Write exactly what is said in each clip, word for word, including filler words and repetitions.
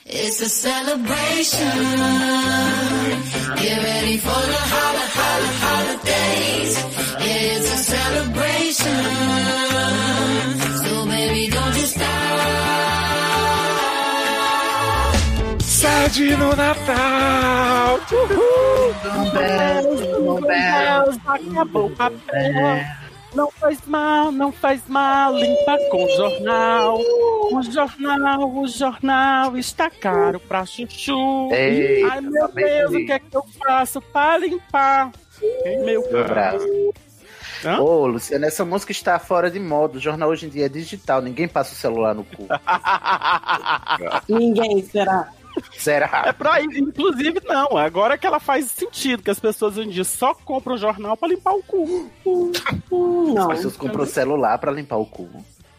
It's a celebration. Get ready for the holla, holla, holidays. It's a celebration. So baby, don't you stop. Sede no Natal! Uhul! Não acabou a porra. Não faz mal, não faz mal, limpa com jornal. O jornal, o jornal está caro pra chuchu. Eita, ai, meu Deus, o que é que eu faço pra limpar? Meu braço. Ô, oh, Luciana, essa música está fora de moda. O jornal hoje em dia é digital, ninguém passa o celular no cu. Ninguém, será? Será? É pra isso, inclusive não, agora é que ela faz sentido, que as pessoas hoje em dia só compram o jornal pra limpar o cu. Não, as pessoas compram o celular pra limpar o cu.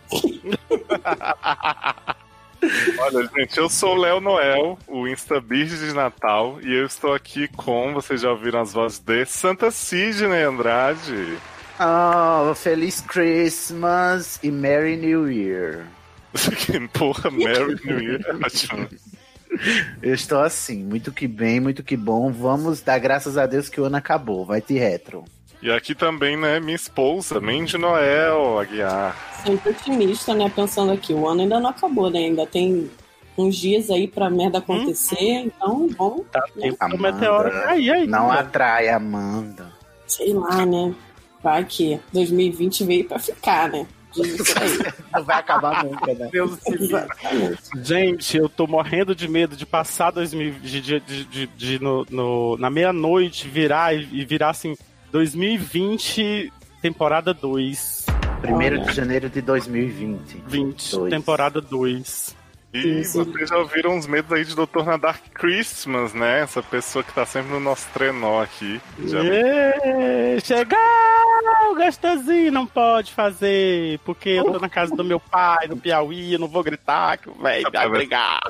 Olha, gente, eu sou o Léo Noel, o InstaBird de Natal, e eu estou aqui com, vocês já ouviram as vozes de Santa Sidney Andrade. Oh, Feliz Christmas e Merry New Year. Porra, Merry New Year, ótimo. Eu estou assim, muito que bem, muito que bom. Vamos dar graças a Deus que o ano acabou, vai ter retro. E aqui também, né, minha esposa, Mandy Noel Aguiar. Sempre otimista, né, pensando aqui, o ano ainda não acabou, né, ainda tem uns dias aí pra merda acontecer, hum. então vamos... Tá tempo pro meteoro cair aí. Não né? Atrai, Amanda. Sei lá, né, vai que dois mil e vinte veio pra ficar, né. Não vai acabar nunca, né? Deus Gente, eu tô morrendo de medo de passar dois mil de, de, de, de, de no, no, na meia-noite virar e virar assim dois mil e vinte temporada dois. primeiro de janeiro de dois mil e vinte. vinte, dois. Temporada dois. E sim, sim. Vocês já ouviram uns medos aí de doutor na Dark Christmas, né? Essa pessoa que tá sempre no nosso trenó aqui. Já... Yeah, chegou, gostosinho, não pode fazer, porque eu tô na casa do meu pai, no Piauí, eu não vou gritar, que o velho vai brigar.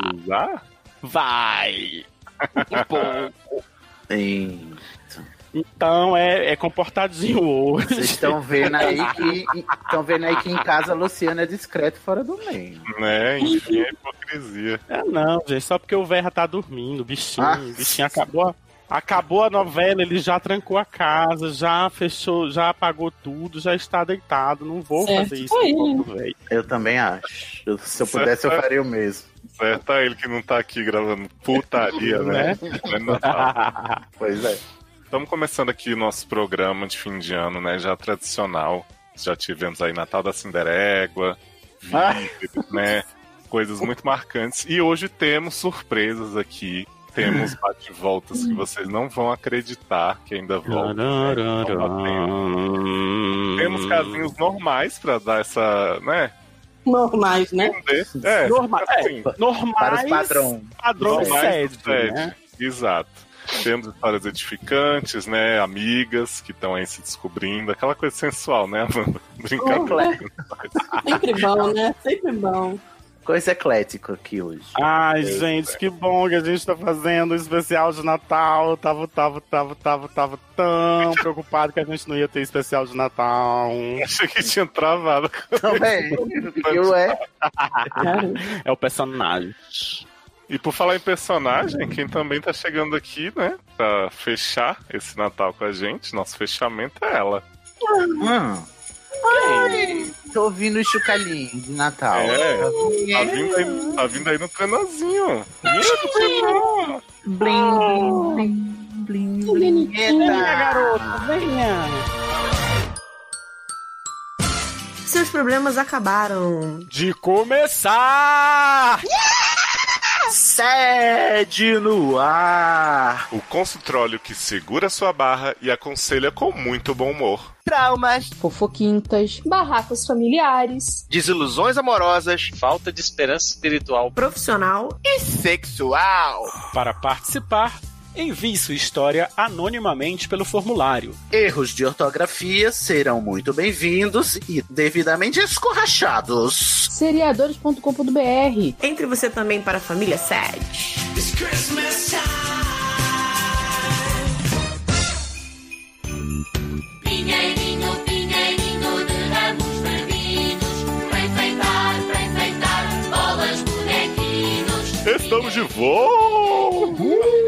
Vai! Um pouco. Sim. Então é, é comportadinho hoje. Vocês estão vendo aí que estão vendo aí que em casa a Luciana é discreto fora do meio. Né? Enfim, é hipocrisia. É não, gente, só porque o velho já tá dormindo, bichinho, ah. bichinho acabou, acabou a novela, ele já trancou a casa, já fechou, já apagou tudo, já está deitado, não vou certo fazer isso com o velho. Eu também acho. Eu, se eu pudesse certo. Eu faria o mesmo. Certo, é ele que não tá aqui gravando putaria, né? né? Pois é. Estamos começando aqui o nosso programa de fim de ano, né? Já tradicional. Já tivemos aí Natal da Cinderégua, vídeos, ah. né? Coisas muito marcantes. E hoje temos surpresas aqui. Temos bate-voltas que vocês não vão acreditar que ainda voltam. Né? Temos casinhos normais para dar essa, né? Normais, né? É, Norma assim, é, normais. Para os padrões. Padrões sede, né? Exato. Temos histórias edificantes, né? Amigas que estão aí se descobrindo. Aquela coisa sensual, né, Amanda? Brincadeira. Oh, sempre bom, né? Sempre bom. Coisa eclética aqui hoje. Ai, é, gente, é. que bom que a gente tá fazendo um especial de Natal. Eu tava, tava, tava, tava, tava tão preocupado que a gente não ia ter especial de Natal. Achei que tinha travado. Também. Eu é. É o personagem. E por falar em personagem, quem também tá chegando aqui, né, pra fechar esse Natal com a gente, nosso fechamento é ela. Hum. Ai, tô ouvindo o chocalhinho de Natal. É, tá vindo aí, tá vindo aí no trenozinho. Blim, blim, blim, blim. Venha, garoto, venha. Seus problemas acabaram de começar! Yeah! Sede no ar. O consultório que segura sua barra e aconselha com muito bom humor. Traumas, fofoquintas, barracos familiares, desilusões amorosas, falta de esperança espiritual, profissional e sexual. Para participar, envie sua história anonimamente pelo formulário. Erros de ortografia serão muito bem-vindos e devidamente escorrachados. seriadores ponto com ponto b r. Entre você também para a família Sede. Pinheirinho, pinheirinho de ramos vermelhos, para enfeitar, para enfeitar, bolas, bonequinhos. Estamos Estamos de volta!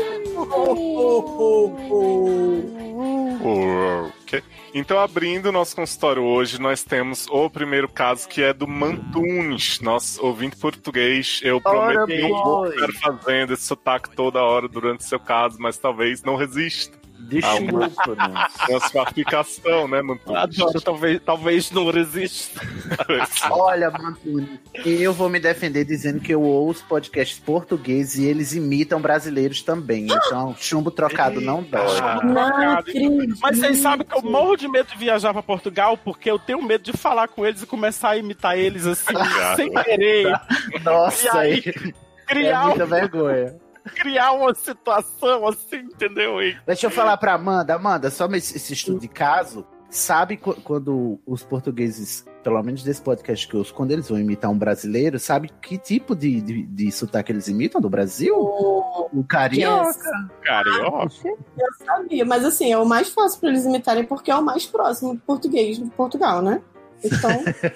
Ok. Então, abrindo o nosso consultório hoje, nós temos o primeiro caso, que é do Mantunes, nosso ouvinte português. Eu prometo que não vou ficar fazendo esse sotaque toda hora durante o seu caso, mas talvez não resista. Desculpa, uma, uma classificação, né, Mantunes? Adoro, talvez, talvez não resista. Olha, Mantunes, eu vou me defender dizendo que eu ouço podcasts portugueses e eles imitam brasileiros também. Então, chumbo trocado não dói. Não acredito. Mas vocês sabem que eu morro de medo de viajar pra Portugal porque eu tenho medo de falar com eles e começar a imitar eles assim, sem querer. Nossa, E aí, criar, é muita um- vergonha. criar uma situação assim, entendeu? E- Deixa eu falar pra Amanda. Amanda, só esse esse estudo de caso, sabe qu- quando os portugueses, pelo menos desse podcast que eu ouço, quando eles vão imitar um brasileiro, sabe que tipo de, de, de sotaque eles imitam do Brasil? O carioca. Carioca? Eu sabia, mas assim, é o mais fácil pra eles imitarem porque é o mais próximo do português de Portugal, né? Então.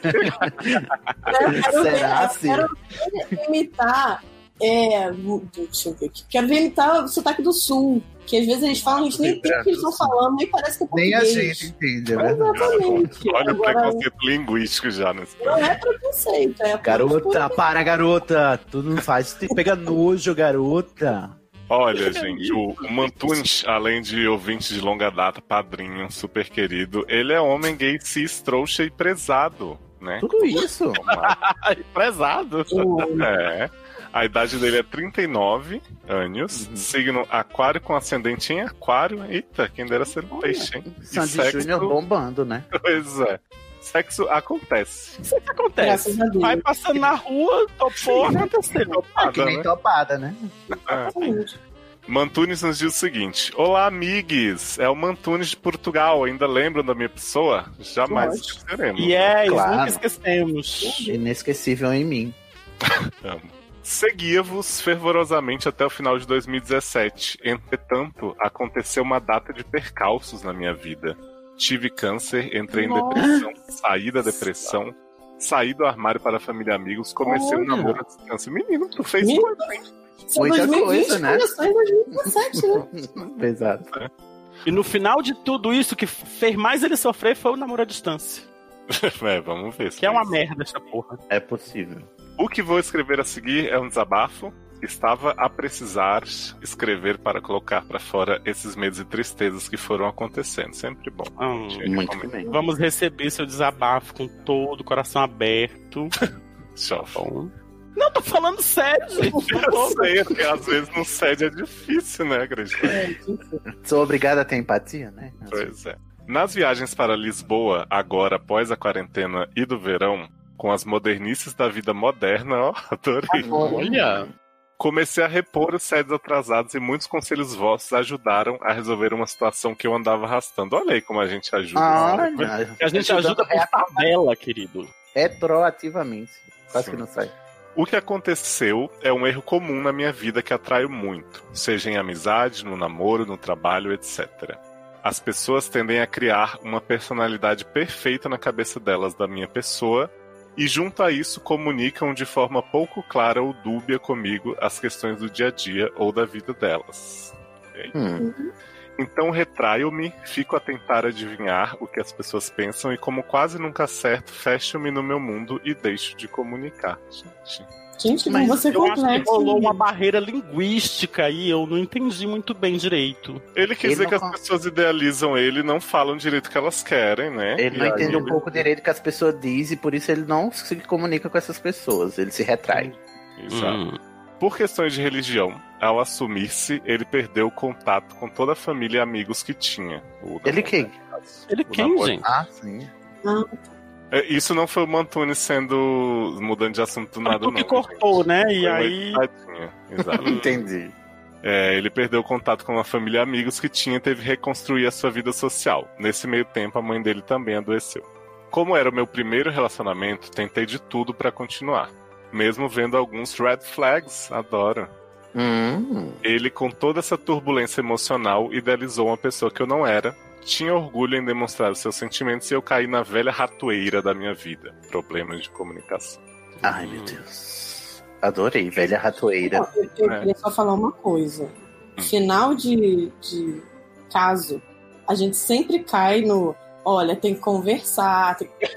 eu quero Será ver, assim? eu quero imitar. É, deixa eu ver aqui. Quero ver imitar o sotaque do sul. Que às vezes eles falam, a gente nem entende o que eles estão falando, nem parece que é Nem português. a gente entende, é verdade. Exatamente. Olha o Agora, preconceito linguístico já nesse não é preconceito, é Garota, para, garota. Tu não faz. Tu pega nojo, garota. Olha, gente, o, o Mantunes, além de ouvinte de longa data, padrinho, super querido, ele é homem gay, cis, trouxa e prezado, né? Tudo isso. Prezado. É. A idade dele é trinta e nove anos, Uhum. signo aquário com ascendente em aquário. Eita, quem dera ser um peixe, hein? E Sandy sexo- Júnior bombando, né? Pois é. Sexo acontece. Isso que acontece. Graças a Deus. Vai passando na rua, topou, aconteceu. É que Topada, nem né? topada, né? Exatamente. Mantunes nos diz o seguinte: olá, amigues! É o Mantunes de Portugal. Ainda lembram da minha pessoa? Jamais Ótimo. esqueceremos. E é, Claro. nunca esquecemos. Inesquecível em mim. Amo. Seguia-vos fervorosamente até o final de dois mil e dezessete. Entretanto, aconteceu uma data de percalços na minha vida. Tive câncer, entrei em depressão, saí da depressão, saí do armário para a família e amigos, comecei um Olha. namoro à distância. Menino, tu fez Menino. coisa, hein? Isso é Muita dois mil e vinte, coisa, né? começou em dois mil e dezessete, né? Pesado. E no final de tudo isso, que fez mais ele sofrer foi o namoro à distância. É, vamos ver. se Que é uma isso. merda essa porra. É possível. O que vou escrever a seguir é um desabafo. Estava a precisar escrever para colocar para fora esses medos e tristezas que foram acontecendo. Sempre bom. Hum, Muito bem. Vamos receber seu desabafo com todo o coração aberto. Tchau. Bom. Não, tô falando sério, gente. Eu sei, porque às vezes no sede é difícil, né, acreditar? Sou obrigada a ter empatia, né? Pois é. Nas viagens para Lisboa, agora após a quarentena e do verão, com as modernices da vida moderna, ó, adorei. Olha. Comecei a repor os sedes atrasados e muitos conselhos vossos ajudaram a resolver uma situação que eu andava arrastando. Olha aí como a gente ajuda. sabe? Olha, A gente ajuda por tabela, querido. retroativamente. Quase Sim. que não sai. O que aconteceu é um erro comum na minha vida que atraio muito, seja em amizade, no namoro, no trabalho, etcétera. As pessoas tendem a criar uma personalidade perfeita na cabeça delas da minha pessoa e, junto a isso, comunicam de forma pouco clara ou dúbia comigo as questões do dia a dia ou da vida delas. Ok? Hum. Então retraio-me, fico a tentar adivinhar o que as pessoas pensam e, como quase nunca acerto, fecho-me no meu mundo e deixo de comunicar. Gente, Gente, Mas como você Eu acho que complexo. rolou uma barreira linguística aí, eu não entendi muito bem direito. ele quis Ele dizer não que as con- pessoas idealizam ele e não falam direito o que elas querem, né? Ele E não aí entende um ele- pouco direito o que as pessoas dizem, por isso ele não se comunica com essas pessoas. Ele se retrai. Exato. Hum. Por questões de religião, ao assumir-se, ele perdeu o contato com toda a família e amigos que tinha. O Ele namoro, quem? no caso. Ele O quem, namoro. gente? Ah, sim. É, isso não foi o Mantunes sendo mudando de assunto do nada, Tu não. que cortou, gente. né? E Foi uma aí. editadinha. Exato. Entendi. É, ele perdeu o contato com a família e amigos que tinha e teve que reconstruir a sua vida social. Nesse meio tempo, a mãe dele também adoeceu. Como era o meu primeiro relacionamento, tentei de tudo pra continuar. Mesmo vendo alguns red flags, adoro. Hum. Ele, com toda essa turbulência emocional, idealizou uma pessoa que eu não era, tinha orgulho em demonstrar os seus sentimentos e eu caí na velha ratoeira da minha vida. Problemas de comunicação. Ai, meu Deus. Adorei, velha ratoeira. Não, eu, eu É. queria só falar uma coisa. Final de, de caso, a gente sempre cai no. Olha, tem que conversar. Tem que...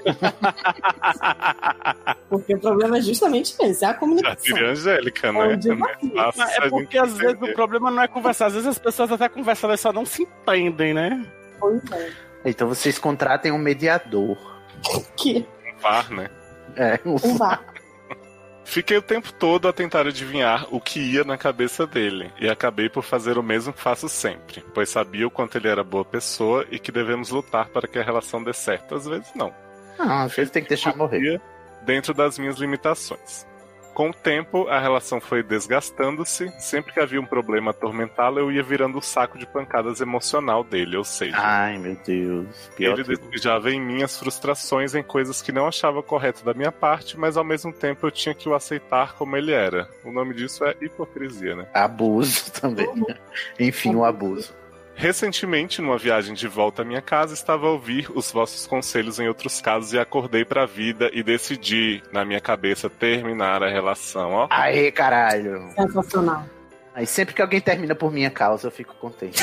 Porque o problema é justamente esse, é a Já comunicação. diria Angélica, É né? um É desafio. mais fácil É a porque gente às vezes entender. o problema não é conversar, às vezes as pessoas até conversam, elas só não se entendem, né? Pois é. Então vocês contratem um mediador. Que Um par, né? É, um um vá. Fiquei o tempo todo a tentar adivinhar o que ia na cabeça dele, e acabei por fazer o mesmo que faço sempre, pois sabia o quanto ele era boa pessoa e que devemos lutar para que a relação dê certo. Às vezes não. Não, às vezes tem que deixar morrer. Dentro das minhas limitações. Com o tempo, a relação foi desgastando-se. Sempre que havia um problema atormentá-lo, eu ia virando o saco de pancadas emocional dele, ou seja, Ai, meu Deus. Pior ele tudo. despejava em mim as frustrações em coisas que não achava correto da minha parte, mas ao mesmo tempo eu tinha que o aceitar como ele era. O nome disso é hipocrisia, né? Abuso também. Enfim, o abuso. Recentemente, numa viagem de volta à minha casa, estava a ouvir os vossos conselhos em outros casos e acordei pra vida e decidi, na minha cabeça, terminar a relação, ó. Aê, caralho. Sensacional. Aí sempre que alguém termina por minha causa, eu fico contente.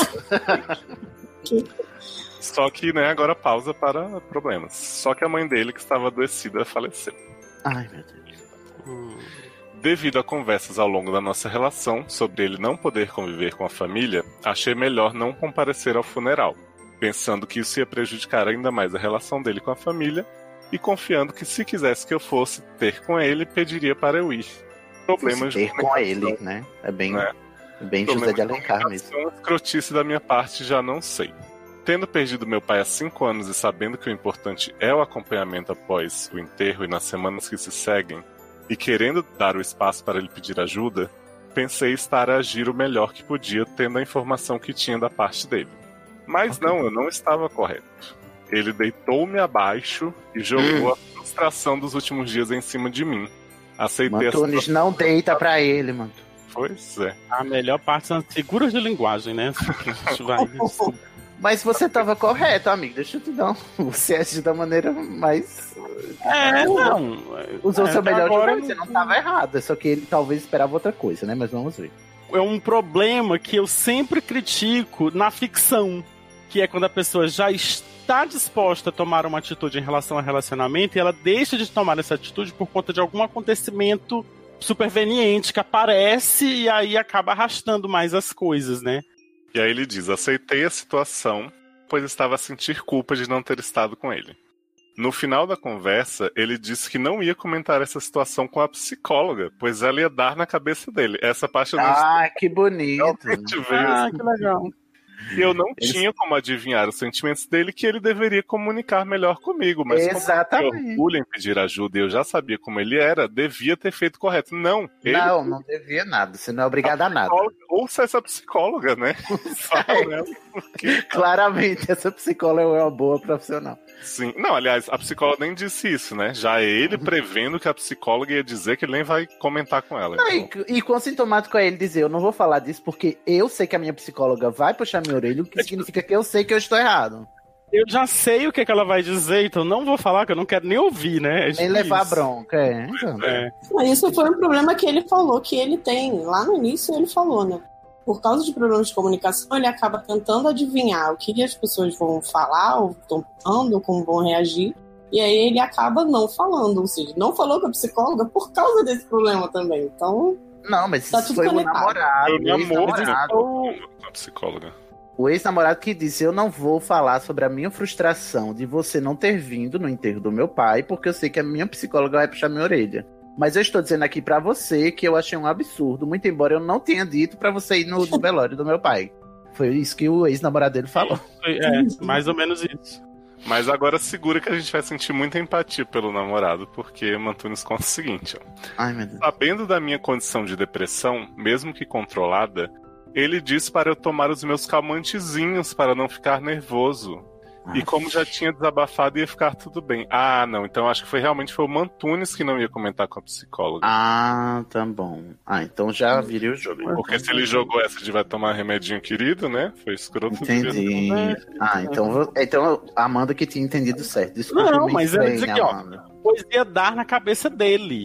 Só que, né, agora pausa para problemas. Só que a mãe dele, que estava adoecida, faleceu. Ai, meu Deus. Devido a conversas ao longo da nossa relação sobre ele não poder conviver com a família, achei melhor não comparecer ao funeral, pensando que isso ia prejudicar ainda mais a relação dele com a família e confiando que se quisesse que eu fosse ter com ele, pediria para eu ir. Problemas ter de com ele, né? É bem, né? é bem Problemas José de Alencar mesmo. comunicação, escrotice da minha parte, já não sei. Tendo perdido meu pai há cinco anos e sabendo que o importante é o acompanhamento após o enterro e nas semanas que se seguem, e querendo dar o espaço para ele pedir ajuda, pensei estar a agir o melhor que podia, tendo a informação que tinha da parte dele. Mas não, eu não estava correto. Ele deitou-me abaixo e jogou Hum. a frustração dos últimos dias em cima de mim. Aceitei Mantunes, essa... não deita pra ele, mano. Pois é. A melhor parte são as figuras de linguagem, né? Que a gente vai descobrir. Mas você tava correto, amigo. Deixa eu te dar um... Você agiu da maneira mais... É, não. Usou é, seu melhor agora julgamento. Você não tava errado. Só que ele talvez esperava outra coisa, né? Mas vamos ver. É um problema que eu sempre critico na ficção, que é quando a pessoa já está disposta a tomar uma atitude em relação ao relacionamento e ela deixa de tomar essa atitude por conta de algum acontecimento superveniente que aparece e aí acaba arrastando mais as coisas, né? E aí ele diz, aceitei a situação, pois estava a sentir culpa de não ter estado com ele. No final da conversa, ele disse que não ia comentar essa situação com a psicóloga, pois ela ia dar na cabeça dele. Essa parte eu não Ah, que bonito. realmente veio Ah, assim. que legal. E eu não Eles- tinha como adivinhar os sentimentos dele que ele deveria comunicar melhor comigo, mas como Exatamente. eu tinha orgulho em pedir ajuda e eu já sabia como ele era, devia ter feito correto. Não, ele Não, não devia nada. Você não é obrigado a nada. psicóloga- ouça essa psicóloga, né? Fala nela, porque Claramente, essa psicóloga é uma boa profissional. sim. Não, aliás, a psicóloga nem disse isso, né? Já é ele prevendo que a psicóloga ia dizer que ele nem vai comentar com ela. Não, então. e, e quão sintomático é ele dizer, eu não vou falar disso porque eu sei que a minha psicóloga vai puxar minha orelha, o que significa que eu sei que eu estou errado. Eu já sei o que, é que ela vai dizer, então não vou falar, que eu não quero nem ouvir, né? É Nem tipo levar isso. bronca, é. Então. É. Mas isso foi um problema que ele falou que ele tem. Lá no início ele falou, né? Por causa de problemas de comunicação, ele acaba tentando adivinhar o que as pessoas vão falar, ou estão pensando, ou como vão reagir. E aí ele acaba não falando. Ou seja, não falou com a psicóloga por causa desse problema também. Então, Não, mas Tá isso tudo foi o conectado. namorado. Eu O namoro ex-namorado. com a psicóloga. O ex-namorado que disse, eu não vou falar sobre a minha frustração de você não ter vindo no enterro do meu pai, porque eu sei que a minha psicóloga vai puxar minha orelha. Mas eu estou dizendo aqui pra você que eu achei um absurdo, muito embora eu não tenha dito pra você ir no, no velório do meu pai. Foi isso que o ex-namorado dele falou. É, mais ou menos isso. Mas agora segura que a gente vai sentir muita empatia pelo namorado, porque Mantunes conta o seguinte, ó. Ai, meu Deus. Sabendo da minha condição de depressão, mesmo que controlada, ele disse para eu tomar os meus calmantezinhos para não ficar nervoso. E como já tinha desabafado, ia ficar tudo bem. Ah, não, então acho que foi realmente foi o Mantunes que não ia comentar com a psicóloga. Ah, tá bom. Ah, então já virei o jogo. Porque se ele jogou essa de vai tomar remedinho querido, né? Foi escroto. Entendi. Ah, então, vou- então a Amanda que tinha entendido certo. Desculpa, Não, me mas ela bem, diz aqui, ó. Amanda. Pois ia dar na cabeça dele.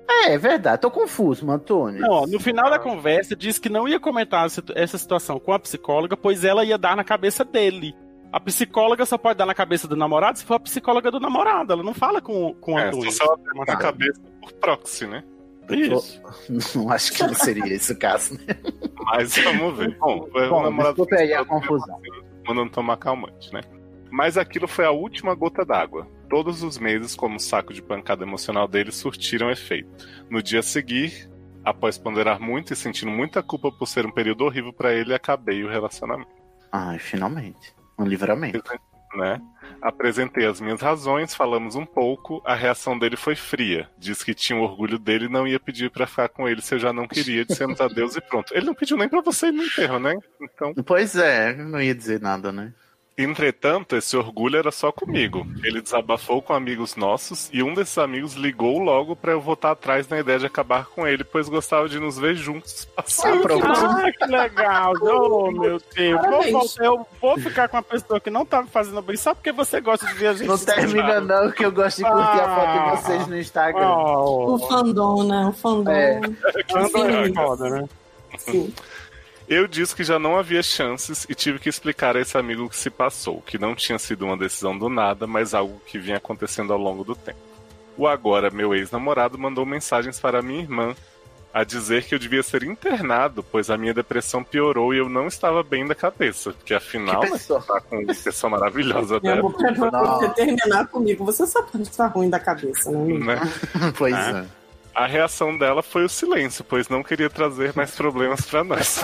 É, é verdade, tô confuso, Antônio. Não, ó, no final da conversa, disse que não ia comentar essa situação com a psicóloga, pois ela ia dar na cabeça dele. A psicóloga só pode dar na cabeça do namorado se for a psicóloga do namorado. Ela não fala com, com o É, Antônio. só se ela der na cabeça por proxy, né? Isso. Não acho que não seria esse o caso, né? Mas vamos ver. Bom, foi Bom, o namorado desculpa aí a confusão. mandando tomar calmante, né? Mas aquilo foi a última gota d'água. Todos os meses, como saco de pancada emocional dele, surtiram efeito. No dia a seguir, após ponderar muito e sentindo muita culpa por ser um período horrível pra ele, acabei o relacionamento. Ai, finalmente. Um livramento. Né? Apresentei as minhas razões, falamos um pouco, a reação dele foi fria. Disse que tinha o orgulho dele e não ia pedir pra ficar com ele se eu já não queria, dissemos adeus e pronto. Ele não pediu nem pra você ir no enterro, né? Então... Pois é, não ia dizer nada, né? Entretanto, esse orgulho era só comigo. Ele desabafou com amigos nossos e um desses amigos ligou logo pra eu voltar atrás na ideia de acabar com ele, pois gostava de nos ver juntos. Passar pra Ah, que legal. Oh, meu Deus. Vou, voltar, eu vou ficar com uma pessoa que não tá me fazendo bem só porque você gosta de ver a gente. Não termina não, que eu gosto de curtir a foto de vocês no Instagram. O fandom, né? O fandom. É. Fandom é foda, né? Sim. Eu disse que já não havia chances e tive que explicar a esse amigo o que se passou, que não tinha sido uma decisão do nada, mas algo que vinha acontecendo ao longo do tempo. O agora meu ex-namorado mandou mensagens para minha irmã a dizer que eu devia ser internado, pois a minha depressão piorou e eu não estava bem da cabeça, porque afinal, né, tá com uma pessoa maravilhosa Meu dela. amor, pra você terminar comigo, você só pode estar ruim da cabeça, né? Né? Pois É. é. A reação dela foi o silêncio, pois não queria trazer mais problemas pra nós.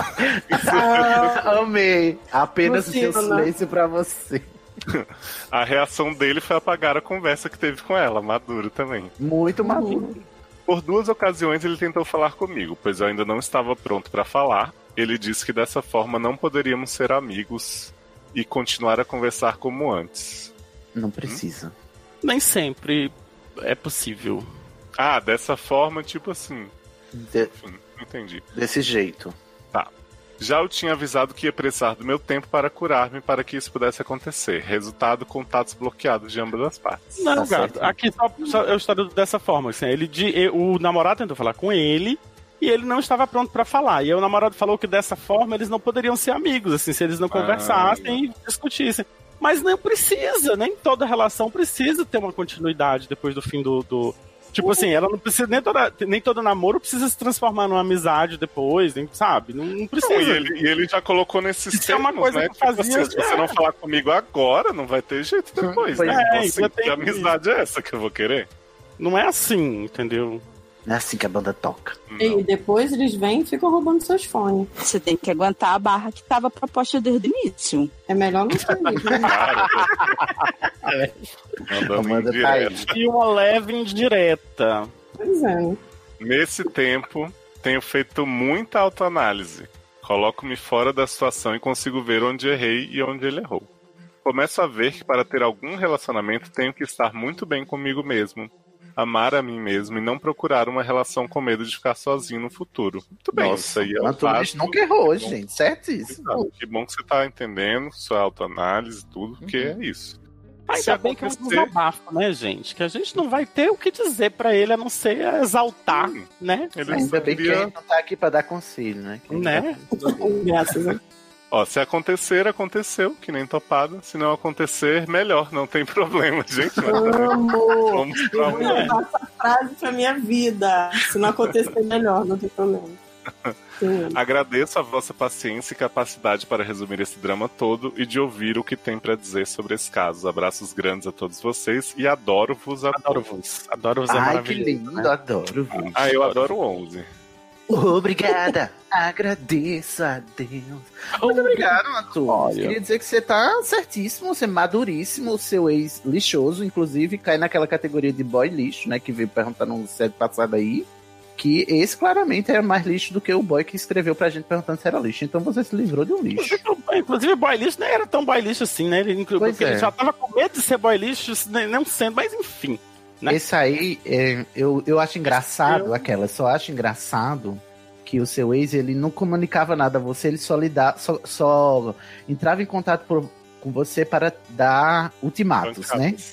Ah, amei. Apenas o seu Luciana. silêncio pra você. A reação dele foi apagar a conversa que teve com ela, maduro também. Muito maduro. Por duas ocasiões ele tentou falar comigo, pois eu ainda não estava pronto pra falar. Ele disse que dessa forma não poderíamos ser amigos e continuar a conversar como antes. Não precisa. Nem sempre é possível. Ah, dessa forma, tipo assim. De- Enfim, não entendi. desse jeito. Tá. Já eu tinha avisado que ia precisar do meu tempo para curar-me para que isso pudesse acontecer. Resultado, contatos bloqueados de ambas as partes. Não, Tá gato. certo. Aqui só, só eu estou dessa forma. Assim, ele, de, e- o namorado tentou falar com ele e ele não estava pronto pra falar. E aí o namorado falou que dessa forma eles não poderiam ser amigos, assim, se eles não conversassem e discutissem. Mas não precisa, nem toda relação precisa ter uma continuidade depois do fim do. do... Tipo assim, ela não precisa, nem, toda, nem todo namoro precisa se transformar numa amizade depois, nem, sabe? Não, não precisa. Não, e, ele, e ele já colocou nesses Isso é uma termos, coisa né? que eu Tipo fazia- assim, se você é. não falar comigo agora, não vai ter jeito depois, Pois né? é, Então, ainda assim, tem que amizade é essa que eu vou querer? Não é assim, entendeu? Não é assim que a banda toca. E depois eles vêm e ficam roubando seus fones. Você tem que aguentar a barra que estava proposta desde o início. É melhor não ser amigo, né? Mandando Amanda tá aí. indireto. E uma leve indireta. Pois é, né? Nesse tempo, tenho feito muita autoanálise. Coloco-me fora da situação e consigo ver onde errei e onde ele errou. Começo a ver que para ter algum relacionamento tenho que estar muito bem comigo mesmo, amar a mim mesmo e não procurar uma relação com medo de ficar sozinho no futuro. Muito bem, isso Nossa, aí é o um Antônio fato. nunca errou hoje, Bom, gente. Certíssimo. exato. Que bom que você tá entendendo sua autoanálise, tudo, porque é isso. Se Ainda bem que é um acontecer- desabafo, né, gente? Que a gente não vai ter o que dizer pra ele, a não ser exaltar, Hum. né? Ele Ainda só bem que a queria- gente não tá aqui pra dar conselho, né? Que a gente Né? tá- Graças a Ó, se acontecer, aconteceu, que nem topado. Se não acontecer, melhor, não tem problema, gente. Amor, Vamos pra eu vou um... levar essa frase pra minha vida. Se não acontecer, melhor, não tem problema. Sim. Agradeço a vossa paciência e capacidade para resumir esse drama todo e de ouvir o que tem pra dizer sobre esse caso. Abraços grandes a todos vocês e adoro-vos a Adoro-vos. Adoro-vos é Ai, que maravilhoso. lindo, né? adoro. Ah, eu adoro o onze. Obrigada. Agradeço a Deus. Muito obrigado, Antônio. Olha. Queria dizer que você tá certíssimo, você é maduríssimo, o seu ex lixoso, inclusive cai naquela categoria de boy lixo, né? Que veio perguntando no set passado aí. Que esse claramente era mais lixo do que o boy que escreveu pra gente perguntando se era lixo. Então você se livrou de um lixo. Inclusive, boy lixo nem era tão boy lixo assim, né? Ele, Pois porque é. ele já tava com medo de ser boy lixo, nem- não sendo, mas enfim. Né? Esse aí, é, eu, eu acho engraçado, aquela, só acho engraçado que o seu ex, ele não comunicava nada a você, ele só, lhe dá, só, só entrava em contato por- com você para dar ultimatos, né?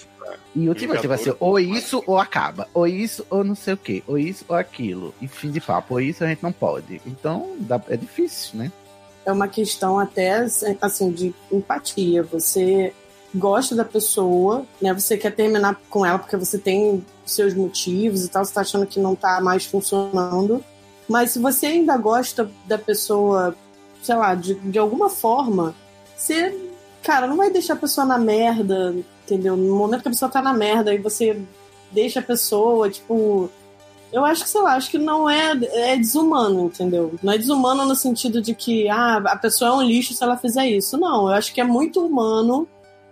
E ultimamente vai ser ou isso ou acaba. Ou isso ou não sei o quê. Ou isso ou aquilo. E fim de papo. Ou isso a gente não pode. Então dá, é difícil, né? É uma questão até, assim, de empatia. Você gosta da pessoa, né? Você quer terminar com ela porque você tem seus motivos e tal. Você tá achando que não tá mais funcionando. Mas se você ainda gosta da pessoa, sei lá, de, de alguma forma, você, cara, não vai deixar a pessoa na merda, entendeu? No momento que a pessoa tá na merda e você deixa a pessoa, tipo... Eu acho que, sei lá, acho que não é... É desumano, entendeu? Não é desumano no sentido de que, ah, a pessoa é um lixo se ela fizer isso. Não, eu acho que é muito humano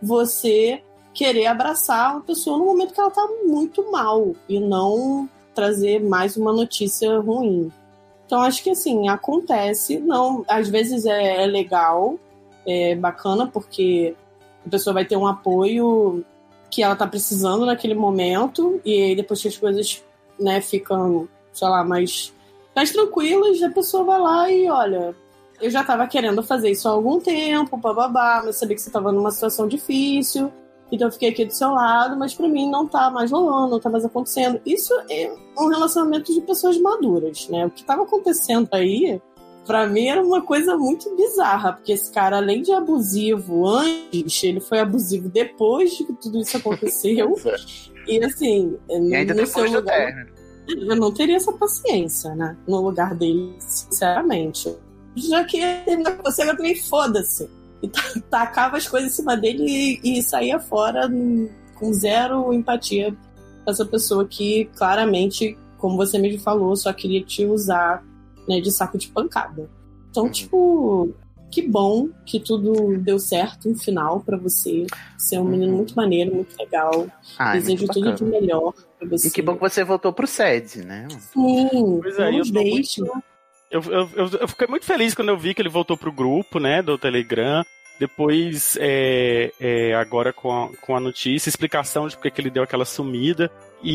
você querer abraçar uma pessoa no momento que ela tá muito mal e não trazer mais uma notícia ruim. Então, acho que, assim, acontece. Não, às vezes é, é legal, é bacana, porque a pessoa vai ter um apoio que ela tá precisando naquele momento, e aí depois que as coisas, né, ficam, sei lá, mais, mais tranquilas, a pessoa vai lá e, olha, eu já tava querendo fazer isso há algum tempo, bababá, mas sabia que você tava numa situação difícil, então eu fiquei aqui do seu lado, mas pra mim não tá mais rolando, não tá mais acontecendo. Isso é um relacionamento de pessoas maduras, né? O que tava acontecendo aí, pra mim, era uma coisa muito bizarra, porque esse cara, além de abusivo antes, ele foi abusivo depois de que tudo isso aconteceu. E assim, e ainda no depois seu do lugar, término. eu não teria essa paciência, né? No lugar dele, sinceramente. Já que ia terminar com você, eu também foda-se. E tacava as coisas em cima dele e, e saía fora com zero empatia com essa pessoa que claramente, como você mesmo falou, só queria te usar, né, de saco de pancada. Então, uhum. tipo, que bom que tudo deu certo no final pra você. Você é um menino muito maneiro, muito legal. Ai, Desejo muito tudo de melhor pra você. E que bom que você voltou pro S E D, né? Sim, pois é, eu nos deixe. Eu, eu, eu, eu fiquei muito feliz quando eu vi que ele voltou pro grupo, né, do Telegram. Depois, é, é, agora com a, com a notícia, explicação de porque que ele deu aquela sumida.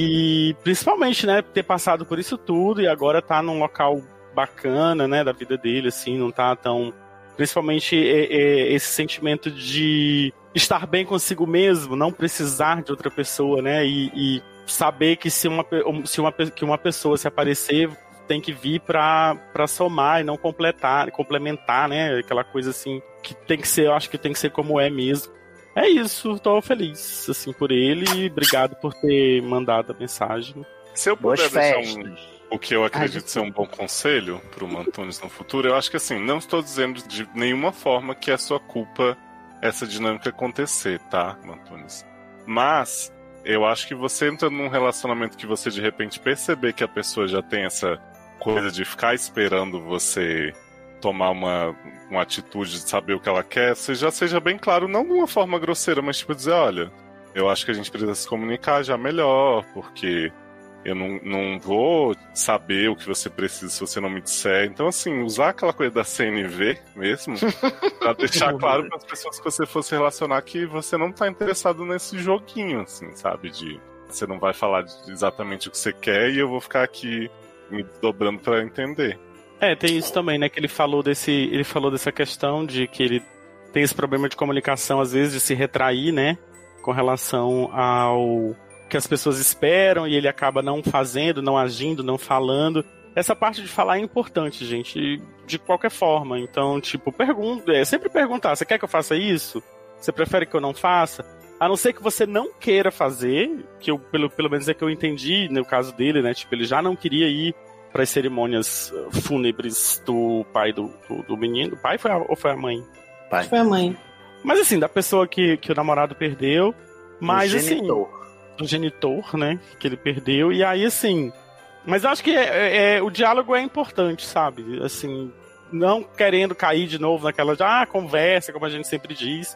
E principalmente, né, ter passado por isso tudo e agora tá num local bacana, né, da vida dele, assim, não tá tão... Principalmente é, é, esse sentimento de estar bem consigo mesmo, não precisar de outra pessoa, né, e, e saber que se uma, se uma, que uma pessoa se aparecer... tem que vir pra, pra somar e não completar, complementar, né? Aquela coisa assim, que tem que ser, eu acho que tem que ser como é mesmo. É isso, tô feliz, assim, por ele e obrigado por ter mandado a mensagem. Se eu puder deixar um, o que eu acredito ser um bom conselho pro Mantunes no futuro, eu acho que assim, não estou dizendo de nenhuma forma que é sua culpa essa dinâmica acontecer, tá, Mantunes? Mas eu acho que você entra num relacionamento que você de repente perceber que a pessoa já tem essa coisa de ficar esperando você tomar uma, uma atitude de saber o que ela quer, você já seja bem claro, não de uma forma grosseira, mas tipo dizer, olha, eu acho que a gente precisa se comunicar já melhor, porque eu não, não vou saber o que você precisa se você não me disser. Então, assim, usar aquela coisa da C N V mesmo, pra deixar claro para as pessoas que você for se relacionar que você não tá interessado nesse joguinho, assim, sabe? De você não vai falar de exatamente o que você quer e eu vou ficar aqui me dobrando para entender. É, tem isso também, né? Que ele falou desse, ele falou dessa questão de que ele tem esse problema de comunicação, às vezes, de se retrair, né? Com relação ao que as pessoas esperam e ele acaba não fazendo, não agindo, não falando. Essa parte de falar é importante, gente, de qualquer forma. Então, tipo, pergunta, é sempre perguntar, você quer que eu faça isso? Você prefere que eu não faça? A não ser que você não queira fazer, que eu, pelo, pelo menos é que eu entendi no caso dele, né? Tipo, ele já não queria ir para as cerimônias fúnebres do pai do, do, do menino. O pai foi a, ou foi a mãe? Pai. Foi a mãe. Mas assim, da pessoa que, que o namorado perdeu. Mas o assim. Genitor. Do genitor, né? Que ele perdeu. E aí, assim. Mas eu acho que é, é, o diálogo é importante, sabe? Assim, não querendo cair de novo naquela de ah, conversa, como a gente sempre diz.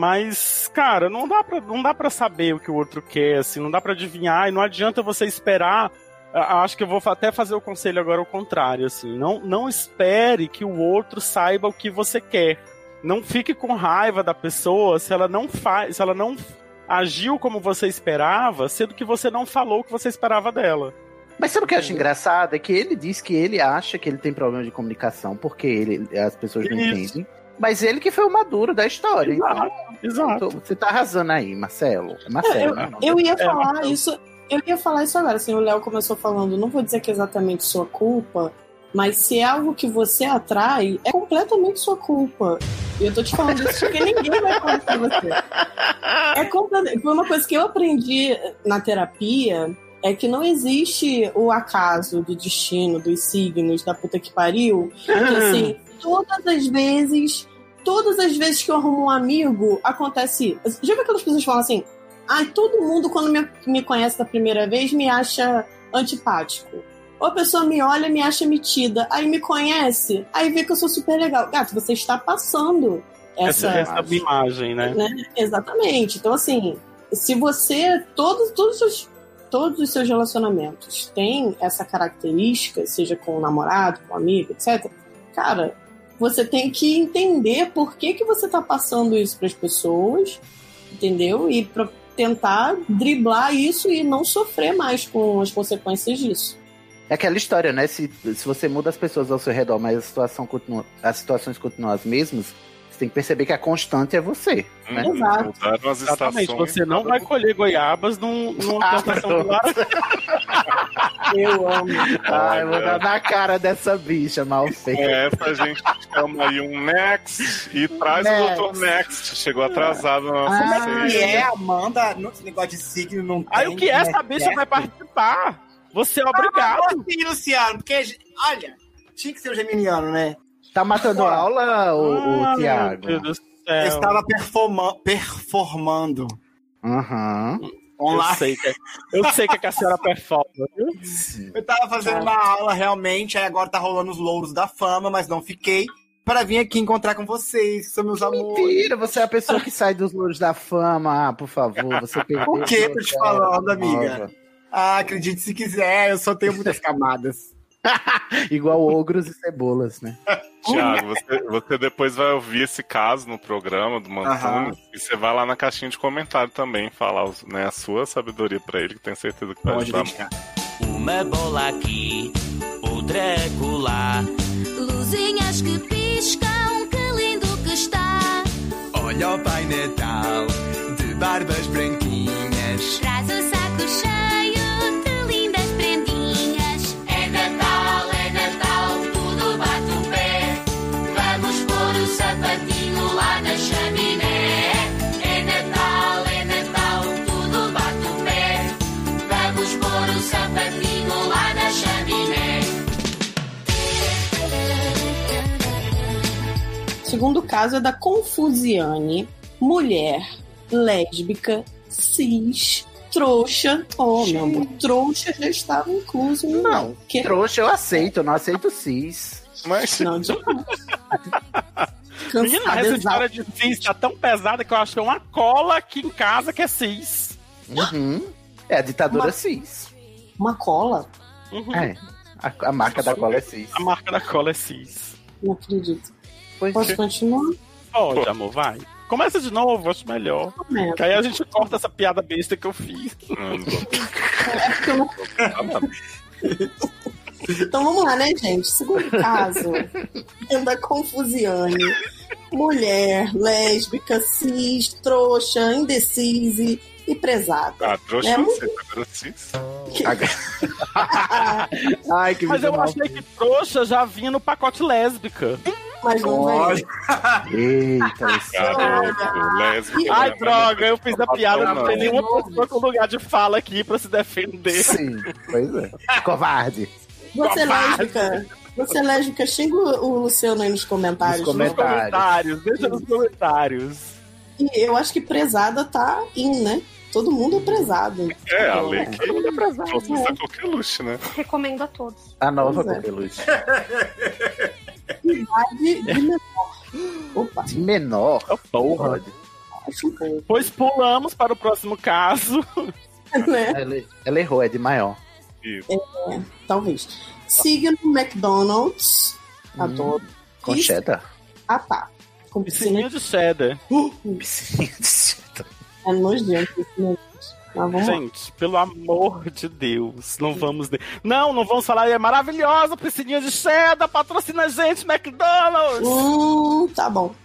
Mas, cara, não dá pra, não dá pra saber o que o outro quer, assim, não dá pra adivinhar, e não adianta você esperar. Acho que eu vou até fazer o conselho agora ao contrário, assim. Não, não espere que o outro saiba o que você quer. Não fique com raiva da pessoa se ela não faz, se ela não agiu como você esperava, sendo que você não falou o que você esperava dela. Mas sabe o que eu acho engraçado? É que ele diz que ele acha que ele tem problema de comunicação, porque ele, as pessoas não Isso. entendem. Mas ele que foi o maduro da história. Exato, Então, exato. você tá arrasando aí, Marcelo. É Marcelo, eu, né? eu ia É, falar Marcelo. isso. Eu ia falar isso agora. Assim, o Léo começou falando, não vou dizer que é exatamente sua culpa, mas se é algo que você atrai, é completamente sua culpa. E eu tô te falando isso porque ninguém vai falar pra você. É completamente. Foi uma coisa que eu aprendi na terapia. É que não existe o acaso do destino, dos signos, da puta que pariu. Que, assim, todas as vezes, todas as vezes que eu arrumo um amigo, acontece. Já viu aquelas pessoas que falam assim? Ai, todo mundo, quando me, me conhece da primeira vez, me acha antipático. Ou a pessoa me olha e me acha metida. Aí me conhece, aí vê que eu sou super legal. Gato, você está passando essa, Essa, essa imagem, né? né? Exatamente. Então, assim, se você. Todos, todos os. Todos os seus relacionamentos têm essa característica, seja com o namorado, com o amigo, etcétera. Cara, você tem que entender por que, que você tá passando isso para as pessoas, entendeu? E para tentar driblar isso e não sofrer mais com as consequências disso. É aquela história, né? Se, se você muda as pessoas ao seu redor, mas a situação continua, as situações continuam as mesmas, você tem que perceber que a constante é você. Né? Hum, Exato. mudaram as Exatamente, estações. você não vai colher goiabas num, numa Ah, plantação do lado. Eu amo. Ai, eu vou dar na cara dessa bicha mal feita. Com essa a gente chama aí um Next e traz Next. o doutor Next. Chegou atrasado na nossa Ah, Como é que ceia. é, Amanda? No negócio de signo não tem. Aí o que é né? saber se vai participar? Você é obrigado. Ah, sim, Luciano, porque, olha, tinha que ser o geminiano, né? Tá matando a aula, o, o Ah, Tiago? meu Deus do Eu céu. estava performa- performando Aham. Eu online. sei que, é- eu sei que, é que a senhora performa, viu? Eu tava fazendo uma aula realmente, aí agora tá rolando os louros da fama, mas não fiquei para vir aqui encontrar com vocês, que são meus amores. Mentira, você é a pessoa que sai dos louros da fama. Ah, por favor, você perdeu. Por que tô te falando, amiga? Nova. Ah, acredite se quiser, eu só tenho muitas camadas. Igual ogros e cebolas, né? Tiago, você, você depois vai ouvir esse caso no programa do Mantunes e você vai lá na caixinha de comentário também falar os- né, a sua sabedoria pra ele, que tenho certeza que vai Pode ajudar deixar. Uma bola aqui, outra colar. Luzinhas que piscam, que lindo que está. Olha o Pai Natal, de barbas branquinhas. Traz o saco cheio de lindas prendinhas. É Natal, é Natal, tudo bate o pé. Vamos pôr o sapatinho lá na chaminé. É Natal, é Natal, tudo bate o pé. Vamos pôr o sapatinho lá na chaminé. O segundo caso é da Confusiane, mulher, lésbica, cis, trouxa. Oh, meu amor, trouxa já estava incluso no Não, que trouxa eu aceito, eu não aceito cis. Mas não demais. Menina, Cansada, essa exausta. história de cis tá tão pesada que eu acho que é uma cola aqui em casa que é cis. Uhum. É a ditadura Uma- cis. Uma cola? Uhum. É. A, a marca da cola é cis. A marca da cola é cis. Não acredito. Pois Posso é. continuar? Pode, amor, vai. Começa de novo, acho melhor. Começa. Que aí a gente corta essa piada besta que eu fiz. É porque eu não... Então vamos lá, né, gente? Segundo caso é da Confusiane. Mulher, lésbica, cis, trouxa, indecise e prezada. Ah, trouxa É não muito- sei, agora cis. Ai, que Mas vida eu mal achei que trouxa já vinha no pacote lésbica. Mas não veio. Lógico. Eita, isso. Garoto, lésbica. Ai, né? droga, eu fiz a piada, não Não. tem nenhuma pessoa com lugar de fala aqui pra se defender. Sim, pois é. Covarde. Você é Covarde. lésbica. Você é lésbica, xinga o o Luciano aí nos comentários. Nos né? Nos comentários, deixa nos comentários. E eu acho que prezada tá in, né? Todo mundo é prezado. É, a lei que Todo mundo é prezado. processa qualquer luxo, né? Recomendo a todos. A nova Pois é. coqueluche. Idade de menor. Opa, De menor. Porra. Pode. acho um pouco, Pois pulamos para o próximo caso. né? Ela, ela errou, é de maior. Talvez. Signo McDonald's. Adoro. Com Isso. cheddar. Ah, tá. Com piscina Piscininha de cheddar. Piscininha de cheddar. é nojento. Piscina. Mas vamos lá. Gente, pelo amor de Deus, não vamos... de- Não, não vamos falar, é maravilhosa, piscininha de cheddar, patrocina a gente, McDonald's! Hum, tá bom.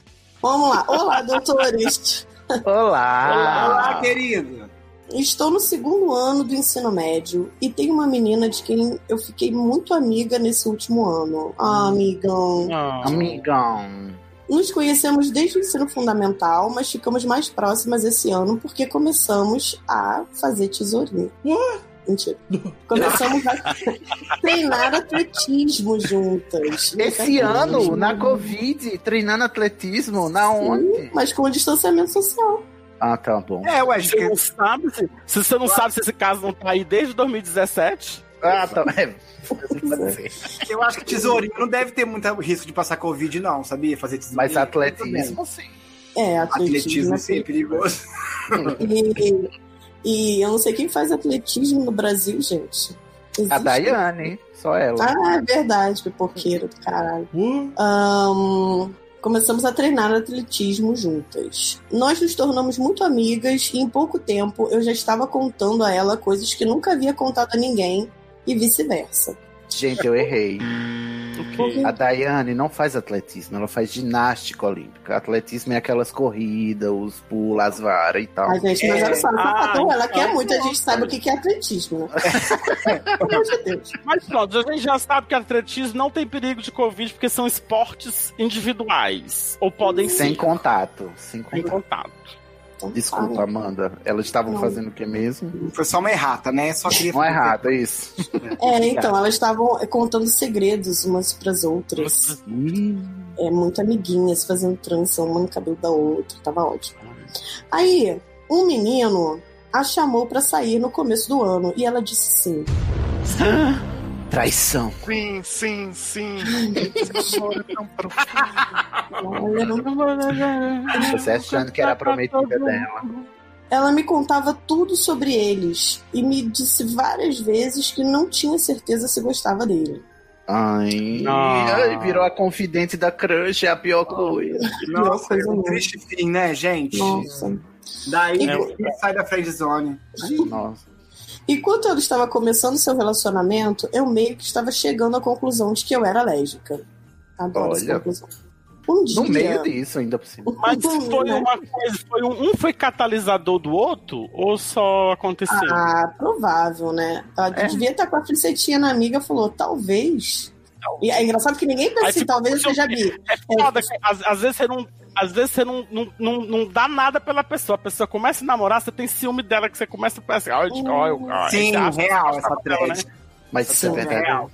Vamos lá. Olá, doutores. Olá. Olá, querido. Estou no segundo ano do ensino médio e tenho uma menina de quem eu fiquei muito amiga nesse último ano. Ah, amigão. Ah. Amigão. Nos conhecemos desde o ensino fundamental, mas ficamos mais próximas esse ano porque começamos a fazer tesourinha. What? Mentira. Começamos a treinar atletismo juntas. Esse ano, na Covid, treinando atletismo, na onde? Mas com o distanciamento social. Ah, tá bom. É, ué, Você não sabe se, se você não sabe se esse caso não tá aí desde dois mil e dezessete? Ah, tá. É. Eu acho que tesourinho não deve ter muito risco de passar Covid, não, sabia? Fazer tesourinho. Mas atletismo, sim. É, atletismo, atletismo sim, é perigoso. E, e eu não sei quem faz atletismo no Brasil, gente. Existe? A Daiane, só ela. Ah, é verdade, pipoqueira do caralho. Uh. Um, começamos a treinar atletismo juntas. Nós nos tornamos muito amigas e em pouco tempo eu já estava contando a ela coisas que nunca havia contado a ninguém e vice-versa. Gente, eu errei. Okay. A Daiane não faz atletismo, ela faz ginástica olímpica. Atletismo é aquelas corridas, os pulos, as varas e tal. A gente, mas é. olha só, Ah, então, ela então quer muito, a pronto. gente sabe o que é atletismo, né? Pelo amor de Deus. Mas pronto, a gente já sabe que atletismo não tem perigo de Covid porque são esportes individuais. Ou podem ser. Sem contato. Sem Sem contato. contato. Desculpa, Amanda. Elas estavam fazendo o que mesmo? Foi só uma errata, né? Só queria Uma errata, é isso. É, então, elas estavam contando segredos umas pras outras. É, muito amiguinhas, fazendo trança, uma no cabelo da outra, tava ótimo. Aí, um menino a chamou pra sair no começo do ano, e ela disse sim. Traição. Sim, sim, sim. Você achando que era a prometida dela. Ela me contava tudo sobre eles, e me disse várias vezes que não tinha certeza se gostava dele. Ai, Ah. ai, virou a confidente da crush, é a pior coisa. Nossa, coisa é um mesmo. triste fim, né, gente? Nossa. Daí E- sai da friend zone. Nossa. Enquanto eu estava começando seu relacionamento, eu meio que estava chegando à conclusão de que eu era lésbica. Adoro essa Olha. conclusão. Um dia... No meio disso, ainda por cima. Mas foi uma coisa, foi um, um foi catalisador do outro ou só aconteceu? Ah, provável, né? Ela É. devia estar com a fricetinha na amiga, falou, talvez. E é engraçado que ninguém pensa Aí assim, fica talvez eu com seja seu- bi. É foda que às, às vezes você não. Às vezes você não, não, não, não dá nada pela pessoa. A pessoa começa a namorar, você tem ciúme dela, que você começa a pensar, ai, ai, ai, Sim, você acha que real você essa gosta dela, thread. Mas isso é Sim, verdade. real.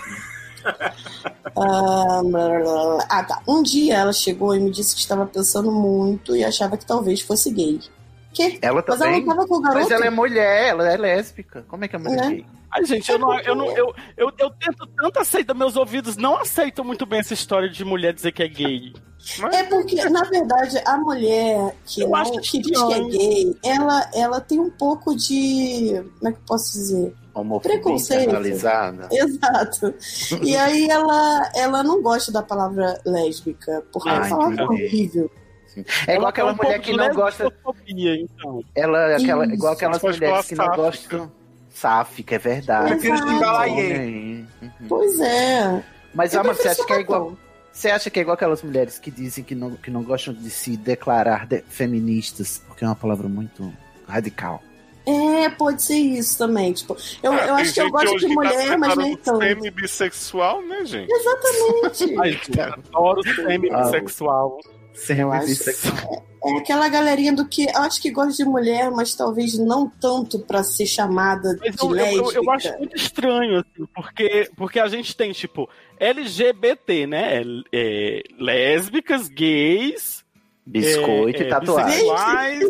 Ah, blá, blá, blá. Ah, tá. Um dia ela chegou e me disse que estava pensando muito e achava que talvez fosse gay. Que? Ela Mas ela também. não tava com o garoto? Mas ela é mulher, ela é lésbica. Como é que é mulher Né? gay? Ai, gente, eu, não, eu, não, eu, eu, eu tento tanto aceitar, meus ouvidos não aceitam muito bem essa história de mulher dizer que é gay. É porque, na verdade, a mulher que, Eu não, acho que diz que é estranho. gay, ela, ela tem um pouco de... Como é que eu posso dizer? Homofobia Preconceito. internalizada. Exato. E aí ela, ela não gosta da palavra lésbica, porque Ah, ela fala entendi. horrível. É igual Ela aquela tem um mulher pouco que de não gosta. lesbofobia, então. Ela, aquela, Isso. igual aquelas Pode mulheres falar que não sáfica. gostam. Sáfica, é verdade. Eu prefiro xingar lá gay. Uhum. Pois é. Mas, Eu Ama, você prefiro acha que é sapatão. igual. Você acha que é igual aquelas mulheres que dizem que não, que não gostam de se declarar de- feministas, porque é uma palavra muito radical? É, pode ser isso também. Tipo, eu, eu acho que eu gosto de mulher, mas nem tanto. Semi-bissexual, né, gente? Exatamente. Ai, gente, adoro semi-bissexual. Semi-bissexual. É aquela galerinha do que eu acho que gosta de mulher, mas talvez não tanto pra ser chamada Mas de eu, eu, lésbica. eu, eu acho muito estranho, assim, porque, porque a gente tem, tipo, L G B T, né? É, é, lésbicas, gays. Biscoito é, e tatuagem. bissexuais.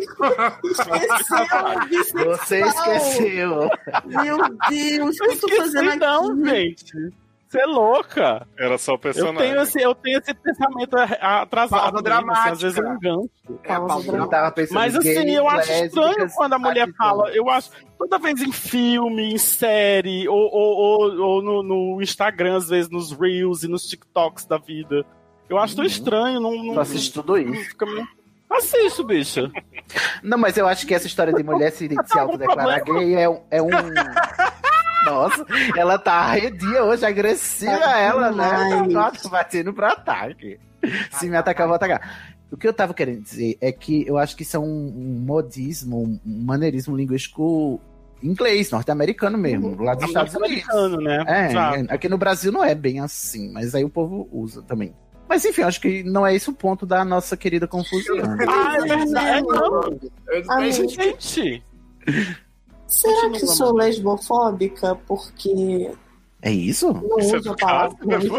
Esqueceu, Você esqueceu. Meu Deus, o que Não eu tô fazendo esqueci, aqui? não, gente. Você é louca. Era só o Eu personagem. tenho, esse, eu tenho esse pensamento atrasado. Pausa mesmo, assim, às vezes eu dramática. engancho. É a pausa Eu tava pensando Mas em assim, gays, eu acho lésbicas, estranho quando a mulher participantes. fala. Eu acho, toda vez em filme, em série, ou, ou, ou, ou no, no Instagram, às vezes nos Reels e nos TikToks da vida. Eu acho tão estranho. Não, não, Tu assiste tudo isso. fica meio- Assisto, bicha. Não, mas eu acho que essa história de mulher se, se autodeclarar gay é, um- é um. Nossa, ela tá arredia hoje, agressiva Tá ela, né? demais. Nossa, batendo pro ataque. Se me atacar, eu vou atacar. O que eu tava querendo dizer é que eu acho que isso é um, um modismo, um maneirismo linguístico inglês, norte-americano mesmo, lá dos Estados Unidos. Né? É, Exato. aqui no Brasil não é bem assim, mas aí o povo usa também. Mas enfim, acho que não é esse o ponto da nossa querida confusão. Ah, é verdade. Não. Amigo, Gente, será Continua, que sou lesbofóbica porque É isso? não Isso é uso a do palavra?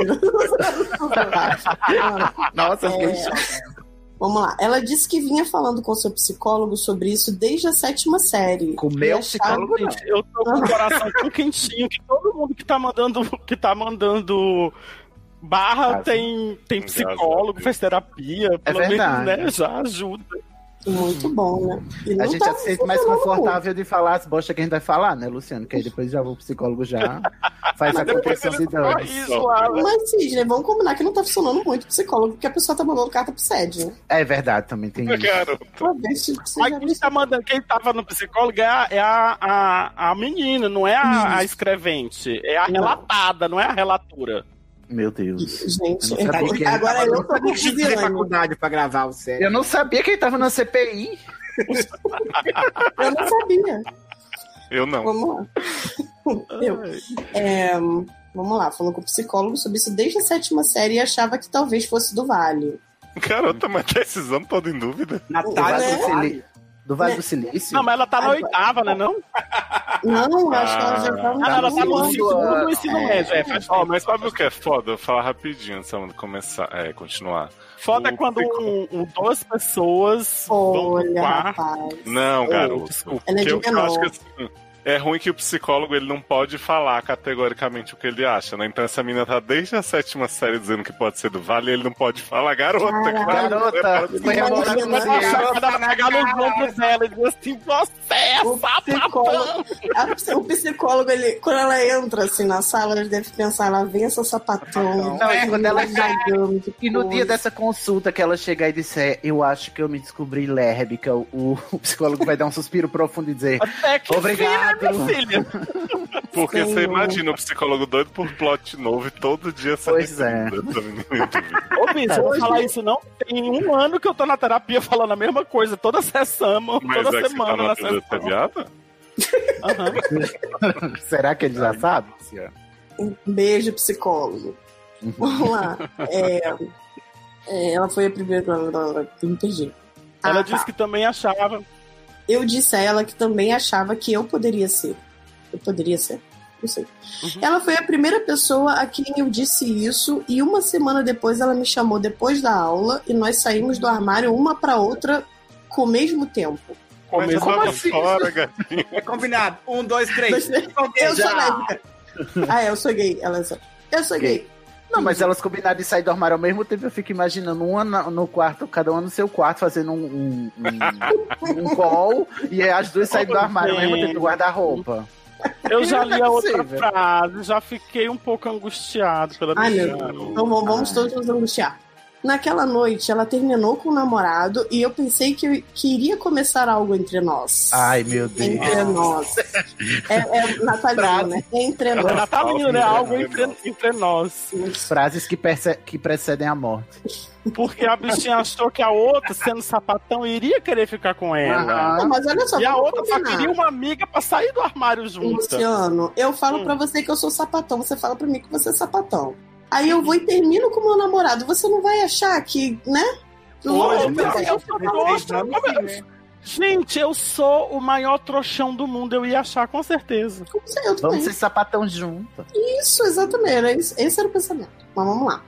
Nossa, eu fiquei É. chocado. Vamos lá. Ela disse que vinha falando com seu psicólogo sobre isso desde a sétima série. Com o E meu achava- psicólogo, não. eu tô com o coração tão quentinho que todo mundo que tá mandando, que tá mandando barra Ah, tem, tem Graças psicólogo, a faz terapia, pelo menos, verdade. né? Já ajuda. Muito bom, né? E A não gente tá já se sente mais funcionando confortável de falar as bostas que a gente vai falar, né, Luciano? Que aí depois já o psicólogo já faz a Depois contenção ele de faz danos. isso lá, né? Mas, Sidney, vamos combinar que não tá funcionando muito o psicólogo, porque a pessoa tá mandando carta pro S E D, né? É verdade, também tem isso. Garoto. Talvez tipo, Mas seja quem, tá mandando, quem tava no psicólogo é a, é a, a, a menina, não é a, a escrevente. É a Não. relatada, não é a relatora. Meu Deus. Gente, Eu não sabia que- agora eu tô Tem que fazer confusionando. faculdade pra gravar o sério. Eu não sabia que ele tava na C P I. Eu não sabia. Eu não. Vamos lá. Eu. É, vamos lá, falou com o psicólogo sobre isso desde a sétima série e achava que talvez fosse do Vale. Garota, mas tá esses anos todo em dúvida. Do Vale Né? do, Silí- do Vale Né? do Silício? Não, mas ela tá na Agora- oitava, né? Não? Não, acho que ela já tá no Ah, ela tá no segundo segundo ano. do ensino médio. É, faz Ó, tempo. mas sabe o que é foda? Eu vou falar rapidinho, antes de começar, é, continuar. Foda O é quando psico- um, um- duas pessoas vão pro Olha, quarto. rapaz. Não, garoto. desculpa. Ela é Que eu, de que eu acho menor. que assim, é ruim que o psicólogo ele não pode falar categoricamente o que ele acha, né? Então essa menina tá desde a sétima série dizendo que pode ser do Vale e ele não pode falar, garota. Caraca. cara, Garota, você foi pode- remorar Imagina, com você. Quando ela pegar nos ombros dela e diz assim, você é O psicólogo, a- o psicólogo, ele, quando ela entra assim na sala, ele deve pensar, ela vem essa sapatão. Não, e quando ela jogando, que E no coisa. dia dessa consulta que ela chegar e disser, eu acho que eu me descobri lérbica, o, o psicólogo vai dar um suspiro profundo e dizer, Até que Obrigado. filha, minha filha. Porque você Senhor. imagina o psicólogo doido por plot novo e todo dia essa Pois é. essa menina em dúvida. Ô, Bicho, eu vou falar isso não. Tem um ano que eu tô na terapia falando a mesma coisa, toda sessão, Mas toda é que você semana tá na na vida sessão. piada? Aham. será que ele já sabe? Luciano? Um beijo, psicólogo. Vamos lá. É, é, ela foi a primeira. Eu me perdi. Ela Ah, disse tá. que também achava. Eu disse a ela que também achava que eu poderia ser. Eu poderia ser. Não sei. Uhum. Ela foi a primeira pessoa a quem eu disse isso, e uma semana depois ela me chamou depois da aula e nós saímos do armário uma pra outra com o mesmo tempo. Mas eu Como tava assim? fora, gatinho. É combinado. Um, dois, três. Dois, três. Eu sou lésbica. Ah, eu sou gay. Ela é só. Eu sou gay. Não, mas elas combinaram de sair do armário ao mesmo tempo, eu fico imaginando uma na- no quarto, cada uma no seu quarto, fazendo um, um, um, um call, e aí as duas saíram do armário ao mesmo tempo do guarda-roupa. Eu já li a Não é outra possível. frase, já fiquei um pouco angustiado pela Ai, minha. meu Deus. Então vamos, vamos todos nos angustiar. Naquela noite, ela terminou com o namorado e eu pensei que, eu, que iria começar algo entre nós. Ai, meu Deus. Entre nós. É, é natalino, né? Entre É nós. natalino, né? Algo entre, entre nós. Frases que, perce- que precedem a morte. Porque a bichinha achou que a outra, sendo sapatão, iria querer ficar com ela. Não, mas olha só, E a vamos outra só combinar. queria uma amiga pra sair do armário junta. Luciano, eu falo Hum. pra você que eu sou sapatão, você fala pra mim que você é sapatão. Aí eu vou e termino com meu namorado. Você não vai achar que, né? Lógico, Ô, que eu sou trouxa. Como eu- Gente, eu sou o maior trouxão do mundo, eu ia achar com certeza. eu também. Vamos ser sapatão junto. Isso, exatamente. Era isso- Esse era o pensamento. Mas vamos lá.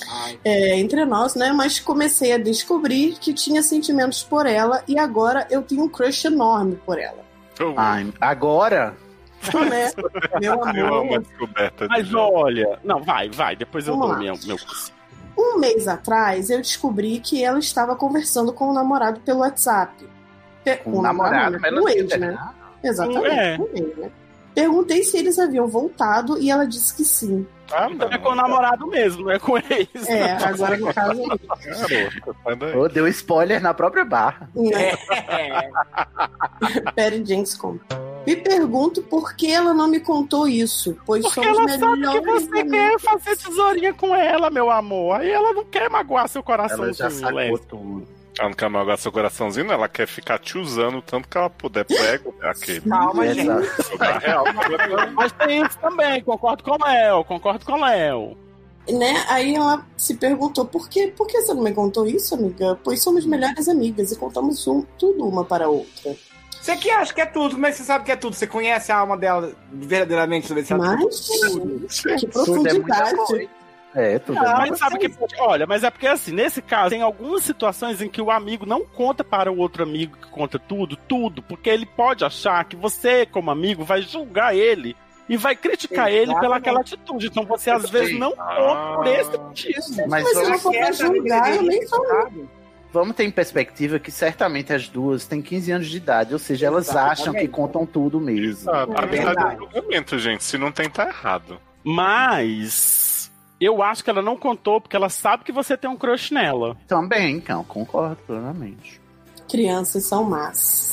É, entre nós, né? Mas comecei a descobrir que tinha sentimentos por ela e agora eu tenho um crush enorme por ela. Ai, agora? Né? Meu Eu amo a amor. descoberta de Mas Jó. olha, não, vai, vai, depois eu Vamos dou lá. meu, meu curso. Um mês atrás, eu descobri que ela estava conversando com o namorado pelo WhatsApp. Pe- Com o namorado, né? mas Com não o tinha ex, né? terminado. Exatamente, É. com o ex, né? Perguntei se eles haviam voltado e ela disse que sim. Ah, então é com o namorado mesmo, não é com eles. É, agora no caso é Oh, deu spoiler na própria barra. É. Perry Jenks conta. Me pergunto por que ela não me contou isso, pois Porque somos ela sabe melhores que você amigos. quer fazer tesourinha com ela, meu amor. Aí ela não quer magoar seu Ela já coraçãozinho, sacou Lésbica. tudo. Ela não quer magoar seu coraçãozinho, ela quer ficar te usando o tanto que ela puder. Pega aquele. Calma, É, gente. exato. Real, Mas tem isso também, concordo com o Léo, concordo com o Léo. Né? Aí ela se perguntou por que, por que você não me contou isso, amiga? Pois somos melhores amigas e contamos um, tudo uma para a outra. Você que acha que é tudo, como é que você sabe que é tudo? Você conhece a alma dela verdadeiramente sobre esse Mas, que profundidade. É, tudo Ah, é mas sabe que, olha, mas é porque assim, nesse caso, tem algumas situações em que o amigo não conta para o outro amigo que conta tudo, tudo, porque ele pode achar que você, como amigo, vai julgar ele e vai criticar ele pela aquela atitude. Então você, às vezes, não conta por esse motivo. Mas Mas se vamos- não for pra julgar, eu nem falo. Vamos ter em perspectiva que certamente as duas têm quinze anos de idade, ou seja, elas Exatamente. acham que contam tudo mesmo. A amizade é verdade. um julgamento, gente. Se não tem, tá errado. Mas eu acho que ela não contou porque ela sabe que você tem um crush nela. Também, então, concordo plenamente. Crianças são más.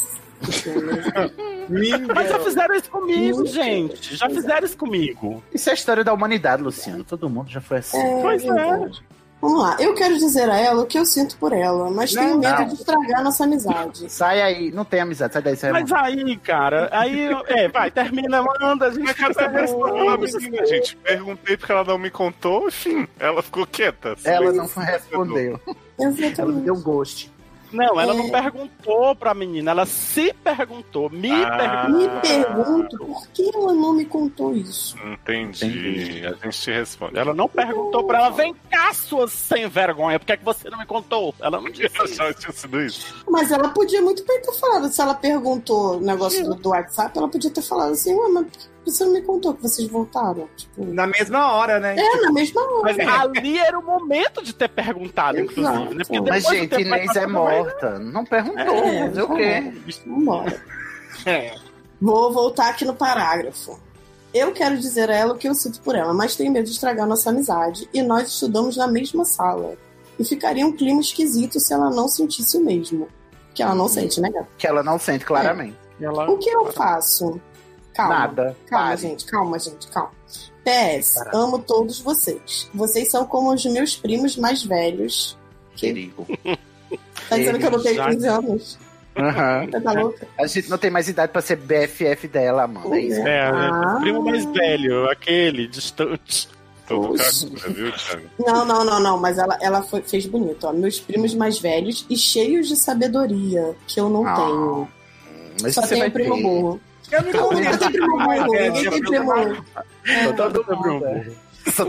Mas já fizeram isso comigo, gente. Já fizeram isso comigo. Isso é a história da humanidade, Luciano. Todo mundo já foi assim. É, Pois é. verdade. Vamos lá, eu quero dizer a ela o que eu sinto por ela, mas Não, tenho medo não. de estragar nossa amizade. Sai aí, não tem amizade, sai daí, sai Mas aí, cara, aí, é, vai, termina, manda, a gente Mas cadê a resposta, menina, gente? Perguntei porque ela não me contou, enfim, ela ficou quieta. Ela não Silêncio. respondeu. Ela Exatamente. deu ghost. Não, ela É. não perguntou pra menina, ela se perguntou, me Ah. perguntou. Me pergunto por que ela não me contou isso. Entendi. A gente te responde. Ela não perguntou pra ela, vem cá, sua sem vergonha, por que, é que você não me contou? Ela não disse Eu isso. achava que tinha sido isso. Mas ela podia muito bem ter falado. Se ela perguntou o negócio do, do WhatsApp, ela podia ter falado assim: ué, mas por que você não me contou que vocês voltaram? Tipo, Na mesma hora, né? é, na mesma hora. Mas ali era o momento de ter perguntado, inclusive, né? Porque Mas, depois do gente, tempo Inês vai é passando, morta. Não perguntou. É, fazer o quê? Vambora. É. Vou voltar aqui no parágrafo. Eu quero dizer a ela o que eu sinto por ela, mas tenho medo de estragar nossa amizade. E nós estudamos na mesma sala. E ficaria um clima esquisito se ela não sentisse o mesmo. Que ela não sente, né, gata? Que ela não sente claramente. Ela... O que eu faço? Calma. Nada. Calma, Pare. gente. Calma, gente. Calma. P S. Amo todos vocês. Vocês são como os meus primos mais velhos. Perigo. Tá dizendo que eu não tenho Já- quinze anos? Aham. Você tá louca? A gente não tem mais idade pra ser B F F dela, Amanda. É isso. É, Ah. o primo mais velho, aquele, distante. Todo Poxa. cagura, viu, Thiago? Não, não, não, não. Mas ela, ela foi- fez bonito, ó. Meus primos mais velhos e cheios de sabedoria, que eu não Ah, tenho. Mas Só você tenho vai primo ter. burro. Eu me Não, conheço. ninguém tem primo burro. É, Ninguém tem primo burro. Todo mundo.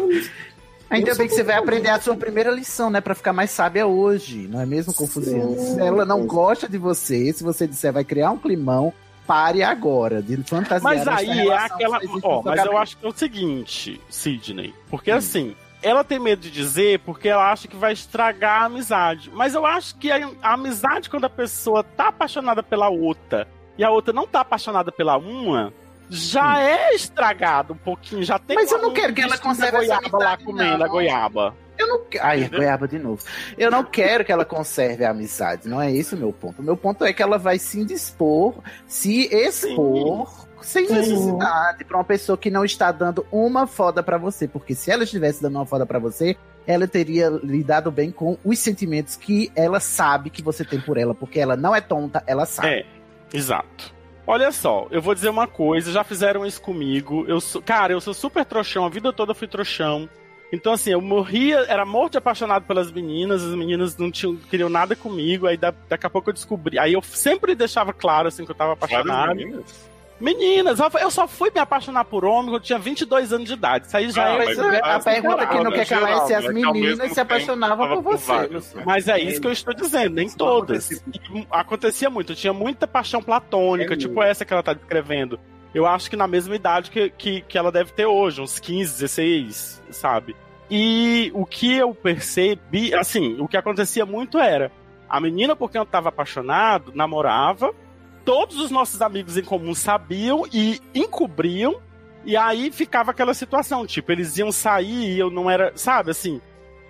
Ainda bem que você vai aprender a sua primeira lição, né? Pra ficar mais sábia hoje, não é mesmo, Confuciano? Se ela não gosta de você, se você disser vai criar um climão, pare agora de fantasiar. Mas essa aí é relação aquela. que existe Ó, na sua mas eu cabeça. acho que é o seguinte, Sidney. Porque assim, ela tem medo de dizer porque ela acha que vai estragar a amizade. Mas eu acho que a, a amizade, quando a pessoa tá apaixonada pela outra e a outra não tá apaixonada pela uma, já é estragado um pouquinho. Já tem Mas eu não um quero que ela bicho da conserve essa goiaba lá amizade, comendo não. a goiaba. Eu não que- Ai, goiaba de novo. Eu não quero que ela conserve a amizade, não é esse o meu ponto. O meu ponto é que ela vai se indispor, se expor sem Sim. necessidade pra uma pessoa que não está dando uma foda pra você. Porque se ela estivesse dando uma foda pra você, ela teria lidado bem com os sentimentos que ela sabe que você tem por ela. Porque ela não é tonta, ela sabe. É, exato. Olha só, eu vou dizer uma coisa, já fizeram isso comigo. Eu sou, cara, eu sou super trouxão, a vida toda fui trouxão. Então, assim, eu morria, era morto de apaixonado pelas meninas, as meninas não tinham, queriam nada comigo, aí da, daqui a pouco eu descobri. Aí eu sempre deixava claro, assim, que eu tava apaixonado. Várias meninas? Meninas, eu só fui me apaixonar por homem quando eu tinha vinte e dois anos de idade. Isso aí já Ah, é. mas Mas a mas pergunta que não no quer calar é se geral, as né, que ao meninas mesmo se apaixonavam tempo por tava você. vários, né? Mas é isso que eu estou dizendo, nem todas. E acontecia muito, eu tinha muita paixão platônica, É tipo mesmo. essa que ela tá descrevendo. Eu acho que na mesma idade que, que, que ela deve ter hoje, uns quinze, dezesseis, sabe? E o que eu percebi, assim, o que acontecia muito era, a menina por quem eu tava apaixonado, namorava, todos os nossos amigos em comum sabiam e encobriam, e aí ficava aquela situação, tipo, eles iam sair e eu não era, sabe, assim,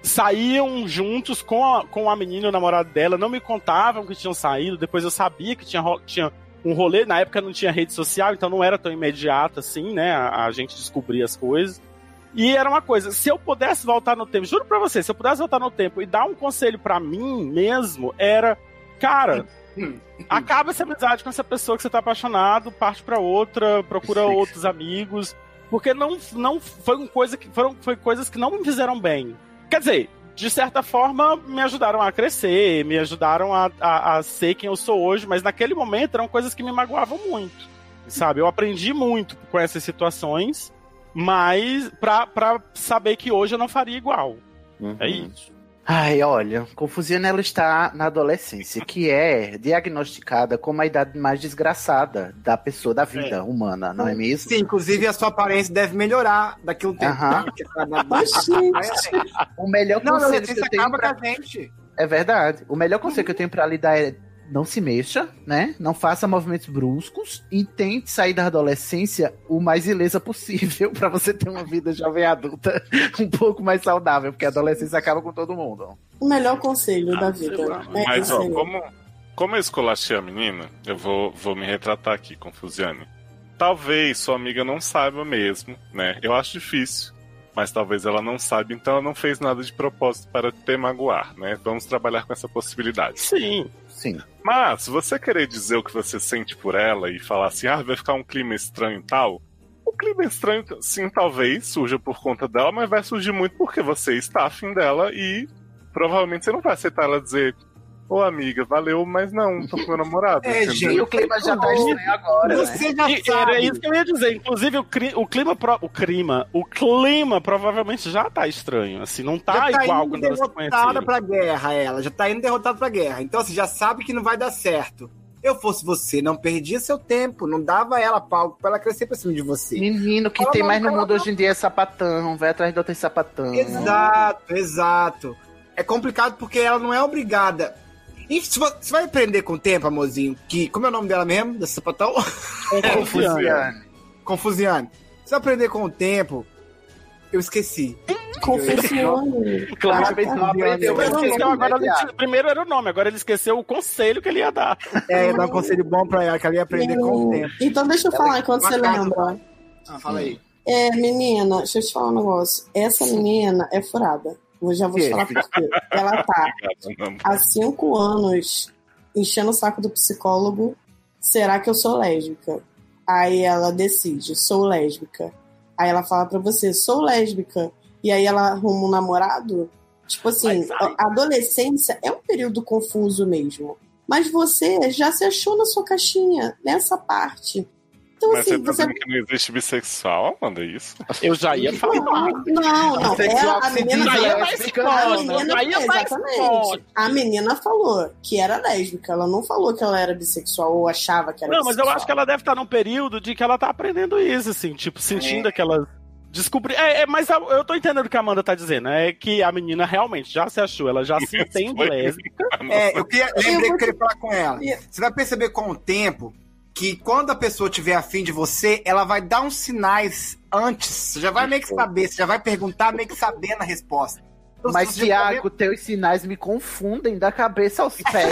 saíam juntos com a, com a menina, o namorado dela, não me contavam que tinham saído, depois eu sabia que tinha, tinha um rolê, na época não tinha rede social, então não era tão imediato assim, né, a, a gente descobria as coisas. E era uma coisa, se eu pudesse voltar no tempo, juro pra você, se eu pudesse voltar no tempo e dar um conselho pra mim mesmo, era, cara, acaba essa amizade com essa pessoa que você tá apaixonado, parte pra outra, procura outros amigos, porque não, não foi uma coisa que, foram foi coisas que não me fizeram bem. Quer dizer, de certa forma, me ajudaram a crescer, me ajudaram a, a, a ser quem eu sou hoje, mas naquele momento eram coisas que me magoavam muito, sabe? Eu aprendi muito com essas situações, mas pra, pra saber que hoje eu não faria igual. Uhum. É isso. Ai, olha, Confusiana, ela está na adolescência, que é diagnosticada como a idade mais desgraçada da pessoa, da vida é. humana, não é mesmo? Sim, inclusive a sua aparência deve melhorar daqui a um tempo. Uhum. O melhor não, conselho não, que eu tenho pra... com a gente. É verdade. O melhor conselho que eu tenho pra lidar é não se mexa, né? Não faça movimentos bruscos e tente sair da adolescência o mais ilesa possível pra você ter uma vida jovem adulta um pouco mais saudável, porque a adolescência acaba com todo mundo. O melhor conselho ah, da vida. É Mas, ó, como, como eu esculachei a menina, eu vou, vou me retratar aqui, Confusiane. Talvez sua amiga não saiba mesmo, né? Eu acho difícil, mas talvez ela não saiba, então ela não fez nada de propósito para te magoar, né? Vamos trabalhar com essa possibilidade. Sim. Sim. Mas, se você querer dizer o que você sente por ela e falar assim, ah, vai ficar um clima estranho e tal, o clima estranho, sim, talvez surja por conta dela, mas vai surgir muito porque você está afim dela e provavelmente você não vai aceitar ela dizer, ô amiga, valeu, mas não, tô com meu namorado. É, gente, o clima já tá estranho agora, você né? já e, sabe. Era isso que eu ia dizer. Inclusive, o, cri, o clima, pro, o clima, o clima provavelmente já tá estranho. Assim, não tá, já tá igual indo quando elas se derrotada conheceram. pra guerra, ela. Já tá indo derrotada pra guerra. Então, você já sabe que não vai dar certo. Eu fosse você, não perdia seu tempo, não dava ela palco pra ela crescer pra cima de você. Menino, que ela tem não, mais no mundo não. hoje em dia é sapatão, vai atrás de outro sapatão. Exato, exato. É complicado porque ela não é obrigada. E você vai aprender com o tempo, amorzinho, que... Como é o nome dela mesmo, desse sapatão? Confusiane. Confusiane. Você vai aprender com o tempo... Eu esqueci. Confusiane. Claro, Claramente não aprendeu, mas esqueceu, agora ele, primeiro era o nome, agora ele esqueceu o conselho que ele ia dar. É, ia dar um conselho bom pra ela, que ela ia aprender com o tempo. Então deixa eu falar enquanto você lembra. Ah, fala aí. É, menina, deixa eu te falar um negócio. Essa menina é furada. Eu já vou te falar por quê. Ela tá há cinco anos enchendo o saco do psicólogo. Será que eu sou lésbica? Aí ela decide, sou lésbica. Aí ela fala pra você, sou lésbica. E aí ela arruma um namorado. Tipo assim, a adolescência é um período confuso mesmo. Mas você já se achou na sua caixinha, nessa parte. Então, mas assim, você tá você... dizendo que não existe bissexual, Amanda, é isso? Eu já ia falar. Não, não. Ela, a menina já ia mais a menina, exatamente. A menina falou que era lésbica. Ela não falou que ela era bissexual ou achava que era não, bissexual. Mas eu acho que ela deve estar num período de que ela tá aprendendo isso, assim, tipo, sentindo é. aquela... Descobrir. É, é, mas eu tô entendendo o que a Amanda tá dizendo. É que a menina realmente já se achou, ela já se entende lésbica. É, eu queria, lembrei que eu queria falar com ela. Você vai perceber com o tempo que quando a pessoa tiver afim de você, ela vai dar uns sinais antes. Você já vai meio que saber, você já vai perguntar meio que sabendo a resposta. Então, mas, Thiago, ver... teus sinais me confundem da cabeça aos pés.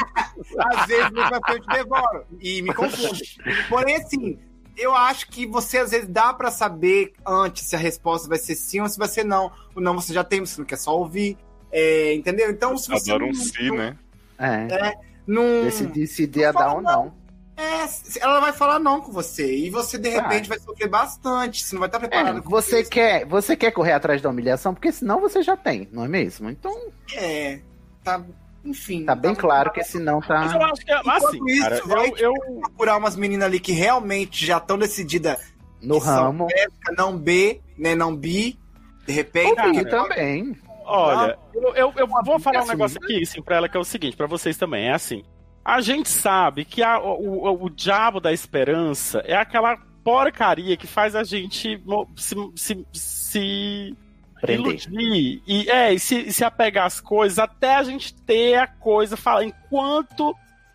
Às vezes, eu te devoro e me confunde. Porém, assim, eu acho que você, às vezes, dá pra saber antes se a resposta vai ser sim ou se vai ser não. O não você já tem, você não quer só ouvir. É, entendeu? Então, se você... Adoro um sim, né? É. é não... Decidir se ia dar ou não. não. É, ela vai falar não com você. E você, de repente, vai, vai sofrer bastante. Você não vai estar preparado. É, você, isso. quer, você quer correr atrás da humilhação? Porque senão você já tem, não é mesmo? Então... É, tá... Enfim. Tá bem tá claro tá... que esse não tá... Mas eu acho que é assim, isso, cara, vai eu, eu... procurar umas meninas ali que realmente já estão decididas no ramo. Lésbica, não B, né? Não bi. De repente... Aqui também. Olha, eu, eu, eu vou falar um negócio aqui, assim, pra ela, que é o seguinte, pra vocês também, é assim... A gente sabe que a, o, o, o diabo da esperança é aquela porcaria que faz a gente se, se, se iludir e, é, e se, se apegar às coisas até a gente ter a coisa, falar, enquanto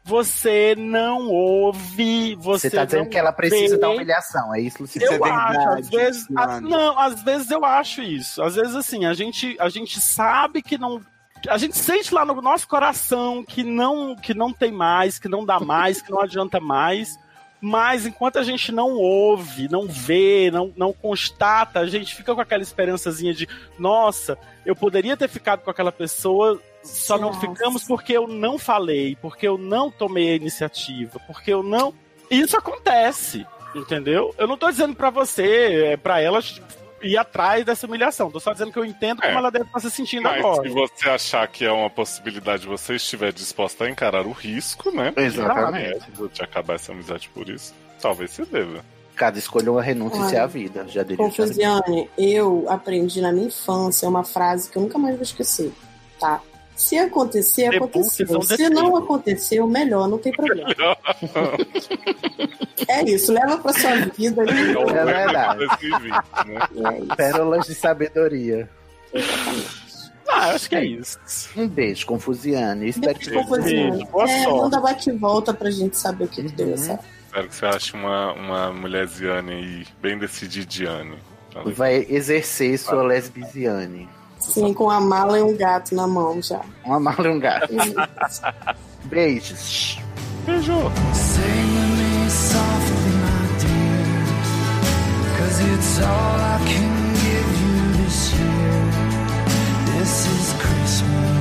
você não ouve, você, Você tá dizendo não que ela precisa vê. da humilhação, é isso, Luciana? Eu acho, às vezes, a- não, às vezes eu acho isso. Às vezes, assim, a gente, a gente sabe que não. A gente sente lá no nosso coração que não, que não tem mais, que não dá mais, que não adianta mais. Mas enquanto a gente não ouve, não vê, não, não constata, a gente fica com aquela esperançazinha de, nossa, eu poderia ter ficado com aquela pessoa, só não Nossa. ficamos porque eu não falei, porque eu não tomei a iniciativa, porque eu não... Isso acontece, entendeu? Eu não tô dizendo pra você, é pra ela ir atrás dessa humilhação, tô só dizendo que eu entendo como É. ela deve estar se sentindo Mas agora. se você achar que é uma possibilidade, você estiver disposta a encarar o risco, né? Exatamente. De, de acabar essa amizade por isso, talvez você deva. Cada escolha uma renúncia Olha, e é a vida, já diria. Confusiane, eu aprendi na minha infância uma frase que eu nunca mais vou esquecer, tá? Se acontecer, Debut, aconteceu. são Se defeito. não aconteceu, melhor, não tem problema. É isso, leva pra sua vida. Então, É verdade. dois mil e vinte, né? Pérolas de sabedoria. Ah, acho que é isso. Um beijo, Confusiane. Espero que Confusiane. Boa É, sorte. manda bate e volta pra gente saber o que que deu essa. Espero que você ache uma, uma mulherziane aí, bem decididiane. vai exercer sua lesbiziane. Sim, com a mala e um gato na mão já. Uma mala e um gato. Beijos. Beijo. Sing to me softly, my dear, 'cause it's all I can give you this year. This is Christmas.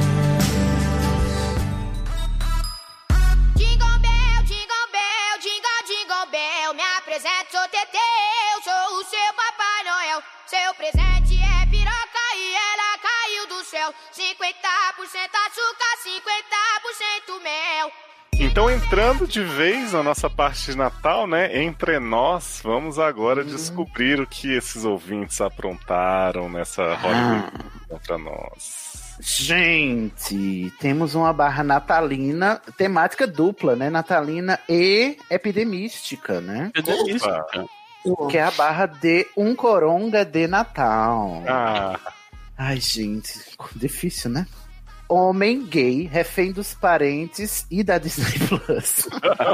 Jingle bell, jingle bell, jingle, jingle bell. Me apresento, sou Teteu, sou o seu Papai Noel. Seu presente é piroca e ela caiu do céu. cinquenta por cento açúcar, cinquenta por cento mel. Então, entrando de vez na nossa parte de Natal, né? Entre nós, vamos agora Uhum. descobrir o que esses ouvintes aprontaram nessa Hollywood contra nós. Gente, temos uma barra natalina, temática dupla, né? Natalina e epidemística, né? Epidemística. Que é a barra de Um Coronga de Natal. Ah. Ai, gente, difícil, né? Homem gay, refém dos parentes e da Disney Plus.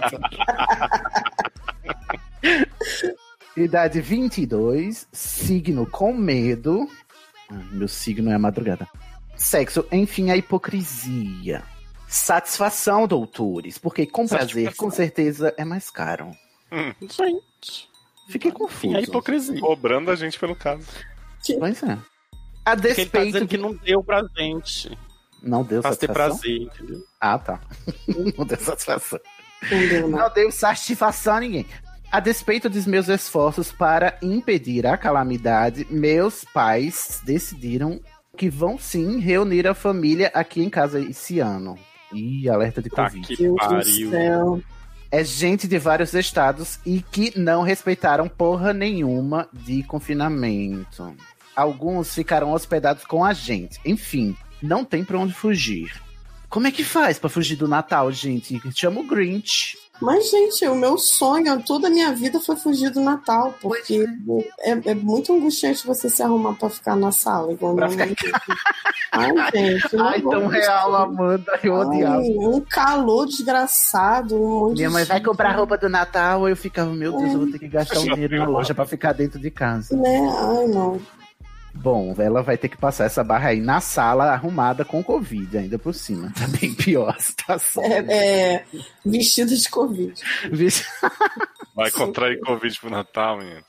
Idade vinte e dois, signo com medo. Ai, meu signo é a madrugada. Sexo, enfim, a hipocrisia. Satisfação, doutores, porque com prazer, com certeza, é mais caro. Hum. Gente. Fiquei confuso. É a hipocrisia. Cobrando a gente pelo caso. Pois é. A Porque ele tá despeito dizendo que não deu pra gente. Não deu Pra ter satisfação? prazer, entendeu? Ah, tá. Não deu satisfação. Não deu, não. Não deu satisfação a ninguém. A despeito dos meus esforços para impedir a calamidade, meus pais decidiram que vão sim reunir a família aqui em casa esse ano. Ih, alerta de Tá Covid. que pariu. É gente de vários estados e que não respeitaram porra nenhuma de confinamento. Alguns ficaram hospedados com a gente. Enfim, não tem pra onde fugir. Como é que faz pra fugir do Natal, gente? Chama o Grinch. Mas, gente, o meu sonho, toda a minha vida foi fugir do Natal, porque é, é muito angustiante você se arrumar pra ficar na sala. Igual Pra minha mãe. Ai, gente. não Ai, vou tão fugir. real, Amanda. Eu Ai, odiava. um calor desgraçado. Um monte Minha de mãe vai gente, comprar roupa do Natal. Eu ficava, meu Deus, eu vou ter que gastar um dinheiro na loja pra ficar dentro de casa. Né? Ai, não. Bom, ela vai ter que passar essa barra aí na sala, arrumada com Covid ainda por cima. Tá bem pior a situação. É, é, vestida de Covid. Vixe. Vai contrair Covid pro Natal, menino.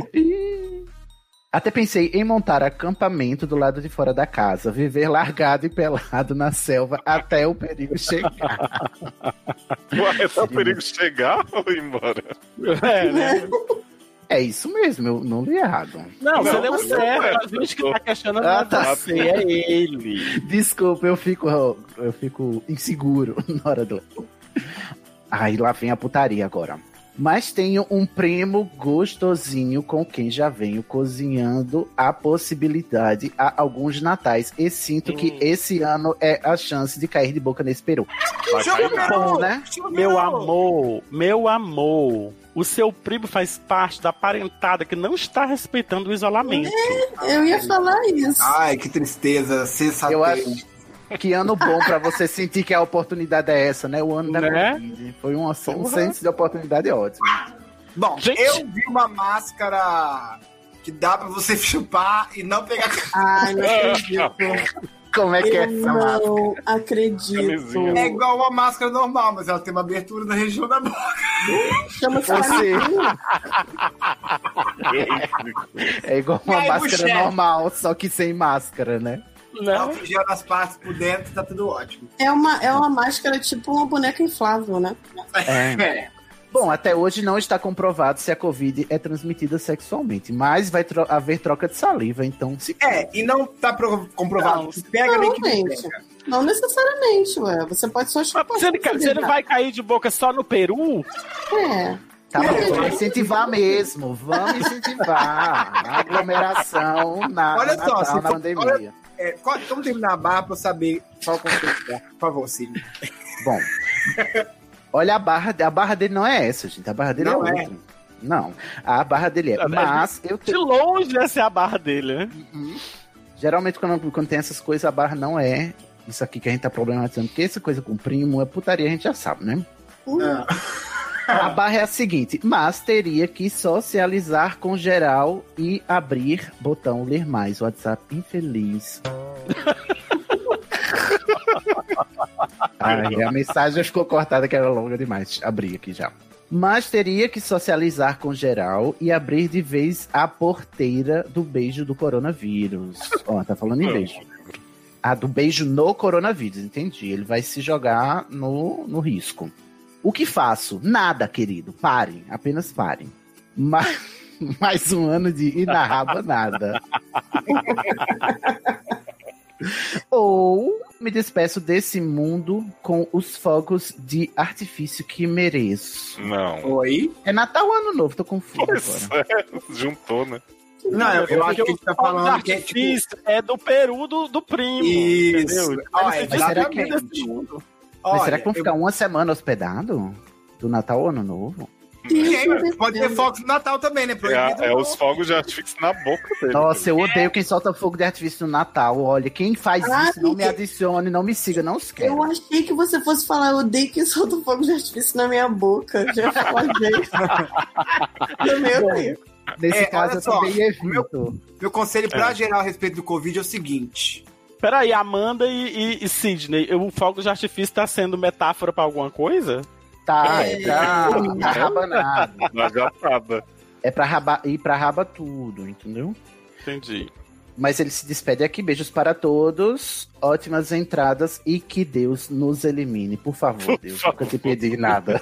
Até pensei em montar acampamento do lado de fora da casa, viver largado e pelado na selva até o perigo chegar. Ué, até o perigo chegar ou ir embora? É, né? É isso mesmo, eu não li errado. Não, você Não, deu não, certo. não. A gente que tá questionando Ah, não é tá. você, é ele. Desculpa, eu fico, eu fico inseguro na hora do. Aí lá vem a putaria agora. Mas tenho um primo gostosinho com quem já venho cozinhando a possibilidade há alguns natais. E sinto que esse ano é a chance de cair de boca nesse peru. Vai cair nada. Bom, né? Meu amor, meu amor, o seu primo faz parte da parentada que não está respeitando o isolamento. Eu ia falar isso. Ai, que tristeza. Sensatez. Eu acho- Que ano bom pra você sentir que a oportunidade é essa, né? O ano da Né? Covid. Foi um, um senso de oportunidade ótimo. Bom, Gente. eu vi uma máscara que dá pra você chupar e não pegar. Ai, não acredito. Como é que é Eu essa máscara? não acredito. Camisinha. É igual uma máscara normal, mas ela tem uma abertura na região da boca. Chama-se Você- camisinha. É igual uma E aí, máscara Buchecha? normal, só que sem máscara, né? Ela fugiu as partes por dentro, tá tudo ótimo. É uma, é uma máscara tipo uma boneca inflável, né? É. Bom, até hoje não está comprovado se a Covid é transmitida sexualmente, mas vai tro- haver troca de saliva, então se É, e não tá pro- comprovado Não, que pega nem Não, que não gente. pega. Não necessariamente, ué. Você pode só chupar. Mas se ele, sem se ele beijar. vai cair de boca só no Peru, É. Tá bom, vamos incentivar mesmo. Vamos incentivar a aglomeração na, Olha no só, Natal, se na for- pandemia. olha- É, qual- vamos terminar a barra pra eu saber qual o conceito é. Por favor, Cid. Bom, olha a barra, a barra dele não é essa, gente. A barra dele Não é é. outra. Não, a barra dele é. Mas eu de te- longe essa é a barra dele, né? geralmente quando, quando tem essas coisas, a barra não é isso aqui que a gente tá problematizando. Porque essa coisa com primo é putaria, a gente já sabe, né? A barra é a seguinte, mas teria que socializar com geral e abrir botão ler mais. WhatsApp infeliz. Ai, a mensagem já ficou cortada, que era longa demais. Abri aqui já. Mas teria que socializar com geral e abrir de vez a porteira do beijo do coronavírus. Ó, tá falando em beijo. Ah, do beijo no coronavírus, entendi. Ele vai se jogar no, no risco. O que faço? Nada, querido. Parem, apenas parem. Mais, mais um ano de inarraba nada. Ou me despeço desse mundo com os fogos de artifício que mereço. Não. Oi? É Natal ou Ano Novo? Tô confuso Pois agora. é, juntou, né? Não, eu, eu acho que a gente tá falando que é tipo. Artifício é do Peru do, do primo. Isso. Entendeu? Ó, Mas Mas será que, exatamente. mas Olha, será que vão eu- ficar uma semana hospedado? Do Natal ou Ano Novo? Sim, pode ter fogos no Natal também, né? É, Proibido. é os fogos de artifício na boca dele. Nossa, eu odeio quem solta fogo de artifício no Natal. Olha, quem faz Ah, isso, não me que- adicione, não me siga, não se quer. Eu achei que você fosse falar, eu odeio que solta fogo de artifício na minha boca. Já falei. No meu Deus. Nesse É, caso, olha eu só, também evito. Meu conselho pra É. geral a respeito do Covid é o seguinte. Peraí, Amanda e, e, e Sidney, o fogo de artifício tá sendo metáfora pra alguma coisa? Tá, é pra, pra rabanada. Na jatada. É pra raba, ir pra raba tudo, entendeu? Entendi. Mas ele se despede aqui. Beijos para todos. Ótimas entradas e que Deus nos elimine. Por favor, Deus. Nunca te pedi nada.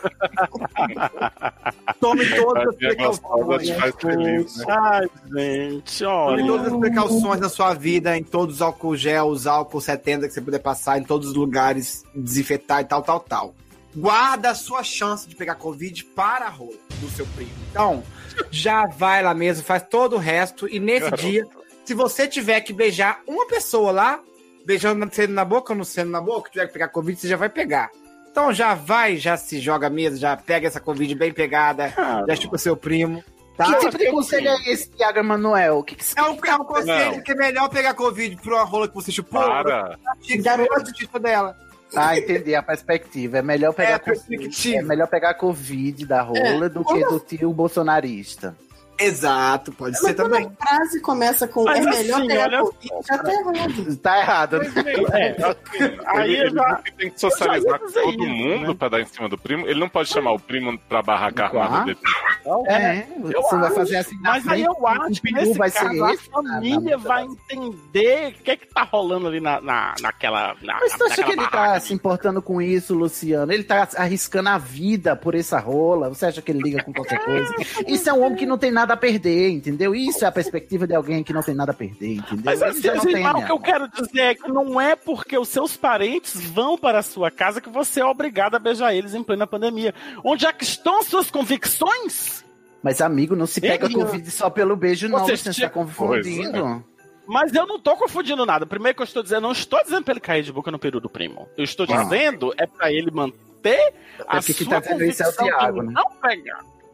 Tome todas as Tadinha gostosa, te faz feliz, né? Ai, gente, Tome olha. todas as precauções na sua vida, em todos os álcool gel, os álcool setenta que você puder passar, em todos os lugares, desinfetar e tal, tal, tal. Guarda a sua chance de pegar Covid para a rola do seu primo. Então, já vai lá mesmo, faz todo o resto, e nesse Garoto. dia, se você tiver que beijar uma pessoa lá, beijando sendo na boca ou não sendo na boca, tiver que pegar Covid, você já vai pegar. Então já vai, já se joga mesmo, já pega essa Covid bem pegada, já chupa seu primo. Tá? Que tipo de conselho é esse, Thiago Emanuel? O que, que É um, é um conselho Não. que é melhor pegar Covid pra uma rola que você chupou. Para. Garoto de justiça dela. Ah, entendi a perspectiva. É melhor pegar, É a co- perspectiva. é melhor pegar Covid da rola É. do que do tio bolsonarista. Exato, pode ser Mas quando também. a frase começa com Mas é melhor assim, pegar olha Covid, já tá errado. Tá errado, né? É, assim, aí Ele, eu ele já... tem que socializar com dizer todo isso, mundo né? pra dar em cima do primo. Ele não pode chamar o primo pra barracar a armada Claro. dele. É, Eu você vai acho, fazer assim na Mas aí frente, eu acho o que peru nesse vai ser caso a esse, família na- na- vai entender o que é que tá rolando ali na, na, naquela... Na, Mas você acha naquela que ele barraca. tá se importando com isso, Luciano? Ele tá arriscando a vida por essa rola? Você acha que ele liga com qualquer coisa? Isso é um homem que não tem nada a perder, entendeu? Isso é a perspectiva de alguém que não tem nada a perder, entendeu? Mas Ele assim, já não gente, tem, mas o né? que eu quero dizer é que não é porque os seus parentes vão para a sua casa que você é obrigado a beijar eles em plena pandemia. Onde é que estão as suas convicções? Mas, amigo, não se pega Ele- Covid só pelo beijo, não. Você Você tinha- está confundindo. Mas eu não tô confundindo nada. Primeiro que eu estou dizendo, não estou dizendo pra ele cair de boca no peru do primo. Eu estou Ah. dizendo é pra ele manter a porque quem sua tá dizendo isso é o convicção Thiago, de né? não pegar.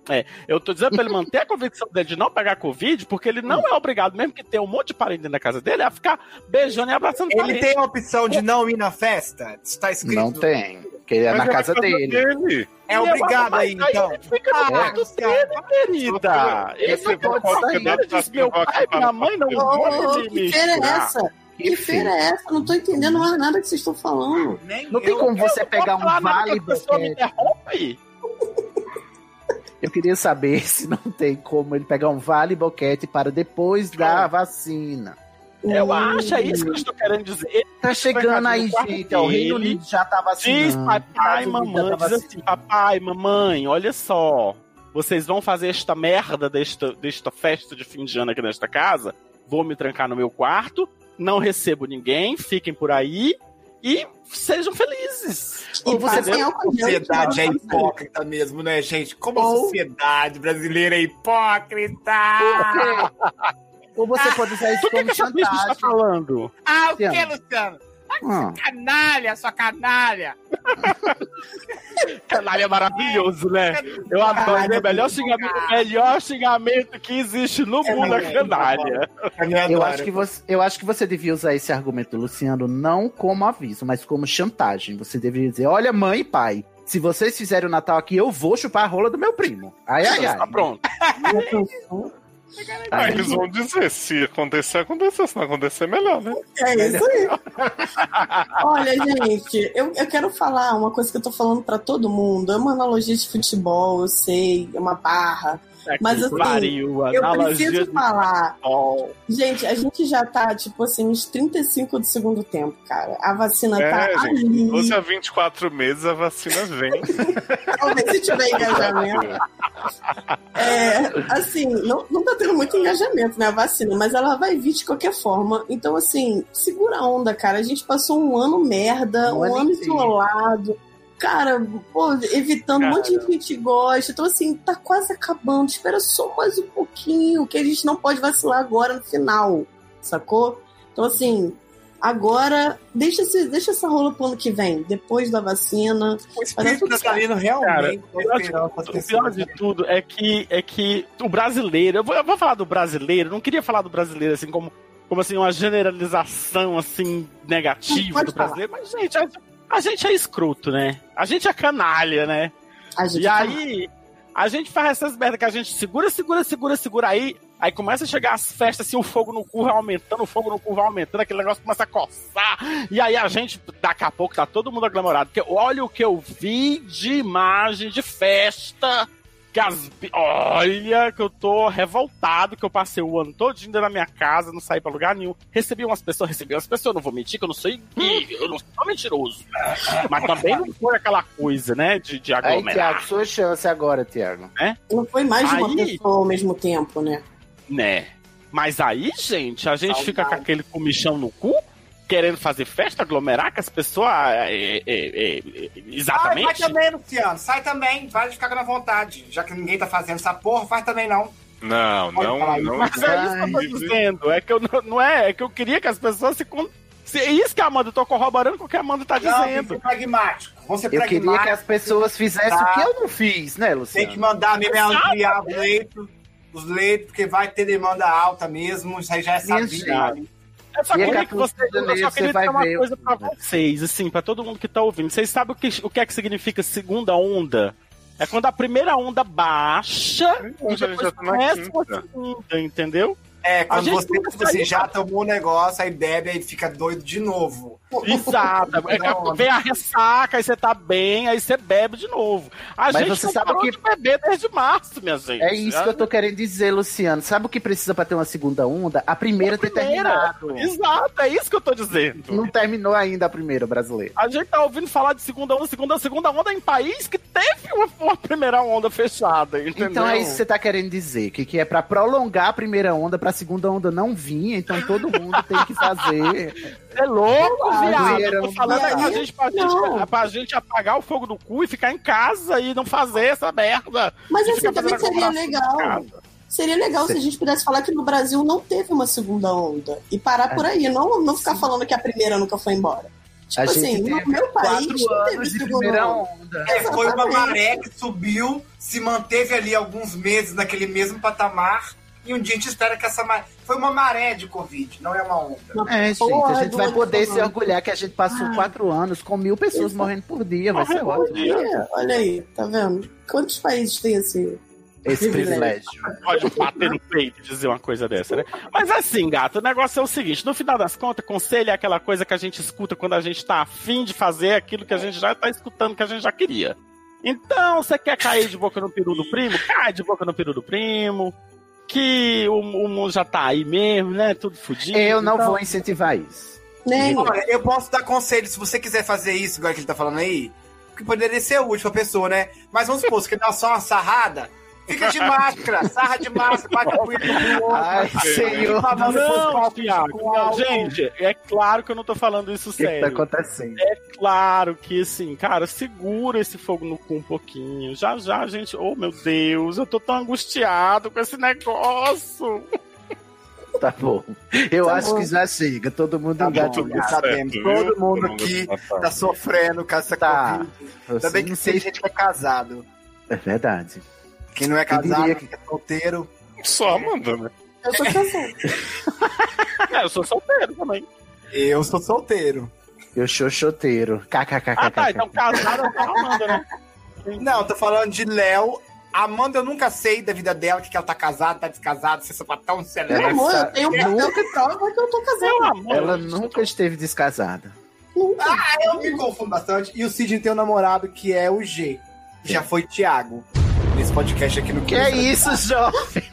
É, eu tô dizendo pra ele manter a convicção dele de não pegar Covid, porque ele não é obrigado, mesmo que tenha um monte de parente dentro da casa dele, a ficar beijando e abraçando Ele parente. tem a opção de não ir na festa? Está escrito? Não tem, porque é Mas na é na casa casa dele. dele. É obrigado aí, então. Ele fica no quarto dele, querida. Ele Esse fica no pode quarto sair. dele, diz, meu pai, minha mãe não Ô, pode que me feira é misturar. essa? Que feira é essa? Não tô entendendo mais nada que vocês estão falando. Nem Não tem eu. como você pegar um Falar nada que vale a pessoa me boquete. interrompe. Eu queria saber se não tem como ele pegar um vale boquete para depois da vacina. Eu acho, é isso que eu estou querendo dizer. Ele Tá chegando aí, no quarto gente. ó, O Reino dele, Unido já tá vacinando. Diz papai, Estados Unidos mamãe, já tá diz assim, papai, mamãe, olha só, vocês vão fazer esta merda desta, desta festa de fim de ano aqui nesta casa, vou me trancar no meu quarto, não recebo ninguém, fiquem por aí e sejam felizes. E você tem A álcool gel, sociedade é tira- hipócrita mesmo, né, gente? Como a Ou- sociedade brasileira é hipócrita! Ou você pode usar isso Do que, como que essa bicha está chantagem. falando? Ah, o que, Luciano? Luciano? Ah, Canalha, sua canalha! Canalha é maravilhoso, né? Eu adoro, é o melhor xingamento, o melhor xingamento que existe no mundo é canalha. eu, acho que você, eu acho que você devia usar esse argumento do Luciano não como aviso, mas como chantagem. Você deveria dizer, olha, mãe e pai, se vocês fizerem o Natal aqui, eu vou chupar a rola do meu primo. Ai, ai, ai. Tá pronto. Ah, eles vão dizer, se acontecer, acontecer. Se não acontecer, melhor, né? É isso aí. Olha, gente, eu, eu quero falar uma coisa que eu tô falando pra todo mundo. É uma analogia de futebol, eu sei, é uma barra. Mas assim, pariu, eu analogia preciso de falar. futebol. Gente, a gente já tá, tipo assim, uns trinta e cinco do segundo tempo, cara. A vacina tá É, gente, ali. doze a vinte e quatro meses a vacina vem. Talvez se tiver engajamento. É, assim, não, não tá tendo muito engajamento, né, a vacina, mas ela vai vir de qualquer forma. Então, assim, segura a onda, cara. A gente passou um ano merda, Um um, ano ano inteiro. isolado. Cara, pô, evitando um monte de gente que a gente gosta. Então, assim, tá quase acabando. Espera só mais um pouquinho, que a gente não pode vacilar agora no final, sacou? Então, assim, agora, deixa, esse, deixa essa rola pro ano que vem, depois da vacina. O espírito natalino realmente Cara, o pior, o pior de tudo é que, é que o brasileiro, eu vou, eu vou falar do brasileiro, não queria falar do brasileiro assim como, como assim, uma generalização assim negativa Pode do falar. brasileiro, mas gente, a, a gente é escroto, né? A gente é canalha, né? A gente E é aí, a gente faz essas merdas que a gente segura, segura, segura, segura aí. Aí começa a chegar as festas, assim, o fogo no cu vai aumentando, o fogo no cu vai aumentando, aquele negócio começa a coçar. E aí a gente, daqui a pouco, tá todo mundo aglomerado. Porque olha o que eu vi de imagem de festa. Que as... bi- Olha que eu tô revoltado, que eu passei o ano todo dentro da minha casa, não saí pra lugar nenhum. Recebi umas pessoas, recebi umas pessoas, não vou mentir que eu não sou, eu não sou mentiroso. Mas também não foi aquela coisa, né, de, de Aí, aglomerar. Tiago, sua chance agora, Tiago. Não foi mais de uma Aí- pessoa ao mesmo tempo, né? Né? Mas aí, gente, a gente Saudade. fica com aquele comichão no cu, querendo fazer festa, aglomerar com as pessoas. É, é, é, é, Sai, vai exatamente. também, Luciano. Sai também. Vai ficar na vontade. Já que ninguém tá fazendo essa porra, faz também não. Não, Pode não, falar aí. não. Mas é isso que eu tô dizendo. É que eu não, não é, é que eu queria que as pessoas se. con- se- É isso que a Amanda, eu tô corroborando com o que a Amanda tá Não, tem que dizendo. ser pragmático. Vamos ser Eu queria pragmáticos. que as pessoas fizessem Tá. o que eu não fiz, né, Luciano? Tem que mandar mesmo é ampliar os leitos, os leitos, porque vai ter demanda alta mesmo. Isso aí já é Minha sabido. gente. Eu só Dia queria que quatorze você, de eu janeiro, só você queria vai dizer uma ver. coisa pra vocês, assim, pra todo mundo que tá ouvindo. Vocês sabem o que, o que é que significa segunda onda? É quando a primeira onda baixa e Já- depois já tá na começa uma quinta. segunda, entendeu? É, A quando gente você, nunca você saiu já pra- tomou o negócio, aí bebe, aí fica doido de novo. Exato. É que vem a ressaca, aí você tá bem, aí você bebe de novo. A Mas gente você não sabe parou que- de beber desde março, minha gente. É isso que eu tô querendo dizer, Luciano. Sabe o que precisa pra ter uma segunda onda? A primeira ter Primeira. terminado. Exato, é isso que eu tô dizendo. Não terminou ainda a primeira brasileira. A gente tá ouvindo falar de segunda onda, segunda onda, segunda onda em país que teve uma, uma primeira onda fechada, entendeu? Então é isso que você tá querendo dizer, que, que é pra prolongar a primeira onda, pra segunda onda não vir, então todo mundo tem que fazer. É louco, Ah, viado. Eu zoeirão tô falando aí pra gente, pra, Não. gente, pra gente apagar o fogo do cu e ficar em casa e não fazer essa merda. Mas de assim, ficar também fazendo seria aglomeração em legal. casa. Seria legal se a gente pudesse falar que no Brasil não teve uma segunda onda. E parar por aí, não, não ficar falando que a primeira nunca foi embora. A Tipo gente assim, teve no meu país, quatro não teve anos de segundo primeira ano. onda. É, foi uma Exatamente. maré que subiu, se manteve ali alguns meses naquele mesmo patamar, e um dia a gente espera que essa maré... Foi uma maré de Covid, não é uma onda. É, gente, Porra, a gente vai do poder outro se lado. orgulhar que a gente passou Ah. quatro anos com mil pessoas Exato. morrendo por dia. Vai ser Morrendo por ótimo. É, olha aí, tá vendo? Quantos países tem esse... Esse privilégio. Pode bater no peito e dizer uma coisa dessa, né? Mas assim, gato, o negócio é o seguinte: no final das contas, conselho é aquela coisa que a gente escuta quando a gente tá afim de fazer aquilo que a gente já tá escutando, que a gente já queria. Então, você quer cair de boca no peru do primo? Cai de boca no peru do primo. Que o, o mundo já tá aí mesmo, né? Tudo fodido. Eu não então... vou incentivar isso. Nem. Olha, eu posso dar conselho, se você quiser fazer isso, igual que ele tá falando aí, que poderia ser útil pra pessoa, né? Mas vamos supor, que dá só uma sarrada, fica de máscara, sarra de máscara, bate o punho pro outro. Ai, senhor. Não, Thiago, não, gente, é claro que eu não tô falando isso O que, que sério. tá acontecendo? É claro que, assim, cara, segura esse fogo no cu um pouquinho. Já, já, gente, oh meu Deus, eu tô tão angustiado com esse negócio. Tá bom. Eu Tá acho bom. que já chega. Todo mundo Tá bom, engatilhado. sabemos. viu? Todo mundo Todo aqui mundo tá- tá sofrendo com essa Tá. Covid. Eu Também que não tem sei. gente que é casado. É verdade. Quem não é Quem casado, diria quem é solteiro. Só Amanda, né? Eu sou casada. É, eu sou solteiro também. Eu sou solteiro. Eu sou choteiro. KKKK. Ah, tá, então casado é a Amanda, né? Não, tô falando de Léo. Amanda, eu nunca sei da vida dela, que, que ela tá casada, tá descasada, se é sapatão, se ela Meu Ela é... amor, eu sabe- tenho eu que prova que eu tô casada. Meu amor. Ela nunca esteve descasada. Nunca. Ah, eu me confundo bastante. E o Sidney tem um namorado que é o G. Que já foi Thiago. Nesse podcast aqui no Que é isso, jovem?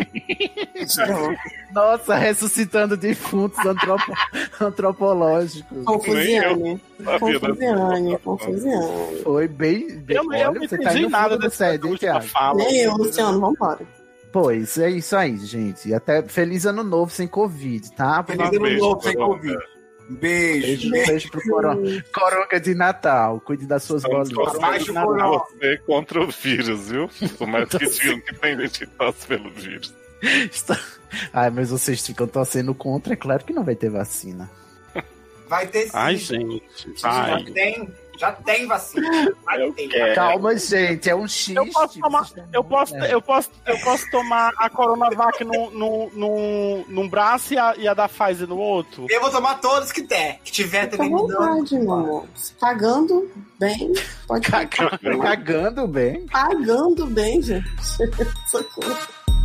Nossa, ressuscitando defuntos antropo... antropológicos. Confusiane. Sabia Confusiane, dessa- Confusiane. Foi bem. bem Eu, eu olha, não você entendi tá indo nada fundo do desse sede, hein, última Thiago? fala. Nem eu, Luciano, vambora. Pois, é isso aí, gente. Até feliz ano novo sem Covid, tá? Feliz ano Beijo, novo sem Coronga. Covid. Beijo. Beijo, beijo. beijo pro Coronga. Coronga de Natal. Cuide das suas Estamos bolinhas. Abaixo torcendo o por Coronga. você contra o vírus, viu? Por mais que digam que tem gente que torce pelo vírus. Está- Ai, mas vocês ficam torcendo contra, é claro que não vai ter vacina. Vai ter sim. Ai, gente, já vai. tem, já tem vacina. Vai Eu ter. quero. Calma, gente, é um X. Eu posso tomar, vocês estão- eu posso, É. eu posso, eu posso tomar a Coronavac num, num, num, num braço e a, e a da Pfizer no outro? Eu vou tomar todos que der. Que tiver Fica à também me dando. vontade, meu amor. Pagando bem, pode Caga- Cagando bem. Pagando bem, gente. Socorro.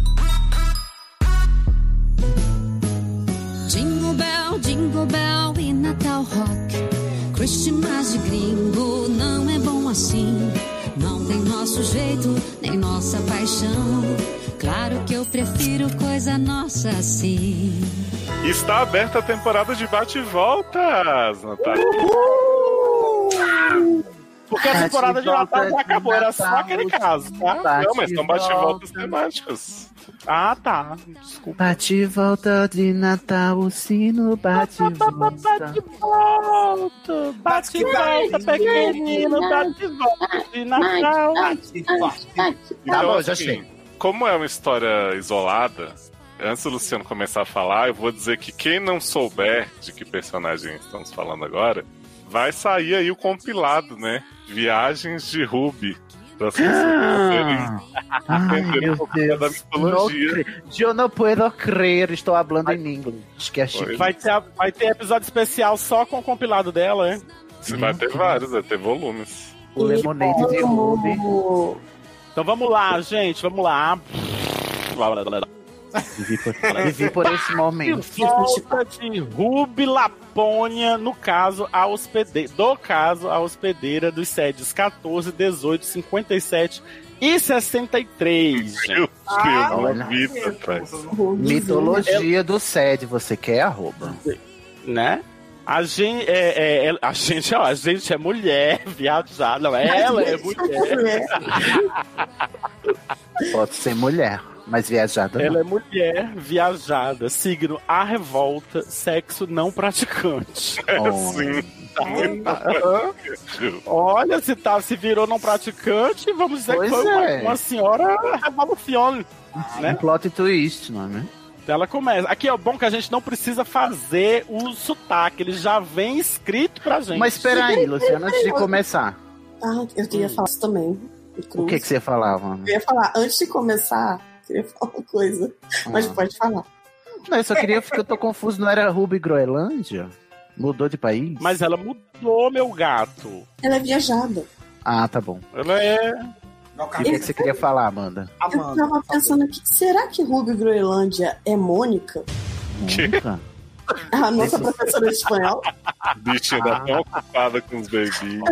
Jingle bell, jingle bell e Natal Rock. Christmas de gringo não é bom assim. Não tem nosso jeito, nem nossa paixão. Claro que eu prefiro coisa nossa assim. Está aberta a temporada de bate-voltas, Natália. Porque a temporada de Natal já acabou, era só aquele caso, tá? Não, mas são bate-voltas temáticas. Ah, tá. Desculpa. Bate e volta de Natal, o sino bate e volta. Bate volta, bate volta, pequenino, bate volta de Natal. Tá Então, bom, já assim, chega. como é uma história isolada, antes do Luciano começar a falar, eu vou dizer que quem não souber de que personagem estamos falando agora, vai sair aí o compilado, né? Viagens de Ruby. Para as pessoas poderem Ai, entender um meu pouquinho da Deus. mitologia. Eu não puedo crer, estou falando em inglês. Que é chique. Vai ter, vai ter episódio especial só com o compilado dela, hein? Você vai ter vários, vai ter volumes. O Lemonade de Ruby. Então vamos lá, gente, vamos lá. Vivi por, vivi por esse momento. Volta de Ruby Lapônia, no caso, a hospedeira, do caso, a hospedeira dos sedes catorze, dezoito, cinquenta e sete e sessenta e três. Meu Ah, Deus, olha. vida atrás. Mitologia do S E D, você quer arroba? Né? A gente é, é- a gente, ó, a gente é mulher, viajada, não, ela é mulher. Pode ser mulher, mas viajada Ela não. é mulher, viajada, signo a revolta, sexo não praticante. É Oh. assim. Aham. Olha, se, tá, se virou não praticante, vamos dizer Pois que foi uma, é. uma senhora revolucione, Um né? plot twist, não é? Ela começa. Aqui é bom que a gente não precisa fazer o sotaque, ele já vem escrito pra gente. Mas espera aí, Luciana, antes de começar. Ah, eu queria falar isso também. O que, que você falava? Eu ia falar, antes de começar, eu queria falar uma coisa. Ah. Mas pode falar. Não, eu só queria, porque eu tô confuso, não era Ruby Groenlândia? Mudou de país? Mas ela mudou, meu gato. Ela é viajada. Ah, tá bom. Ela é... O que, que você queria falar, Amanda? Eu tava pensando aqui, será que Ruby Groenlândia é Mônica? Mônica? A nossa professora de espanhol? Bicha, ainda tão ocupada com os bebês.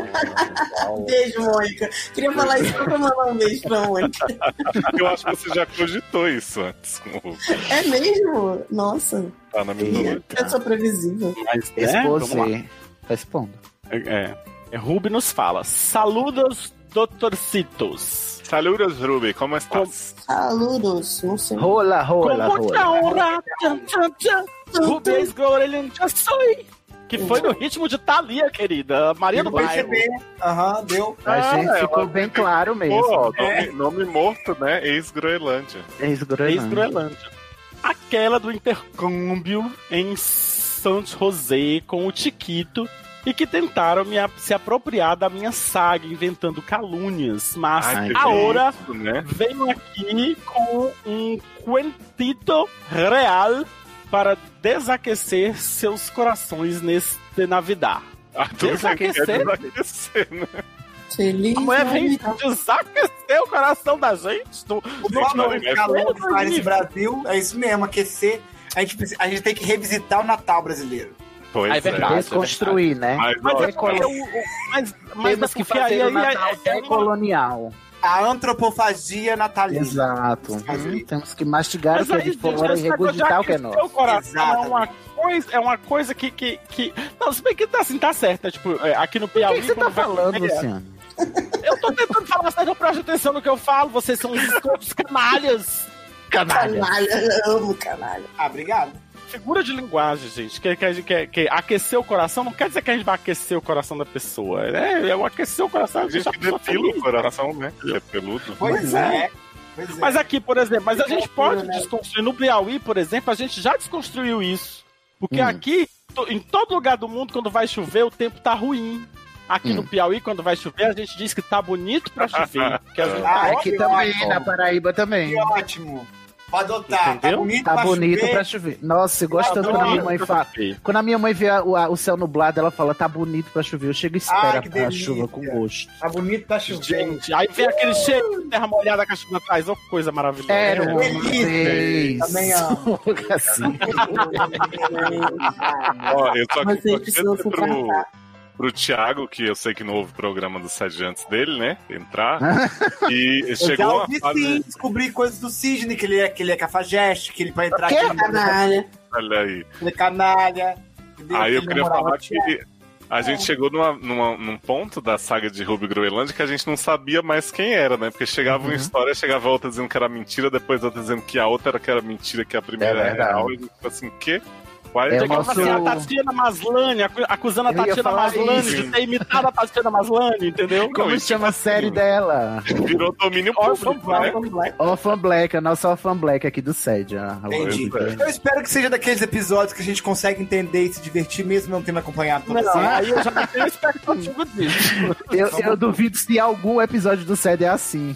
Beijo, Mônica. Queria falar isso pra mandar um beijo pra Mônica. Eu acho que você já cogitou isso antes com o Ruby. É mesmo? Nossa. Tá na minha Eu sou previsível. Mas, Esse né? você responda. É, é. Ruby nos fala. Saludos, doutorcitos. Saludos, Ruby. Como estás? Saludos. Não sei. Rola, rola, Com muita rola. honra. Tchan, tchan, tchan. Ruby es Groenlândia soy. Que foi no ritmo de Thalia, querida. Maria do Bairro. Aham, deu. A gente Ah, ficou ela- bem claro mesmo. Pô, É. nome, nome morto, né? Ex-Groenlândia. Ex-Groenlândia. Ex-Groenlândia. Aquela do intercâmbio em Santos José com o Chiquito e que tentaram me, a- se apropriar da minha saga, inventando calúnias. Mas Ai, que agora isso, né? venho aqui com um cuentito real para desaquecer seus corações neste Navidad. Ah, tu Desaquecer? quer desaquecer, né? Feliz A mulher vem Navidad. desaquecer o coração da gente. No, O no, calor, no- o calor que no- faz nesse Brasil é isso mesmo, aquecer. A gente, precisa- a gente tem que revisitar o Natal brasileiro. Pois Ah, é verdade. Desconstruir, né? Mas, Mas, ó, é porque o- o- mas, mas Temos é que porque fazer aí- o Natal aí- é- é uma- decolonial. A antropofagia natalina. Exato. Hum, temos que mastigar Mas o que é aí, de fora gente, e esse negócio de regurgitar o que é aquecer nosso. o coração é uma Exatamente. coisa, é uma coisa que, que, que... Não, se bem que tá assim, tá certo. É, tipo, é, aqui no O Piauí... que, que você tá quando vai falando, comer, Luciano? Eu tô tentando falar, vocês não prestam atenção no que eu falo. Vocês são uns escrotos canalhas. Canalha. Canalha, eu amo canalha. Ah, obrigado. Figura de linguagem, gente. Que, que, que, que aquecer o coração não quer dizer que a gente vai aquecer o coração da pessoa. É, é o aquecer o coração. a gente deixar que pessoa depila feliz. o coração, né? Que é peludo. Pois é. Pois é. Mas aqui, por exemplo, mas a gente pode né? desconstruir. No Piauí, por exemplo, a gente já desconstruiu isso. Porque Hum. aqui, to- em todo lugar do mundo, quando vai chover, o tempo tá ruim. Aqui Hum. no Piauí, quando vai chover, a gente diz que tá bonito pra chover. Que a gente Ah, tá é Aqui que também, ótimo. na Paraíba também. Que ótimo. Pode adotar. Tá Entendeu? bonito Tá pra bonito chover. pra chover. Nossa, você gosta tanto quando a minha mãe fala. Quando a minha mãe vê a- o, a- o céu nublado, ela fala, tá bonito pra chover. Eu chego e espero Ai, que a delícia. chuva com gosto. Tá bonito pra chover. Gente, aí vem aquele cheiro de terra molhada com a chuva atrás. Ô, coisa maravilhosa. Era uma delícia. vez. Também amo. Assim. Ó, eu só Vocês queria precisam dizer se pro, tratar. pro Thiago, que eu sei que não houve programa do Sede antes dele, né? Entrar. E Eu já chegou uma ouvi fase. sim, descobri coisas do Cisne, que ele é, que ele é cafajeste, que ele pra entrar Quê? aqui. Canalha. Olha aí. Ele é canalha. Aí eu ele queria namorava falar o Thiago. que a gente chegou numa, numa- num ponto da saga de Ruby Groenlândia que a gente não sabia mais quem era, né? Porque chegava uma história, chegava outra dizendo que era mentira, depois outra dizendo que a outra era que era mentira, que a primeira É era verdade. real. E a gente ficou assim, o quê? Qual É é o Chegava nosso- assim, a Tatiana Maslany, acu- acusando a Eu ia Tatiana falar Maslany isso. de ter imitado a Tatiana Maslany, entendeu? Como isso, chama a assim, série dela? Virou domínio Orphan público, né? Black. Orphan Black, a nossa Orphan Black aqui do Sede. a- a- Entendi. Pois Eu espero que seja daqueles episódios que a gente consegue entender e se divertir mesmo não tendo acompanhado toda a Não, série. aí eu já não tenho expectativa disso. Eu, eu duvido se algum episódio do Sede é assim.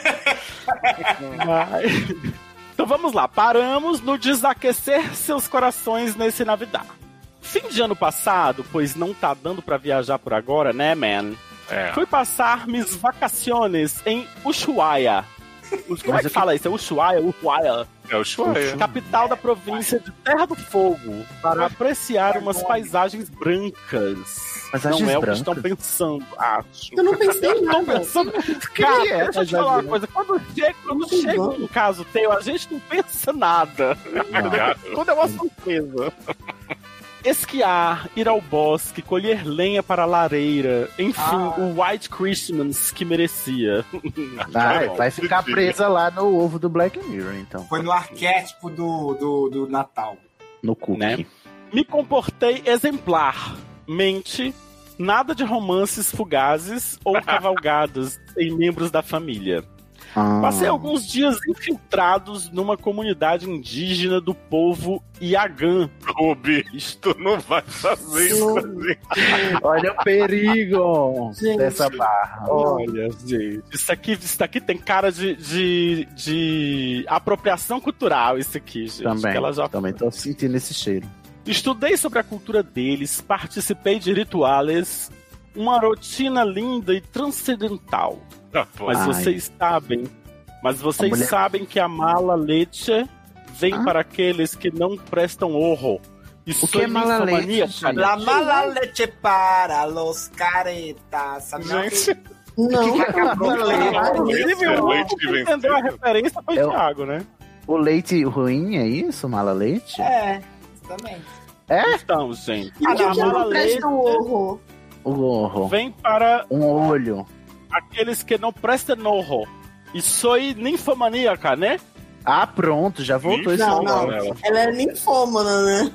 Mas- Então vamos lá, paramos no desaquecer seus corações nesse Navidad. Fim de ano passado, pois não tá dando pra viajar por agora, né, man? É. Fui passar minhas vacaciones em Ushuaia. Us- Como é que fala isso? É Ushuaia? Ushuaia? É o Shuaia. Capital da província de Terra do Fogo, para apreciar umas paisagens brancas. Paisagens Não é o que brancas? estão pensando, acho. Eu não pensei em nada. Pensando... que Cara, é deixa eu te falar uma paisagem? coisa. Quando chega, quando chega um caso teu, a gente não pensa nada. Quando é uma surpresa. Esquiar, ir ao bosque, colher lenha para a lareira. Enfim, Ah. o White Christmas que merecia. Vai, bom. vai ficar presa lá no ovo do Black Mirror, então. Foi no arquétipo do, do, do Natal. No cookie. Né? Me comportei exemplarmente. Nada de romances fugazes ou cavalgadas em membros da família. Ah. Passei alguns dias infiltrados numa comunidade indígena do povo Iagã. Ô, bicho, tu não vai fazer isso assim. Olha o perigo Gente. dessa barra. Olha, gente. Isso aqui, isso aqui tem cara de, de, de apropriação cultural, isso aqui, gente. Também, que ela já... também tô sentindo esse cheiro. Estudei sobre a cultura deles, participei de rituais, uma rotina linda e transcendental. Ah, pô. Mas Ai. vocês sabem, mas vocês mulher- sabem que a mala leite vem Ah. para aqueles que não prestam honro. E O que é mala leite, gente? La mala leche para los caretas. Sabe? Gente, Não. Inclusive, é o leite único que entendeu a vencido. referência foi É o o- Thiago, né? O leite ruim é isso? Mala leite? É, também. É? Então, gente, E o que a que mala não leite presta um horror? O gorro. vem para Um olho. aqueles que não prestam honro. E soy ninfomaníaca, né? Ah, pronto, já voltou esse Não, não. negócio. Ela é ninfômana, né?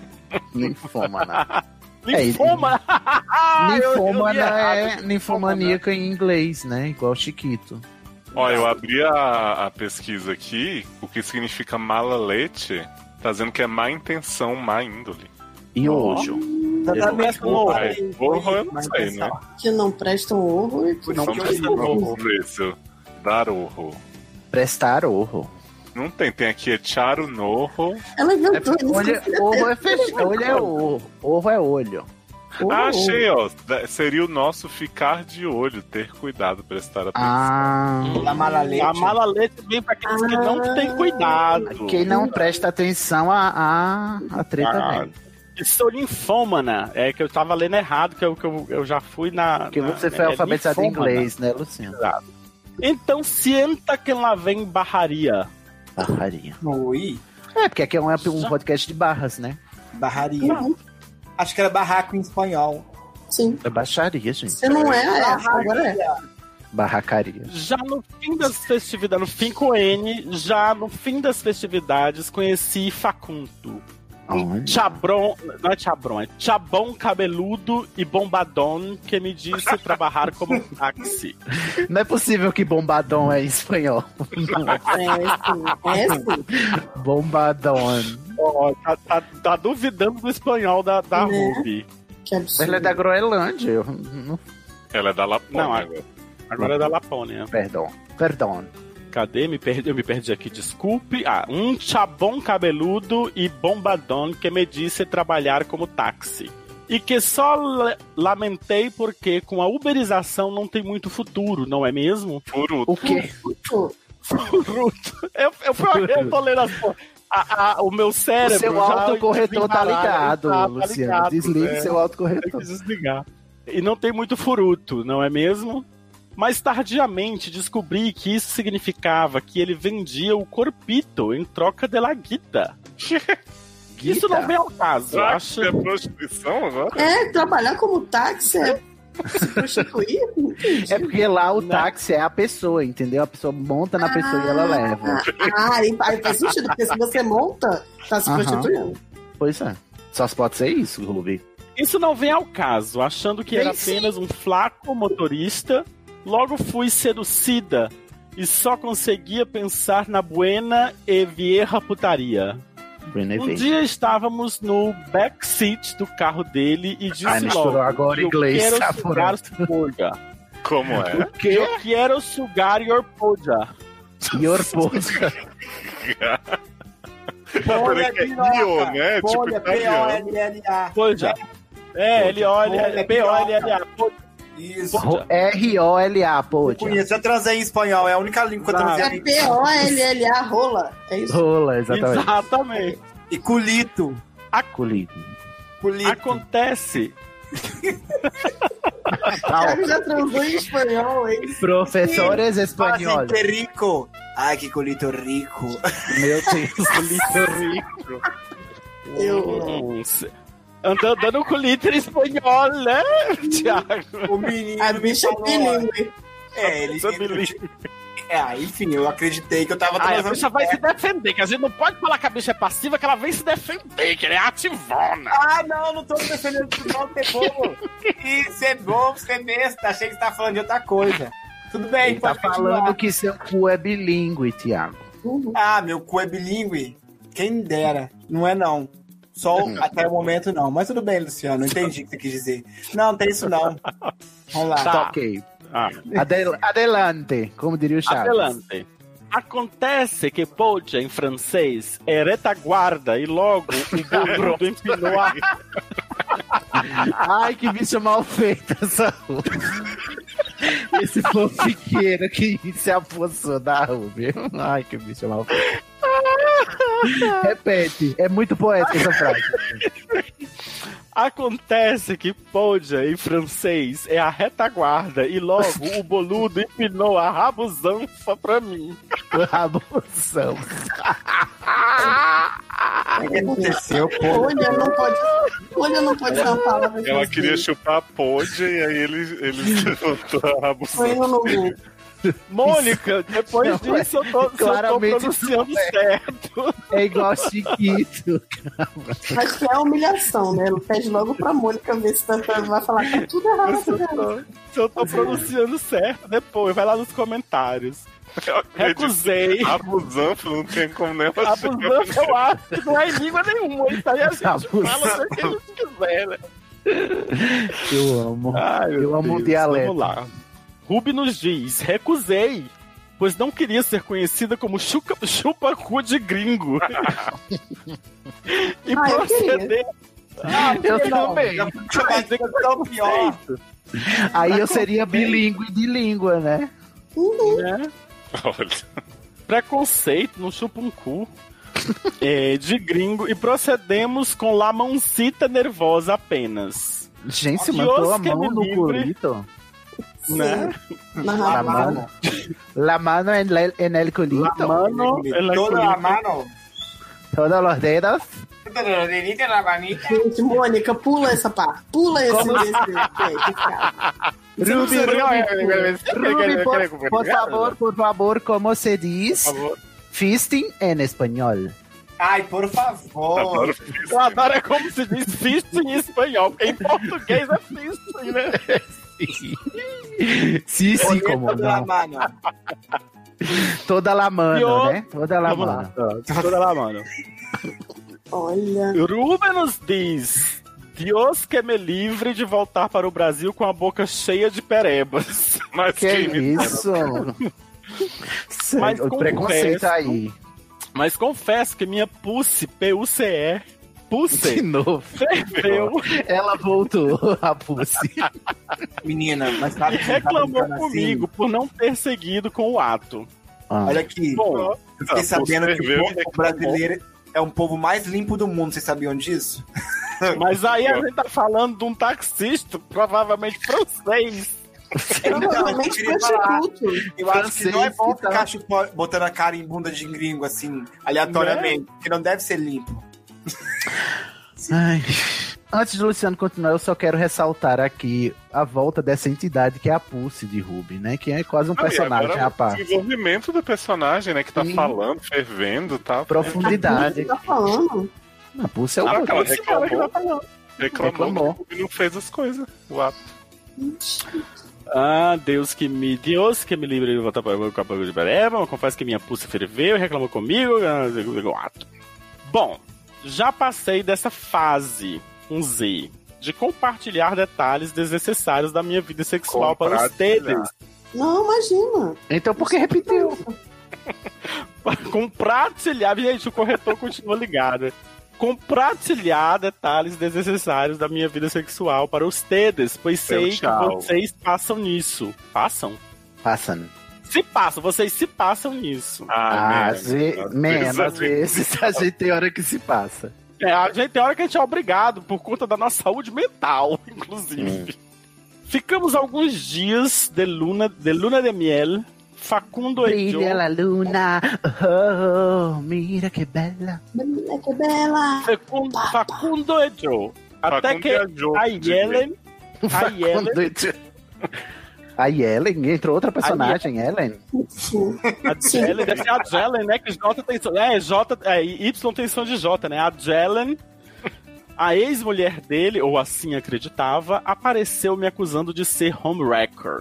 Ninfômana. É, Linfoma! Ah, eu- eu li Ninfômana errado. é ninfomaníaca em inglês, né? Igual Chiquito. ó, eu abri a, a pesquisa aqui, o que significa mala leite, tá dizendo que é má intenção, má índole. E hoje? Exatamente. Horror. Ai, horror eu não sei, né? Que não prestam horror e que Não Vamos que eu ver horror. o preço. Dar horror. Prestar horror. Não tem, tem aqui echar o norro. Ela É inventou porque isso. olho, olho é fechado. Olho é olho. Ovo é olho. Ah, achei, ó. Da- Seria o nosso ficar de olho, ter cuidado, prestar atenção. Ah. La mala leche. A mala leite vem para aqueles que não têm cuidado. Quem não presta atenção a, a, a treta Ah, vem. Eu sou linfômana. É que eu tava lendo errado, que eu, que eu, eu já fui na. Porque na- você foi é alfabetizado em linfômana. inglês, né, Luciano? Exato. Então, senta que lá vem barraria. Barraria. Oi. É, porque aqui é um, um podcast de barras, né? Barraria. Acho que era barraco em espanhol. Sim. É baixaria, gente. Você não é, é. Agora é. Barracaria. Já no fim das festividades, no fim com N, já no fim das festividades, conheci Facundo. Olha. Chabron, não é Chabron, é Chabon cabeludo e bombadão que me disse trabalhar como táxi. Não é possível que bombadão é em espanhol. É sim. É sim. Bombadão. Ó, tá, tá- tá duvidando do espanhol da, da Né? Ruby. Que absurdo. Ela é da Groenlândia. Eu não... Ela é da Lapônia Não, agora. Agora é da Lapônia. Perdão. Perdão. Cadê? Me perdi, eu me perdi aqui, desculpe. Ah, um chabon cabeludo e bombadão que me disse trabalhar como táxi. E que só la- lamentei porque com a uberização não tem muito futuro, não é mesmo? Furuto. O quê? Fruto. Eu, eu, eu tô lendo as porra. A- a- o meu O cérebro. seu já autocorretor tá desencaralha, ligado, tá, tá Luciano. ligado, Desliga é. seu Tem que autocorretor. desligar. E não tem muito fruto, não é mesmo? Mas tardiamente descobri que isso significava que ele vendia o corpito em troca de la guita. Isso não vem ao caso. Será que Acho... é prostituição agora? É, trabalhar como táxi é se prostituir? Não entendi. É porque lá o táxi é a pessoa, entendeu? A pessoa monta na pessoa e ela leva. Ah, aí, aí faz sentido, porque se você monta, tá se Aham. prostituindo. Pois é. Só pode ser isso, Ruby. Isso não vem ao caso, achando que Vem era sim. apenas um flaco motorista. Logo fui seducida e só conseguia pensar na buena e vieja putaria. Um dia estávamos no backseat do carro dele e disse Ai, misturou logo agora eu inglês, quero tá sugar pronto. polga. Como é? O quê? Eu quero sugar your polga. Your posca. Peraí, que é Io, né? Tipo Polha, P O italiano. L L A. Polga. É, L O L P O L L A. Isso. R O L A, pô. Conheço, eu transei em espanhol, é a única língua que eu transei. É P O L L A, rola. É isso. Rola, exatamente. Exatamente. E culito. Colito. Culito. Acontece. Thiago já transou em espanhol, é isso? Professores Fazem espanhóis. que rico. Ai, que culito rico. Meu Deus. Colito rico. Eu- Hum, se- Andando dando com lítero espanhol, né, Thiago? O menino. A me bicha é falou, bilíngue. É, ele. Sou bilíngue. É, enfim, eu acreditei que eu tava Ah, a transando. bicha vai se defender, que a gente não pode falar que a bicha é passiva, que ela vem se defender, que ela é ativona. Ah, não, não tô me defendendo disso, não, você é bobo. Isso é bobo, você é besta. Achei que você tá falando de outra coisa. Tudo bem, Ele tá pode continuar. falando que seu cu é bilíngue, Thiago. Ah, meu cu é bilíngue? Quem dera. Não é não. Só o- até o momento não. Mas tudo bem, Luciano. Entendi o que você quis dizer. Não, não tem isso não. Vamos lá. Tá, ok. Ah. Adel- adelante, como diria o Chaves. Adelante. Acontece que podia em francês é retaguarda e logo o boludo empinou a... Ai, que bicho mal feito essa Ruby. Esse fofiqueiro que se apossou da Ruby. Ai, que bicho mal feito. Repete, é muito poética essa frase. Acontece que podia em francês é a retaguarda e logo o boludo empinou a rabuzanfa pra mim. Rabuzão. O que aconteceu, pô? Olha, não pode. Olha, não pode ser uma palavra. Ela queria chupar a pod e aí ele, ele botou a Foi rabução. no Google. Mônica, depois Não, disso eu tô, se eu tô claramente pronunciando não é. certo. É igual Chiquito. Acho que é humilhação, né? Ele pede logo pra Mônica ver se tá, vai falar que tá tudo errado. Se eu tô, se eu tô pronunciando certo, depois vai lá nos comentários. Recusei. Rabuzanfa não tem como nem A você. busanfa eu acho que não é em língua nenhuma. Isso aí a gente Rabuzanfa. fala o que a gente quiser, né? Eu amo. Ai, meu Eu amo o Deus, dialeto. Vamos lá. Ruby nos diz, recusei, pois não queria ser conhecida como chupa, chupa-cu de gringo. E Ah, eu proceder... Ah, Eu não, também. já vai dizer que é o pior. Aí eu seria bilíngue de língua, né? Né? Olha. Preconceito, não chupa um cu. É, de gringo. E procedemos com la mãozita nervosa apenas. Gente, se Dios mandou a que mão me no livre. culito. Né? Na La rabada. mano. La mano en, el- en el culito. Mano, ela Toda a mano. Todos los dedos. Gente, Mônica, pula essa parte. Pula esse. esse, esse cara. Ruby, Ruby, Ruby, por, por favor, por favor, como se diz fisting en español? Ai, por favor. Adoro Eu adoro é como se diz fist em espanhol, porque em português é fist, né? Sim, sim, Bonita como da não. mano. Toda la mano, Yo- né? Toda la Vamos lá. mano. Toda lá, mano. Olha. Ruben nos diz: Deus que me livre de voltar para o Brasil com a boca cheia de perebas. Mas Que quem me- isso? Mas o preconceito confesso- aí. Mas confesso que minha pussy, P U C E, De pussy, novo. ferveu Ela voltou, a Pussy. Menina, mas e sabe que você tá reclamou brincando comigo por não ter seguido com o ato. Ah. Olha aqui. Bom, Eu fiquei Ah, sabendo você que viu o e povo brasileiro é um povo mais limpo do mundo. Vocês sabiam disso? mas aí a gente tá falando de um taxista, provavelmente francês. Provavelmente eu queria falar. prostituto. Eu acho que não é bom que tá- ficar chupa- botando a cara em bunda de gringo assim, aleatoriamente, porque não deve ser limpo. Ai. Antes do Luciano continuar, eu só quero ressaltar aqui a volta dessa entidade que é a Pussy de Ruby, né? Que é quase um Ah, e personagem agora à o parte. desenvolvimento do personagem, né? Que tá Sim. falando, fervendo e tal. Profundidade. Tá falando? A Pussy é o Ah, outro. ela reclamou. Reclamou, Reclamou. e não fez as coisas. O ato. Ah, Deus que me. Deus que me livre de voltar para o capô de Bereba. Eu confesso que minha pulsa ferveu e reclamou comigo. Bom, já passei dessa fase, um Z, de compartilhar detalhes desnecessários da minha vida sexual para os tedes. Não, imagina. Então por que repetiu? Compartilhar, gente, o corretor continua ligado. Compartilhar detalhes desnecessários da minha vida sexual para os tedes, pois sei que tchau. vocês passam nisso. Passam? Passando. Se passam, vocês se passam nisso. Ah, Ah, às ve- menos, às vezes a gente tem hora que se passa. É, a gente tem hora que a gente é obrigado por conta da nossa saúde mental, inclusive. Ficamos alguns dias de luna de, luna de miel. Facundo e Brilha Joe. la luna, oh, mira que bela. Menina, que bela. Facundo, Facundo e Joe. Até Facundo que e a Joe, a de Yellen. A Yellen. A Yellen, entrou outra personagem, Yellen. A Jelen, deve ser a Jelen, né? Que J tem som. É, J, é, Y tem som de J, né? A Jelen, a ex-mulher dele, ou assim acreditava, apareceu me acusando de ser homewrecker.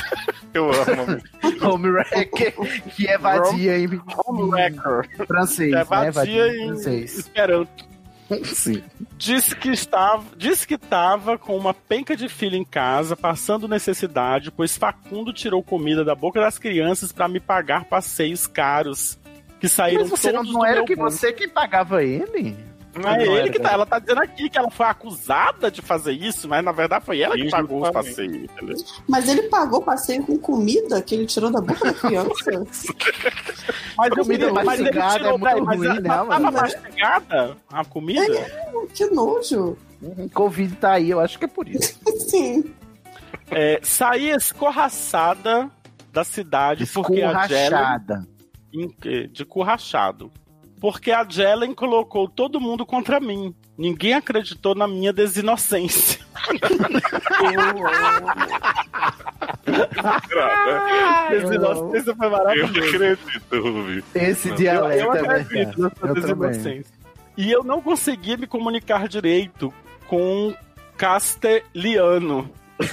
Eu amo. Homewrecker, que é vadia em, Homewrecker. em francês, É né? vadia Vadia em francês. Esperanto. Sim. Disse que estava, disse que estava com uma penca de filho em casa, passando necessidade, pois Facundo tirou comida da boca das crianças para me pagar passeios caros que saíram Mas você não, todos não do era meu que bolso. você que pagava ele? Não é Não ele era que tá. dele. Ela tá dizendo aqui que ela foi acusada de fazer isso, mas na verdade foi ela que Injustamente. pagou os passeios, entendeu? Mas ele pagou passeio com comida que ele tirou da boca da criança. Mas eu Comida queria- mas ele mastigada tirou, é muito peraí, mas ruim, ela- né, Tava mano? mastigada a comida? Que nojo. Uhum, Covid tá aí, eu acho que é por isso. Sim. É, saí escorraçada da cidade porque a Jelen... Escorrachada. em- de currachado. Porque a Jelen colocou todo mundo contra mim. Ninguém acreditou na minha desinocência. Desinocência foi Eu maravilhoso. acredito, Rubi. Esse Não. dialeto Eu é acredito verdade. na sua Eu também. desinocência. E eu não conseguia me comunicar direito com castelhano.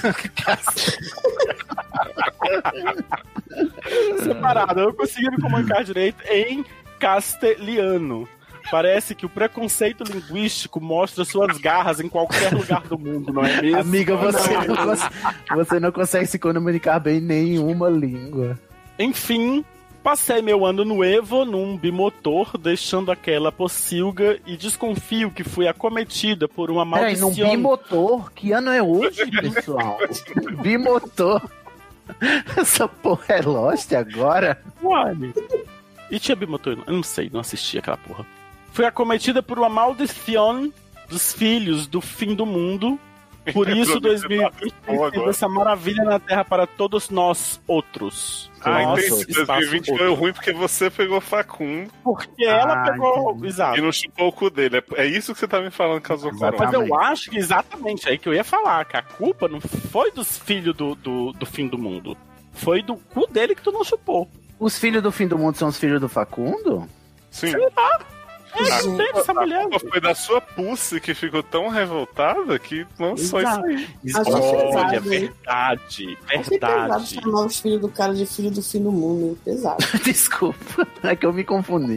Separado, eu não conseguia me comunicar direito em castelhano. Parece que o preconceito linguístico mostra suas garras em qualquer lugar do mundo, não é mesmo? Amiga, você não, cons- você não consegue se comunicar bem em nenhuma língua. Enfim, passei meu ano no Evo num bimotor, deixando aquela pocilga e desconfio que fui acometida por uma Peraí, maldição. num bimotor? Que ano é hoje, pessoal? Bimotor. Essa porra é Lost agora? Olha. E tinha bimotor? Eu não sei, não assisti aquela porra. Fui acometida por uma maldição dos filhos do fim do mundo. Por isso, dois mil e vinte tem sido essa maravilha na Terra para todos nós outros. Ah, Nós, entendi. espaço dois mil e vinte foi outro. ruim porque você pegou Facundo. Porque ela Ah, pegou. entendi. Exato. E não chupou o cu dele. É- É isso que você tá me falando, causou Exatamente. corona. Mas eu acho que exatamente aí que eu ia falar, que a culpa não foi dos filhos do, do, do fim do mundo. Foi do cu dele que tu não chupou. Os filhos do fim do mundo são os filhos do Facundo? Sim. Sei lá. É, A não teve essa mulher. culpa foi da sua pussy que ficou tão revoltada que lançou Exato. isso aí. Achei Olha, pesado, hein? verdade, Achei pesado verdade. chamar os filhos do cara de filho do fim do mundo. hein? Pesado. Desculpa, é que eu me confundi.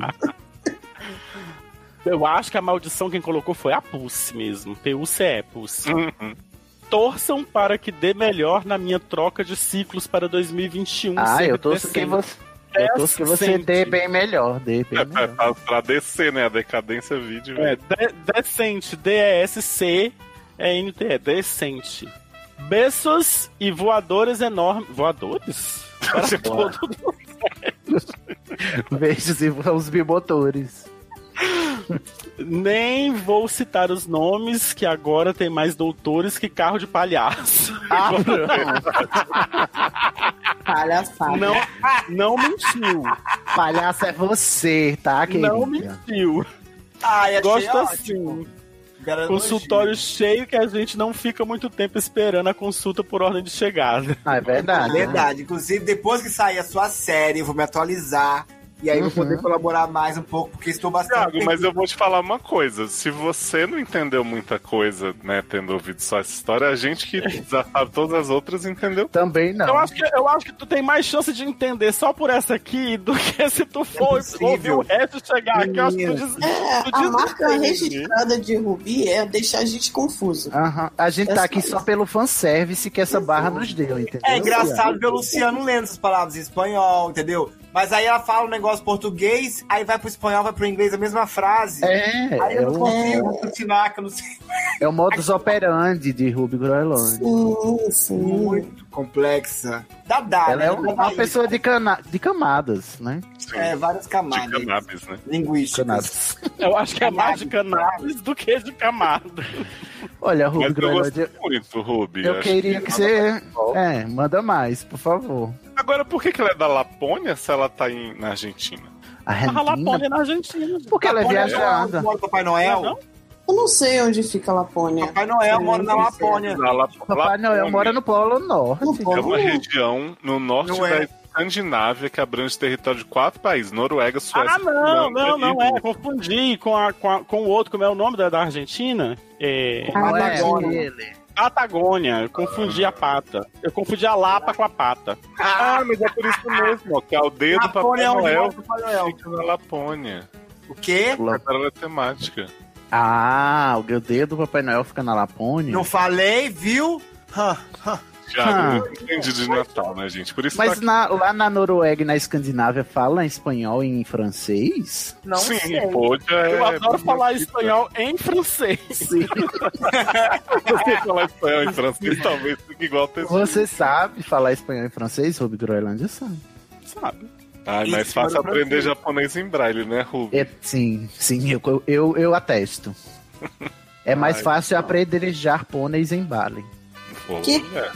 Eu acho que a maldição quem colocou foi a Pussy mesmo. P U C E, Pussy. Uhum. Torçam para que dê melhor na minha troca de ciclos para dois mil e vinte e um. Ah, sendo eu torço que decente. você, eu torço que você Decente. dê bem melhor. Dê bem É melhor. pra, pra descer, né? A decadência vídeo. É, de- decente, D E S C é N T E, decente. Beços e voadores enormes. Voadores? Para todo Beijos e os bimotores. Nem vou citar os nomes, que agora tem mais doutores que carro de palhaço. Ah, Palhaçada. Não, não mentiu. palhaço é você, tá, querida? Não mentiu. Ai, achei Gosto ótimo. assim. Garantia. Consultório cheio que a gente não fica muito tempo esperando a consulta por ordem de chegada. Ah, é verdade. né? Verdade. Inclusive, depois que sair a sua série, eu vou me atualizar. E aí eu vou poder colaborar mais um pouco, porque estou bastante. Thiago, mas eu vou te falar uma coisa. Se você não entendeu muita coisa, né, tendo ouvido só essa história, a gente que já sabe todas as outras entendeu. Também não. Eu acho, que, eu acho que tu tem mais chance de entender só por essa aqui do que se tu for possível. ouvir o resto e chegar aqui. Eu acho que tu diz, É, tu a diz marca entender. registrada de Rubi é deixar a gente confuso. Aham. A gente tá aqui só pelo fanservice que essa barra nos deu, entendeu? É engraçado ver o Luciano lendo essas palavras em espanhol, entendeu? Mas aí ela fala um negócio português, aí vai pro espanhol, vai pro inglês, a mesma frase. É, Aí é eu não o, consigo raciocinar, que eu não sei. é o modus operandi de Ruby Groenland. Sim, sim. Muito complexa. Dadá, Ela né? é uma, uma pessoa de, cana de camadas, né? Sim. É, várias De camadas. cannabis, né? Linguísticas. Canadas. Eu acho que é mais de cannabis do que de camada. Olha, Ruby Mas eu Groenland, gostei eu, muito, Ruby. eu Acho queria que você... É, manda mais, por favor. Agora, por que, que ela é da Lapônia se ela tá em, na Argentina? A A Lapônia Argentina, na Argentina. porque ela é Lapônia viajada. Mora o Papai Noel? Não, não? Eu não sei onde fica a Lapônia. Papai Noel mora na Lapônia. Na Lap- Papai Noel Lapônia mora no Polo Norte. No É Polo. uma região no norte Não da é. Escandinávia que abrange território de quatro países: Noruega, Suécia, Ah, não, Finlândia não, não e é. Confundi com, a, com, a- com o outro, como é o nome da, da Argentina? É. Não é Patagônia. aquele. Patagônia. Eu confundi a pata. Eu confundi a Lapa com a pata. Ah, mas é por isso mesmo, ó, que a aldeia do Papai Lapônia é onde Noel mora o Papai Noel. fica na Lapônia. O quê? Era temática. Ah, o dedo do Papai Noel fica na Lapônia? Não falei, viu? Hã, hã. Thiago, Ah. eu entendi de Natal, né, gente? Por isso Mas tá... na- lá na Noruega e na Escandinávia fala em espanhol e em francês? Não Sim, sei. pode é... Eu adoro falar espanhol em francês. Sim. Você falar espanhol em francês, talvez fique igual a pessoa. Você sabe falar espanhol e francês? Ruby Groenlândia sabe. Sabe? Ah, mais Isso, fácil mano, aprender francês. japonês em braille, né, Ruby? É, sim, sim, eu, eu, eu atesto. É mais Ai, fácil apedrejar pôneis em Bali. Pô, Que? é.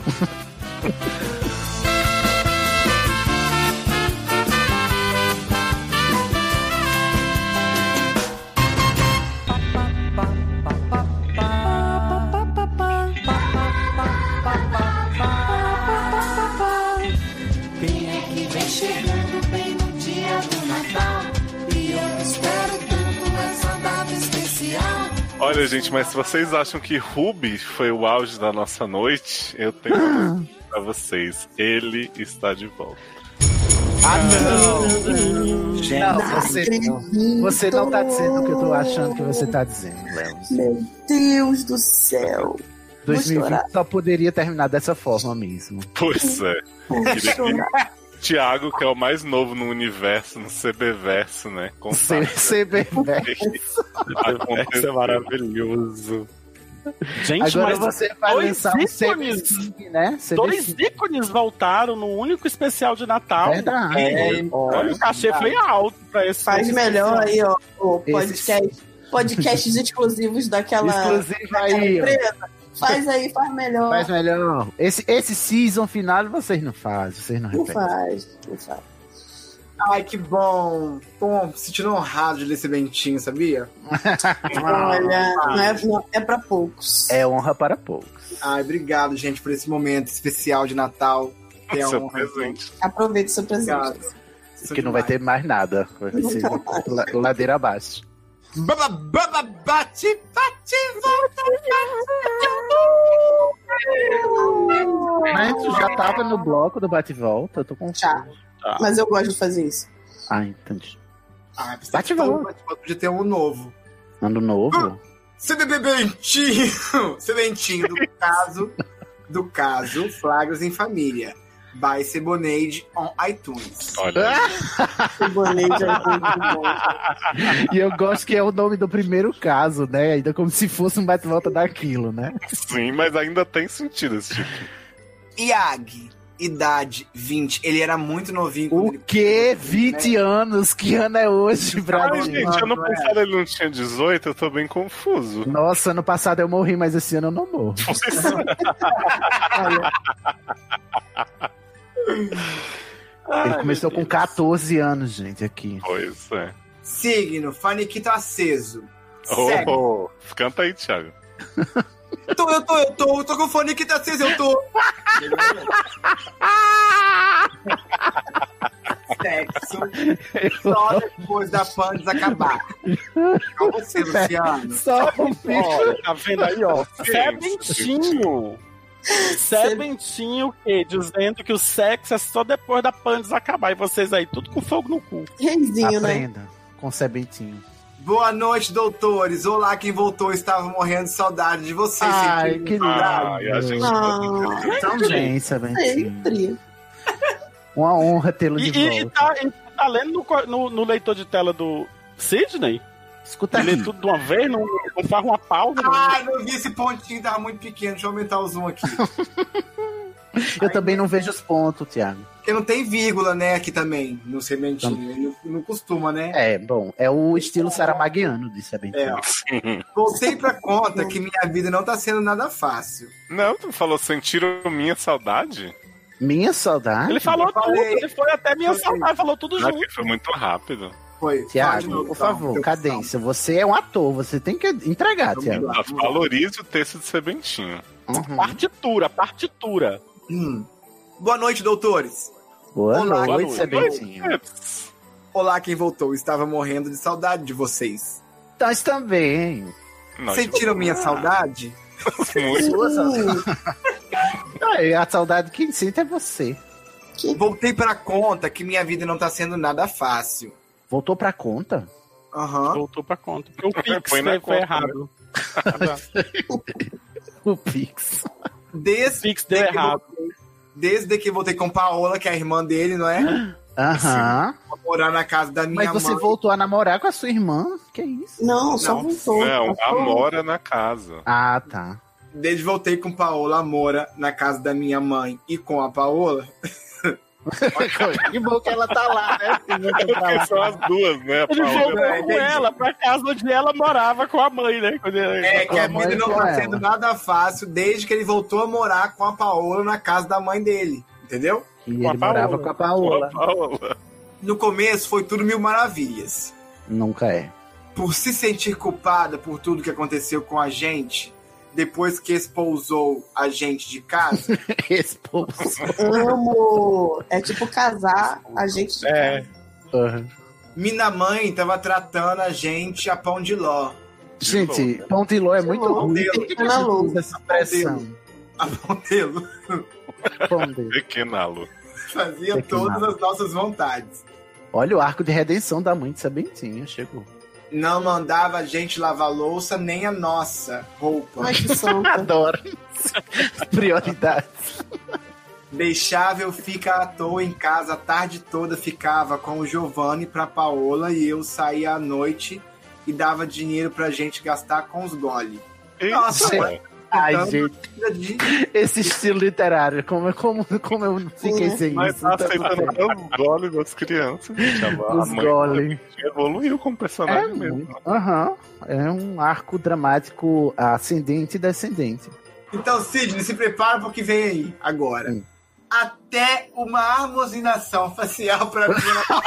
Quem é que vem chegando bem no dia do Natal? E eu espero tanto essa data especial. Olha, gente, mas se vocês acham que Ruby foi o auge da nossa noite, eu tenho uma notícia pra vocês. Ele está de volta. Ah, não! Não, você não. Você não tá dizendo o que eu tô achando que você tá dizendo, Léo. Meu Deus do céu. dois mil e chorar. vinte só poderia terminar dessa forma mesmo. Pois é. Vou Queria chorar. que Thiago, que é o mais novo no universo, no C B Verso, né? C- CBverso. Isso é maravilhoso. Gente, Agora mas você vai dois lançar um ícones, CB, né? dois C B ícones voltaram no único especial de Natal. Verdade. É, olha, o cachê foi alto pra esse Faz esse melhor especial. aí, ó, o podcast, podcasts exclusivos daquela, Exclusivo daquela aí, ó. empresa. Faz aí, faz melhor. Faz melhor. Esse, esse season final vocês não fazem, vocês não Não repetem. faz, não faz. Ai, que bom. Bom, sentindo honrado de ler esse Bentinho, sabia? Olha, não é, não, é pra poucos. É honra para poucos. Ai, obrigado, gente, por esse momento especial de Natal. Ter a Seu honra. presente. Aproveite seu presente. Obrigado. Porque não vai ter mais nada. Vai ser la- ladeira abaixo. Baba, baba, bate, bate, volta, Mas tu já tava no bloco do bate-volta? Eu tô com. Já. Mas eu gosto de fazer isso. Ah, entendi. Ah, você Bate falou volta. que podia ter um novo. Ano novo? C B B Bentinho. C B Bentinho, do caso, do caso Flagras em Família. By Ceboneide on iTunes. Olha. Ceboneide é muito bom. E eu gosto que é o nome do primeiro caso, né? Ainda como se fosse um bate-volta daquilo, né? Sim, mas ainda tem sentido esse tipo. Iag, idade vinte. Ele era muito novinho. quando O ele- quê? vinte anos? Que ano é hoje, Ai, Brasil? gente, ano Não, é. passado ele não tinha dezoito, eu tô bem confuso. Nossa, ano passado eu morri, mas esse ano eu não morro. Ele começou com catorze anos, gente, aqui. Pois é. Signo, Faniquito aceso. Sexo. Oh, canta aí, Thiago. Tô, eu tô, eu tô, eu tô com o Faniquito aceso, eu tô. Sexo. Só depois da Pandes acabar. Qual você, Luciano? Só um Olha, tá vendo aí, ó? Sebentinho. Sebentinho o quê? Dizendo que o sexo é só depois da Pandes acabar. E vocês aí, tudo com fogo no cu. Reizinho, né? Aprenda com Sebentinho. Boa noite, doutores. Olá, quem voltou. Estava morrendo de saudade de vocês. Ai, Sempre que lembrado. Ai, a gente Ah, Também, Sebentinho. sempre. Uma honra tê-lo E, de e, e volta. tá, e tá lendo no, co- no, no leitor de tela do Sidney? Escuta Lê aqui. tudo de uma vez, não, não faz uma pausa. não. Ai, não vi esse pontinho, tava muito pequeno. Deixa eu aumentar o zoom aqui. Eu também não vejo os pontos, Thiago. Porque não tem vírgula, né, aqui também, no sementinho. Não, não costuma, né? É, bom, é o estilo saramaguiano de Sebentinho. É. Voltei pra conta que minha vida não tá sendo nada fácil. Não, tu falou sentiram minha saudade? Minha saudade? Ele falou Eu falei. tudo, ele foi até minha Falei. saudade, falou tudo Já junto. que foi muito rápido. Foi. Fala de Tiago, novo, por então. favor, Teu cadência. Você é um ator, você tem que entregar, Vamos Tiago. lá. Valorize o texto de Sebentinho. Uhum. Partitura, partitura. Hum. Boa noite, doutores. Boa Olá, noite, noite. Sebentinho. Olá, quem voltou. Estava morrendo de saudade de vocês. Nós também. Nós Sentiram minha saudade? Muito. Ai, a saudade que sente é você. Voltei pra conta que minha vida não tá sendo nada fácil. Voltou pra conta? Aham. Voltou pra conta. Porque o Pix Põe na foi, foi conta, errado. O Pix. Desde Pix deu que errado. voltei- Desde que voltei com Paola, que é a irmã dele, não é? Aham. Pra morar na casa da minha Mas você mãe. voltou a namorar com a sua irmã? Que isso? Não, só Não. voltou. Não, a mora na casa. Ah, tá. Desde que voltei com Paola, mora na casa da minha mãe e com a Paola. Que bom que ela tá lá, né? Se não for pra lá. São as duas, né? A Ele Paola- voltou É, com entendi. ela pra casa onde ela morava com a mãe, né? Quando ele- É, que a a mãe vida não com tá ela. sendo nada fácil desde que ele voltou a morar com a Paola na casa da mãe dele. Entendeu? E Com a ele morava Paola. com a Paola. Paola. No começo foi tudo mil maravilhas. Nunca é. Por se sentir culpada por tudo que aconteceu com a gente, depois que espousou a gente de casa, Esposo. Amo! É tipo casar a gente. É. Uhum. minha mãe tava tratando a gente a pão de ló. Gente, pão de ló é muito Pão ruim. de ló. Por que que a Na gente lua. usa essa expressão? A Pontelo Pão de... Pequenalo. fazia Sei que todas nada. as nossas vontades. Olha o arco de redenção da mãe de Sabentinho, chegou. Não mandava a gente lavar louça nem a nossa roupa. Ai, que santa. Adoro. Prioridades. Deixava eu ficar à toa em casa a tarde toda, ficava com o Giovanni pra Paola e eu saía à noite e dava dinheiro pra gente gastar com os gole. Nossa, Gente. Ai, então, gente, de- esse estilo literário, como, como, como eu fiquei sem Mas isso. tá tanto aceitando tempo. os goles das crianças. gente. A Os mãe goles. evoluiu como É, personagem mesmo. muito. Aham. É um arco dramático ascendente e descendente. Então, Sidney, se prepara pro que vem aí agora. Hum. Até uma harmonização facial pra mim.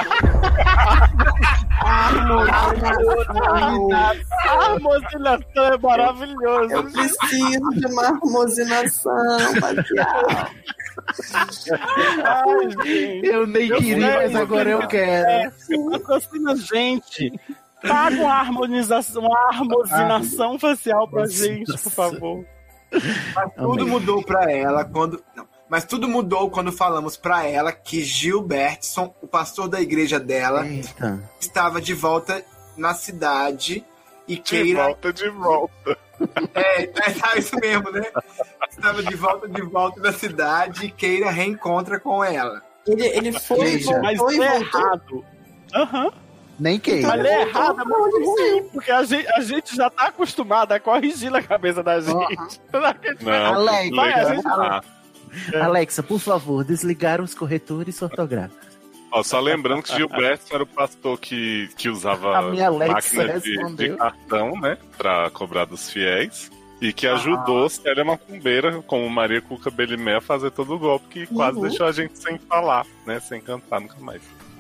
A harmonização é maravilhosa. Eu preciso de uma harmonização facial. Ai, gente. Eu nem Eu queria, sei, mas agora eu quero. É, patrocina a gente. Paga uma harmonização, uma harmonização facial pra gente, por favor. Mas tudo mudou pra ela quando. Não, mas tudo mudou quando falamos pra ela que Gilbertson, o pastor da igreja dela, Eita. estava de volta na cidade e De queira. volta, de volta. É, é isso mesmo, né? Estava de volta, de volta na cidade e queira reencontra com ela. Ele, ele foi, Veja. Mas voltou e é voltou. errado. Aham. Nem queira. Mas é errado, é muito Onde foi? ruim, porque a gente, a gente já tá acostumado a corrigir na cabeça da gente. Não, Alex, vai, a gente- ah, Alexa, por favor, desligar os corretores ortográficos. ó, só lembrando que Gilberto era o pastor que, que usava A minha Alexa máquina de, respondeu. de cartão, né? Pra cobrar dos fiéis. E que ajudou Célia Macumbeira, como Maria Cuca Belimé, a fazer todo o golpe que quase Uhum. deixou a gente sem falar, né? Sem cantar nunca mais.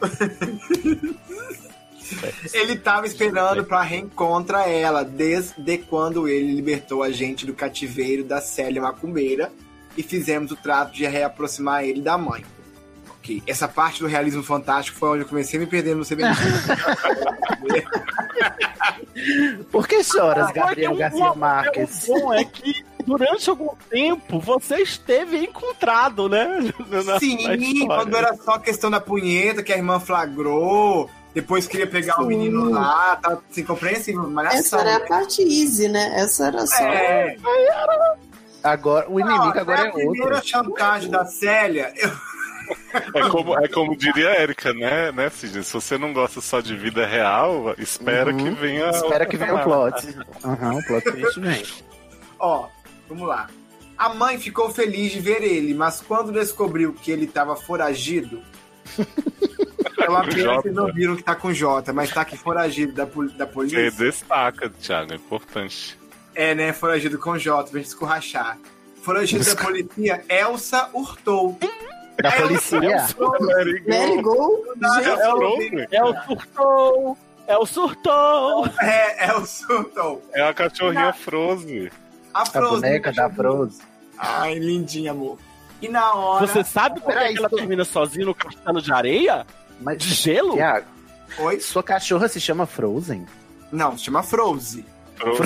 Ele estava esperando para reencontrar ela desde quando ele libertou a gente do cativeiro da Célia Macumbeira e fizemos o trato de reaproximar ele da mãe. Ok, essa parte do realismo fantástico foi onde eu comecei a me perder no C B D. Por que choras, Agora, Gabriel um- Garcia um- Marques? O bom é que durante algum tempo você esteve encontrado, né? Na- na Sim, história. quando era só questão da punheta que a irmã flagrou, depois queria pegar o Sim. menino lá, tá assim, compreensível, Essa malhação. era a né? parte easy, né? Essa era só. É, Agora, o inimigo não, agora a é primeira outro. chantagem da Célia, eu É como, é como diria a Erika, né, né, Sidney? Se você não gosta só de vida real, espera Uhum. que venha. Espera que venha o plot. Aham, o plot twist vem. Ó, vamos lá. A mãe ficou feliz de ver ele, mas quando descobriu que ele estava foragido. É uma pena que vocês não viram que tá com J, mas tá aqui foragido da, pol- da Você polícia. destaca, Thiago, é importante. É, né? Foragido com J, pra gente escorrachar. Foragido da polícia, Elsa hurtou. Da polícia. Elsa Let it go. Elsa É o surtou! É o surtou! É, Elsa hurtou. É a cachorrinha Frozen. A A Frozen. boneca da Frozen. Ai, lindinha, amor. E na hora. Você sabe por que Peraí, que ela isso- termina sozinha no castelo de areia? Mas, De gelo? Tiago, Oi? sua cachorra se chama Frozen? Não, se chama Frozen. trouxe.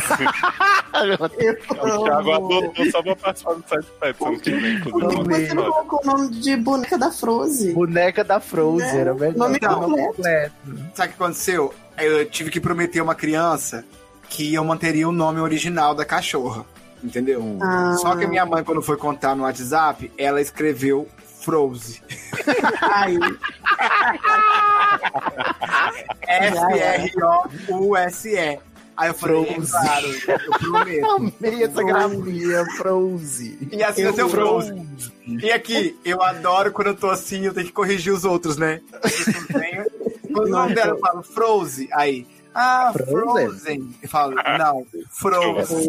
O Thiago adotou só pra participar do site pet. Você não quis nem, inclusive. Por que você não colocou o nome de boneca da Frozen? Boneca da Frozen, É, era verdade. nome Então, completo. Sabe o que aconteceu? Eu tive que prometer a uma criança que eu manteria o nome original da cachorra. Entendeu? Ah. Só que a minha mãe, quando foi contar no WhatsApp, ela escreveu Frozen. Ai, F R O U S E. Aí eu falei, é Frozen. claro, eu prometo. Amei essa grafia, Frozen. E assim eu tenho Frozen. E aqui, eu adoro quando eu tô assim, eu tenho que corrigir os outros, né? Quando o nome dela eu falo Frozen, aí. Ah, Frozen? Frozen. Eu falo, não, Frozen.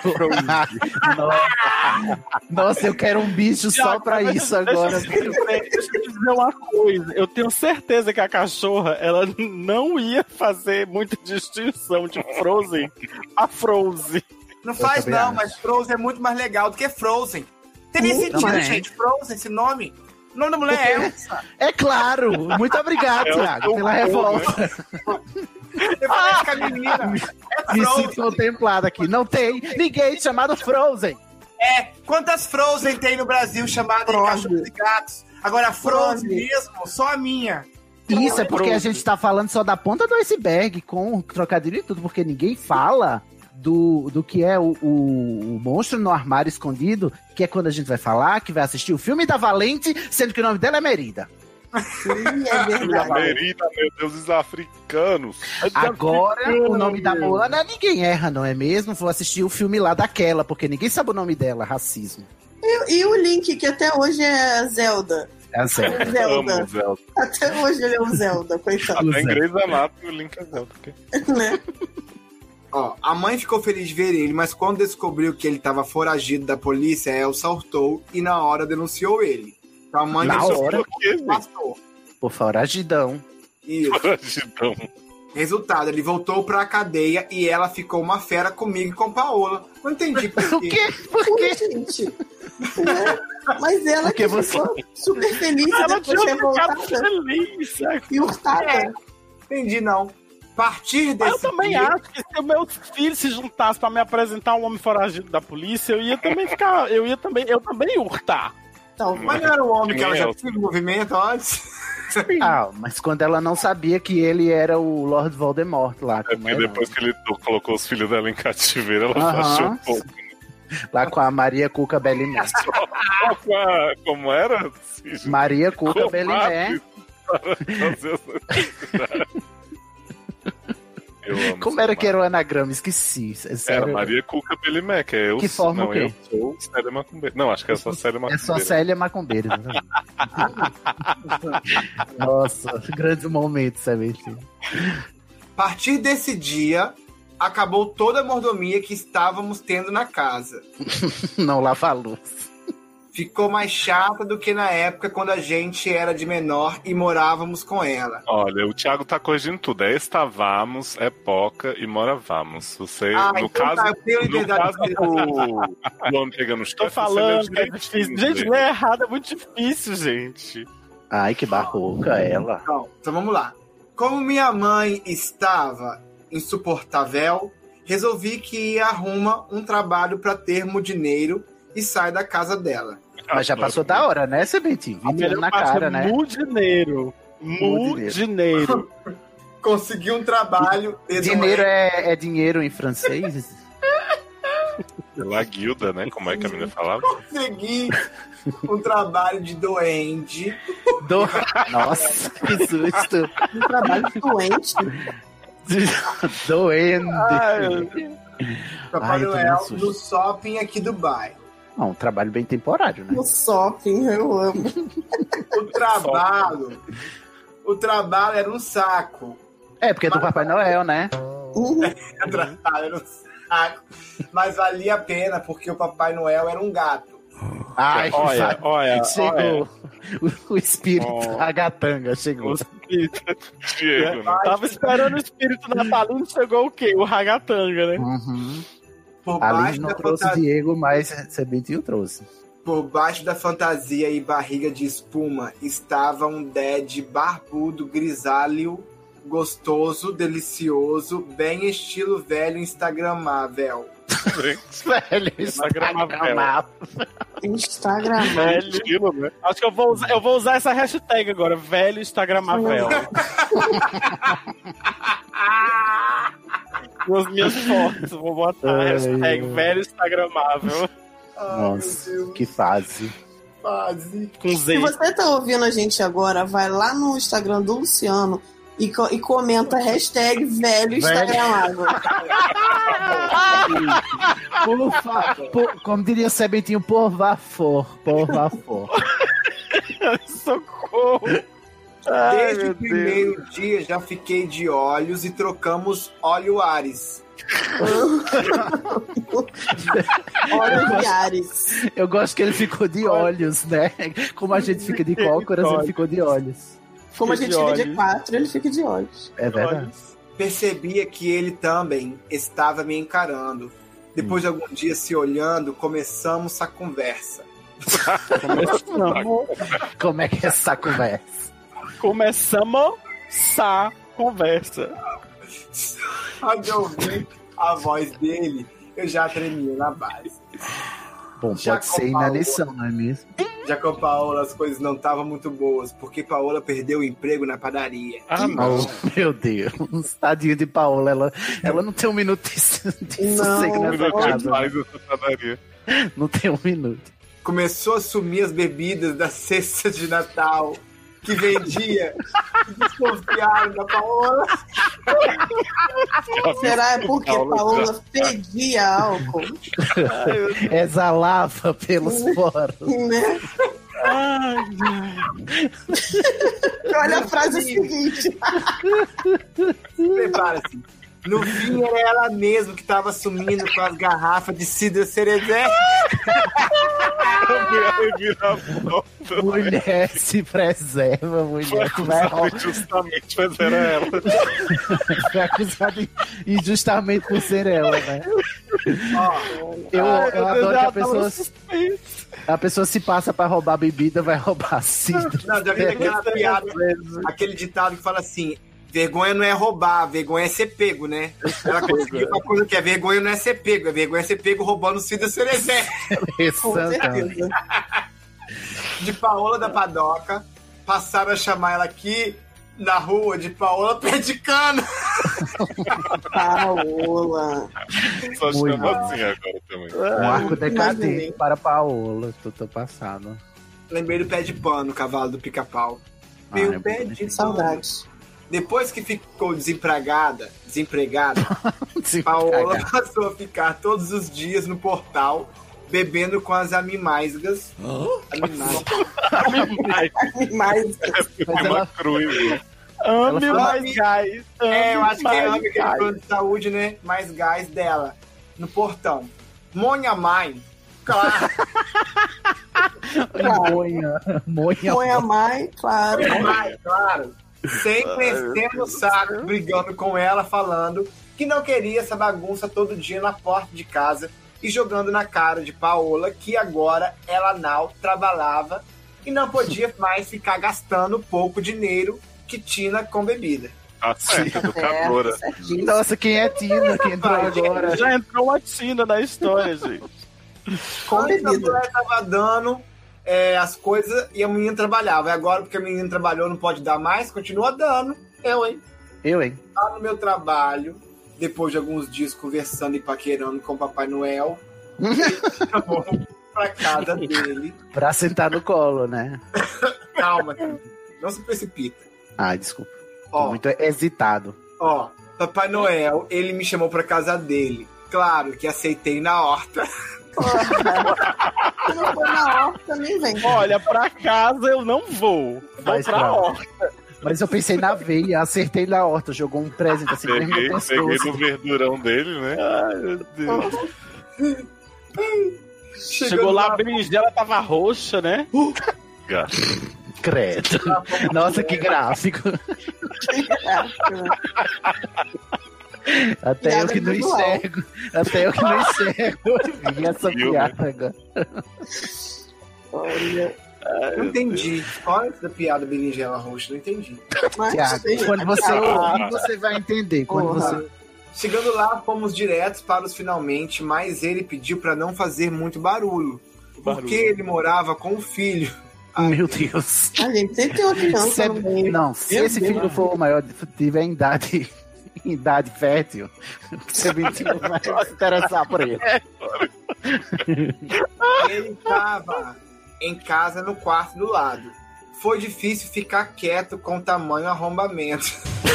Nossa. Nossa, eu quero um bicho só pra isso agora. Deixa eu te dizer uma coisa. Eu tenho certeza que a cachorra, ela não ia fazer muita distinção de Frozen a Frozen. Não faz também não, acho. mas Frozen é muito mais legal do que Frozen. Teria Muito sentido, mais. gente, Frozen, esse nome. O nome da mulher é Elsa. É claro. Muito obrigado, Thiago, pela revolta. Eu falei com a menina. É Me Frozen. sinto contemplado aqui. Não tem ninguém chamado Frozen. É, quantas Frozen tem no Brasil chamadas de Frozen. cachorros e gatos? Agora, Frozen Frozen. mesmo, só a minha. Isso é porque a gente tá falando só da ponta do iceberg, com trocadilho e tudo, porque ninguém fala do, do que é o, o, o monstro no armário escondido, que é quando a gente vai falar, que vai assistir o filme da Valente, sendo que o nome dela é Merida. sim, é verdade. Merida, meu Deus, os africanos. Agora, o nome da Moana, ninguém erra, não é mesmo? Vou assistir o filme lá daquela, porque ninguém sabe o nome dela, racismo. E, e o Link, que até hoje é Zelda. É a Zelda. Zelda. Amo Zelda. Até hoje ele é o Zelda, coitado. Até em Grey's Anatomy o Link é Zelda. porque- Né? Ó, a mãe ficou feliz de ver ele, mas quando descobriu que ele estava foragido da polícia, Elsa surtou e na hora denunciou ele. Então a mãe Na denunciou hora? o quê, pastor. Pô, foragidão. Isso. Foragidão. Resultado, ele voltou pra cadeia e ela ficou uma fera comigo e com Paola. Não entendi por O quê. quê? Por Pô, quê? gente. Né? Mas ela Porque que você- ficou super feliz Ela depois tinha de ficado revoltada feliz, sabe? e hurtada. Entendi, não. A partir Mas desse eu também dia... acho que se meus filhos se juntassem pra me apresentar um homem foragido da polícia, eu ia também ficar. Eu ia também, eu também ia hurtar. Então, Mas não era o homem que ela já Elsa. teve movimento antes? Ah, mas quando ela não sabia que ele era o Lord Voldemort lá. É como porque era? depois que ele colocou os filhos dela em cativeiro, ela Aham. achou um pouco. Lá com a Maria Cuca Bellimé. Só com a- Como era? Cid? Maria Cuca Comadre Bellimé. para fazer essa- Eu amo Como essa era que era Maria. o anagrama? Esqueci. É Era sério. Maria Cuca Belimé, que é eu. Que forma não, o quê? eu sou Célia Macumbeira. Não, acho que é só Célia É Macumbeira. só Célia Macumbeira. exatamente. Nossa, grande momento, sabe? A partir desse dia, acabou toda a mordomia que estávamos tendo na casa. Não lava a luz. Ficou mais chata do que na época quando a gente era de menor e morávamos com ela. Olha, o Thiago tá corrigindo tudo. É estávamos, é poca e moravamos. Você, Ah, no então caso, tá, eu tenho no liberdade caso de- do, do Homem Pegando os Tô falando que é difícil. Gente, ler errado é muito difícil, gente. Ai, que barroca ela. Então, então vamos lá. Como minha mãe estava insuportável, resolvi que ia arruma um trabalho para termo dinheiro e sai da casa dela. Mas já passou da hora, né, Sebentinho? A vinte melhor anos na parte cara, é né? Mudineiro. Mudineiro. Consegui um trabalho. Dinheiro é, é dinheiro em francês? La Guilda, né? Como é que a menina falava? Consegui um trabalho de doente. Do... Nossa, que susto. Um trabalho doente. Doente. Papai Ai, eu tô Noel muito susto. no shopping aqui do bairro. Não, um trabalho bem temporário, né? No shopping, eu amo. O trabalho. O trabalho era um saco. É, porque é do Papai Noel, né? O trabalho era um saco. Mas valia a pena, porque o Papai Noel era um gato. Ai, Olha, vai. olha, Chegou. O, o espírito, Oh. a gatanga, chegou. O espírito. Diego, né? Tava esperando o espírito natalino, chegou o quê? O ragatanga, né? Uhum. Por Ali baixo, não da trouxe fantasia, Diego, mas Sebentinho trouxe. por baixo da fantasia e barriga de espuma estava um Ded barbudo grisalho gostoso, delicioso, bem estilo velho instagramável. Velho instagramável. Instagramável. Velho estilo, né? Acho que eu vou, usar, eu vou usar essa hashtag agora, velho instagramável. Nas minhas fotos, vou botar a hashtag velho instagramável. Nossa, que fase. Fase. Com Z. Se você tá ouvindo a gente agora, vai lá no Instagram do Luciano e, co- e comenta hashtag velho instagramável. Por fa- por- como diria Sebentinho, por favor, por favor. Socorro. Desde meu o primeiro dia já fiquei de olhos e trocamos óleo Ares. Olha os Ares. Eu gosto que ele ficou de olhos, né? Como a gente fica de cócoras, ele ficou de olhos. Como a Fica gente de fica de olhos. quatro, ele fica de olhos. É verdade. Percebia que ele também estava me encarando. Depois de algum dia se olhando, começamos a conversa. Começamos. Como é que é essa conversa? Começamos essa conversa. Quando eu ouvi a voz dele, eu já tremia na base. Bom, Já pode ser com inanição, não é mesmo? Já com a Paola as coisas não estavam muito boas, porque Paola perdeu o emprego na padaria. Ah, não. Oh, meu Deus. Tadinha de Paola, ela, ela não tem um minuto de, de Não, sossego um nessa minuto casa. de paz nessa padaria. Não tem um minuto. Começou a sumir as bebidas da cesta de Natal que vendia e desconfiaram da Paola. Será é porque Paola pedia álcool? Exalava pelos poros. Né? Ai, Olha a frase seguinte. Prepara-se. No fim era ela mesma que estava sumindo com as garrafas de cidra cerezé. Mulher se preserva, mulher. Tu vai roubar. Justamente, mas era ela. Foi acusada injustamente por ser ela, né? Eu, Ai, eu meu adoro Deus, que a ela pessoa, tava a pessoa se passa pra roubar bebida, vai roubar cidra. Não, já vi aquela piada, aquele ditado que fala assim: vergonha não é roubar, vergonha é ser pego, né? Ela conseguiu uma coisa que é vergonha não é ser pego, é vergonha é ser pego roubando cidra cerezé. Com certeza. De Paola da Padoca, passaram a chamar ela aqui na rua de Paola Pé de Cana. Paola. Só Muito chama bom. assim agora também. Um arco decadente Imaginei. para Paola. Tô, tô passado. Lembrei do Pé de Pano, o cavalo do Pica-Pau. Ah, Meu é pé bom, de né? Saudades. Depois que ficou desempregada, desempregada, Paola passou a ficar todos os dias no portal bebendo com as animaisgas. Animais. Animais. Mas ela, cruz. Ame Ela mais Ame- gás. É, eu ame acho que é mais aquele gás. plano de saúde, né? Mais gás dela. No portão. Monha mãe. Claro. Moinha, moinha. Põe a mãe, claro. Mãe, claro. Sempre enchendo o saco, brigando com ela, falando que não queria essa bagunça todo dia na porta de casa e jogando na cara de Paola que agora ela não trabalhava e não podia mais ficar gastando pouco dinheiro que tinha com bebida. A certa educadora. Nossa, quem é Tina? Quem entrou agora? Já entrou uma Tina na história, gente. Com Antes a bebida. mulher tava dando é, as coisas e a menina trabalhava. E agora, porque a menina trabalhou, não pode dar mais, continua dando. Eu, hein? Eu, hein? Lá no meu trabalho, depois de alguns dias conversando e paquerando com o Papai Noel, ele chamou pra casa dele. Pra sentar no colo, né? Calma, querido. Não se precipita. Ai, desculpa. Tô Ó, muito hesitado. ó, Papai Noel, ele me chamou pra casa dele. Claro que aceitei na horta. Se não for na horta, nem vem. Olha, pra casa eu não vou. Vou Mas pra pra- horta. Mas eu pensei na veia, acertei na horta, jogou um presente assim mesmo Peguei, no peguei pescoço. no verdurão dele, né? Ai, meu Deus. Chegou lá, a berinjela tava roxa, né? Gato. Credo. Nossa, que gráfico. Até Piada eu que não visual. enxergo. Até eu que não enxergo. Vi essa Viu, piada agora. Olha. Não entendi. Qual é essa piada berinjela roxa? Não entendi. Tiago, quando você ouvir, você vai entender. Quando Porra. você... Chegando lá, fomos diretos para os finalmente, mas ele pediu para não fazer muito barulho. Porque ele morava com o filho. Meu Deus. A gente sempre tem uma criança Se- no meio. Não, se Meu esse Deus. filho for o maior, tiver em idade, em idade fértil, você vai se interessar por ele. Ele estava em casa no quarto do lado. Foi difícil ficar quieto com tamanho arrombamento.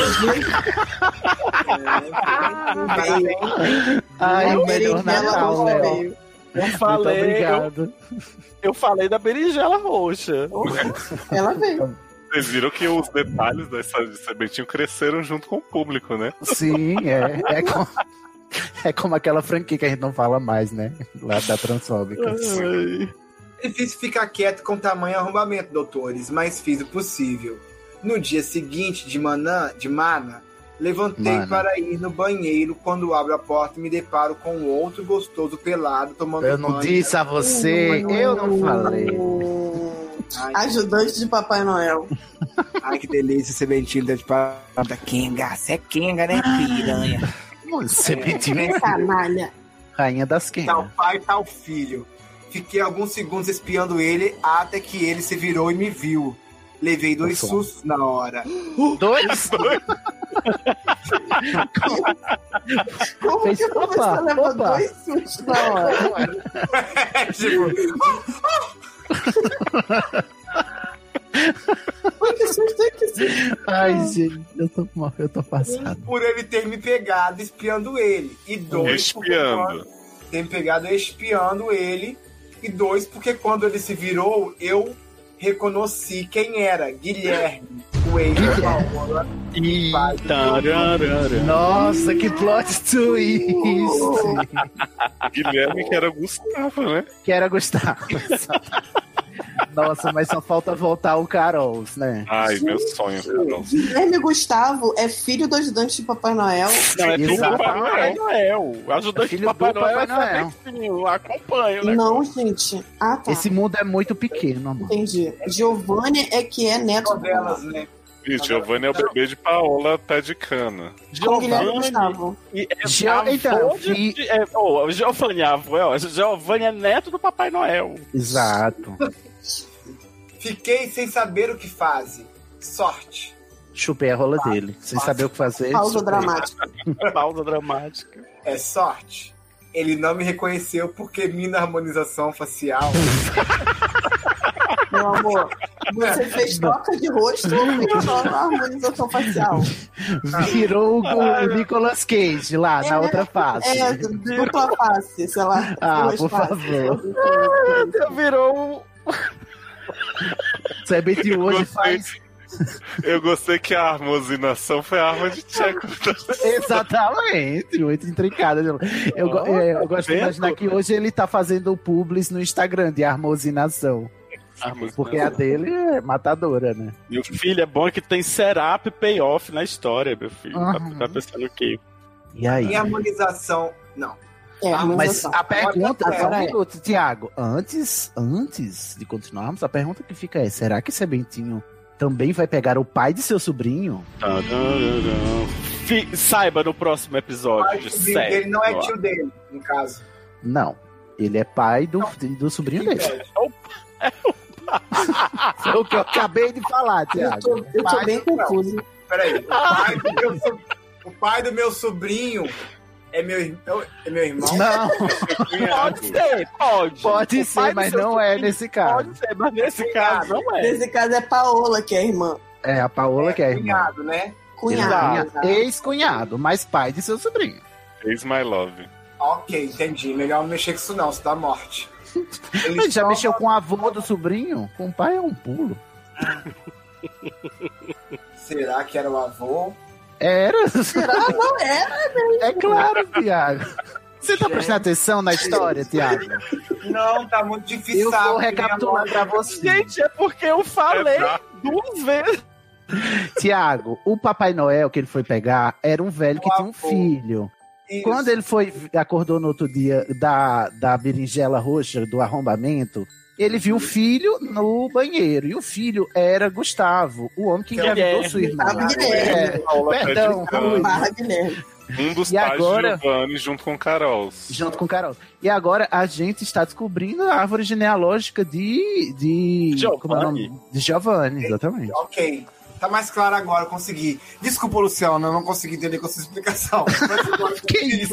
Ai, o melhor Berinjela Natal, roxa Léo. veio. Eu Muito falei, eu, obrigado. eu falei da berinjela roxa. Ela veio. Vocês viram que os detalhes dessa de Sebentinho cresceram junto com o público, né? Sim, é. É como, é como aquela franquia que a gente não fala mais, né? Lá da Transfóbica. É difícil ficar quieto com tamanho arrombamento, doutores, mas fiz o possível. No dia seguinte, de manhã, de mana, levantei Mana. para ir no banheiro. Quando abro a porta, me deparo com outro gostoso pelado tomando Eu não banho. disse a você, eu não falei. Ai, Ajudante de Papai Noel. ai, que delícia, Sebentinho da da Kenga. Você é Kenga, né, piranha? Sebentinho, Canalha. rainha das Tá o Kengas. pai e tá o filho. Fiquei alguns segundos espiando ele até que ele se virou e me viu. Levei dois Nossa. sustos na hora. Dois? Como Fez- que a professora opa, levou opa. dois sustos na hora? Tipo, Ai, que susto, ai, que susto. Ai, gente, eu tô, mal, eu tô passado. por ele ter me pegado espiando ele. E dois, porque Espiando. quando- ter me pegado espiando ele. E dois, porque quando ele se virou, eu reconheci quem era. Guilherme, o ex da Paola. E pai do tararara. Nossa, que plot twist! Guilherme que era Gustavo, né? Que era Gustavo. Nossa, mas só falta voltar o Carols, né? Ai, meu sonho, Carol. Guilherme Gustavo é filho do ajudante de Papai Noel. Não, é filho do Exato. Papai Noel. O ajudante É filho do Papai do Noel Papai é Noel. Sebentinho. Acompanha, né? Não, gente. Ah, tá. Esse mundo é muito pequeno, amor. Entendi. Giovanni é que é neto do Novelas, né? E Giovanni é o bebê de Paola Pé de Cana. com Guilherme Giovanni Gustavo. e é Gio- avô então, de- fi- de- é, oh, Giovanni é avô, é, ó, Giovanni é neto do Papai Noel. Exato. Fiquei sem saber o que fazer. Sorte. Chupei a rola dele. Sem saber o que fazer. Pausa chupei. dramática. Pausa dramática. É sorte. Ele não me reconheceu porque minha harmonização facial. Meu amor, você fez troca de rosto ou fez só a harmonização facial? Virou o, o Nicolas Cage lá na É, outra face. É, dupla face, sei lá. Ah, duas por faces. favor. Virou Sebeti hoje Gostei. faz. Eu gostei que a harmonização foi a arma de Tcheco. Exatamente, muito intrincada. Eu, go- é, eu gosto de imaginar que hoje ele tá fazendo publis no Instagram de harmonização. Porque a dele é matadora, né? E o filho é bom que tem setup e payoff na história, meu filho. Tá, Uhum. tá pensando o quê? E aí? Minha harmonização. Não. É, Ah, Mas harmonização. a pergunta, só um Agora é. minuto, Tiago, antes, antes de continuarmos, a pergunta que fica é, será que Sebentinho também vai pegar o pai de seu sobrinho? Fi- Saiba no próximo episódio Pai de do sobrinho série. dele não é tio dele, no caso. Não, ele é pai do, do sobrinho dele. Foi o que eu acabei de falar, Eu Tiago. tô, eu tô Pai bem do- confuso. Peraí. O pai do meu, so- o pai do meu sobrinho é meu, ir- é meu irmão? Não, Pode ser, pode. pode O pai ser, do mas seu não é sobrinho nesse caso. Pode ser, mas nesse caso não é. Nesse caso é Paola, que é a irmã. É a Paola que é a irmã. Cunhado, né? Cunhada. Cunha- Ex-cunhado, mas pai de seu sobrinho. Ex My Love. Ok, entendi. Melhor não mexer com isso não, isso dá morte. Ele Ele já só- mexeu com o avô do sobrinho? Com o pai é um pulo. Será que era o avô? Era. Será? Não era. É claro, Tiago. Você tá prestando atenção na história, Tiago? Não, tá muito difícil. Eu vou sabe? recapitular pra você. Gente, é porque eu falei É duas vezes. Tiago, o Papai Noel que ele foi pegar era um velho que O tinha um avô. filho. Isso. Quando ele foi, acordou no outro dia da, da berinjela roxa, do arrombamento, ele viu o filho no banheiro. E o filho era Gustavo, o homem que engravidou sua irmã. É, perdão, Rui. Um dos E pais agora- de Giovanni junto com Carol. Junto com Carol. E agora a gente está descobrindo a árvore genealógica de. de como é o nome? De Giovanni, exatamente. Ok. Tá mais claro agora, eu consegui. Desculpa, Luciano, eu não consegui entender com essa explicação. Que isso?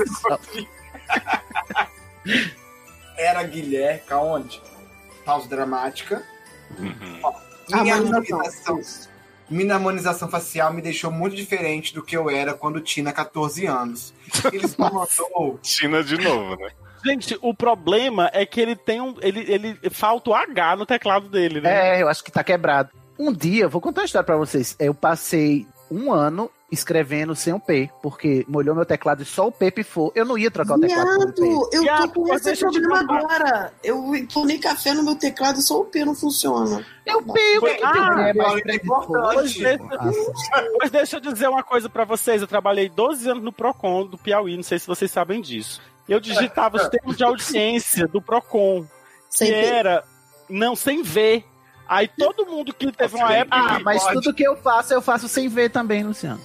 Era Guilherme, aonde? Pausa dramática. Ó, minha Harmonização. harmonização, minha harmonização facial me deixou muito diferente do que eu era quando tinha catorze anos. Eles me mandou. Tina de novo, né? Gente, o problema é que ele tem um. Ele, ele falta o H no teclado dele, né? É, eu acho que tá quebrado. Um dia, eu vou contar uma história pra vocês. Eu passei um ano escrevendo sem o P, porque molhou meu teclado e só o P pifou. Eu não ia trocar o teclado pelo P. Viado, eu Viado, tô com mas esse deixa eu te problema contar. agora. Eu tomei café no meu teclado e só o P não funciona. É o P, o que Ah, tem é olha, mais é predisposto. Pois importante. deixa, pois deixa eu dizer uma coisa pra vocês. Eu trabalhei doze anos no Procon do Piauí, não sei se vocês sabem disso. Eu digitava os termos de audiência do Procon, Sem que P. era não sem ver. Aí todo mundo que teve uma época. Ah, que- mas Pode. tudo que eu faço, eu faço sem ver também, Luciano.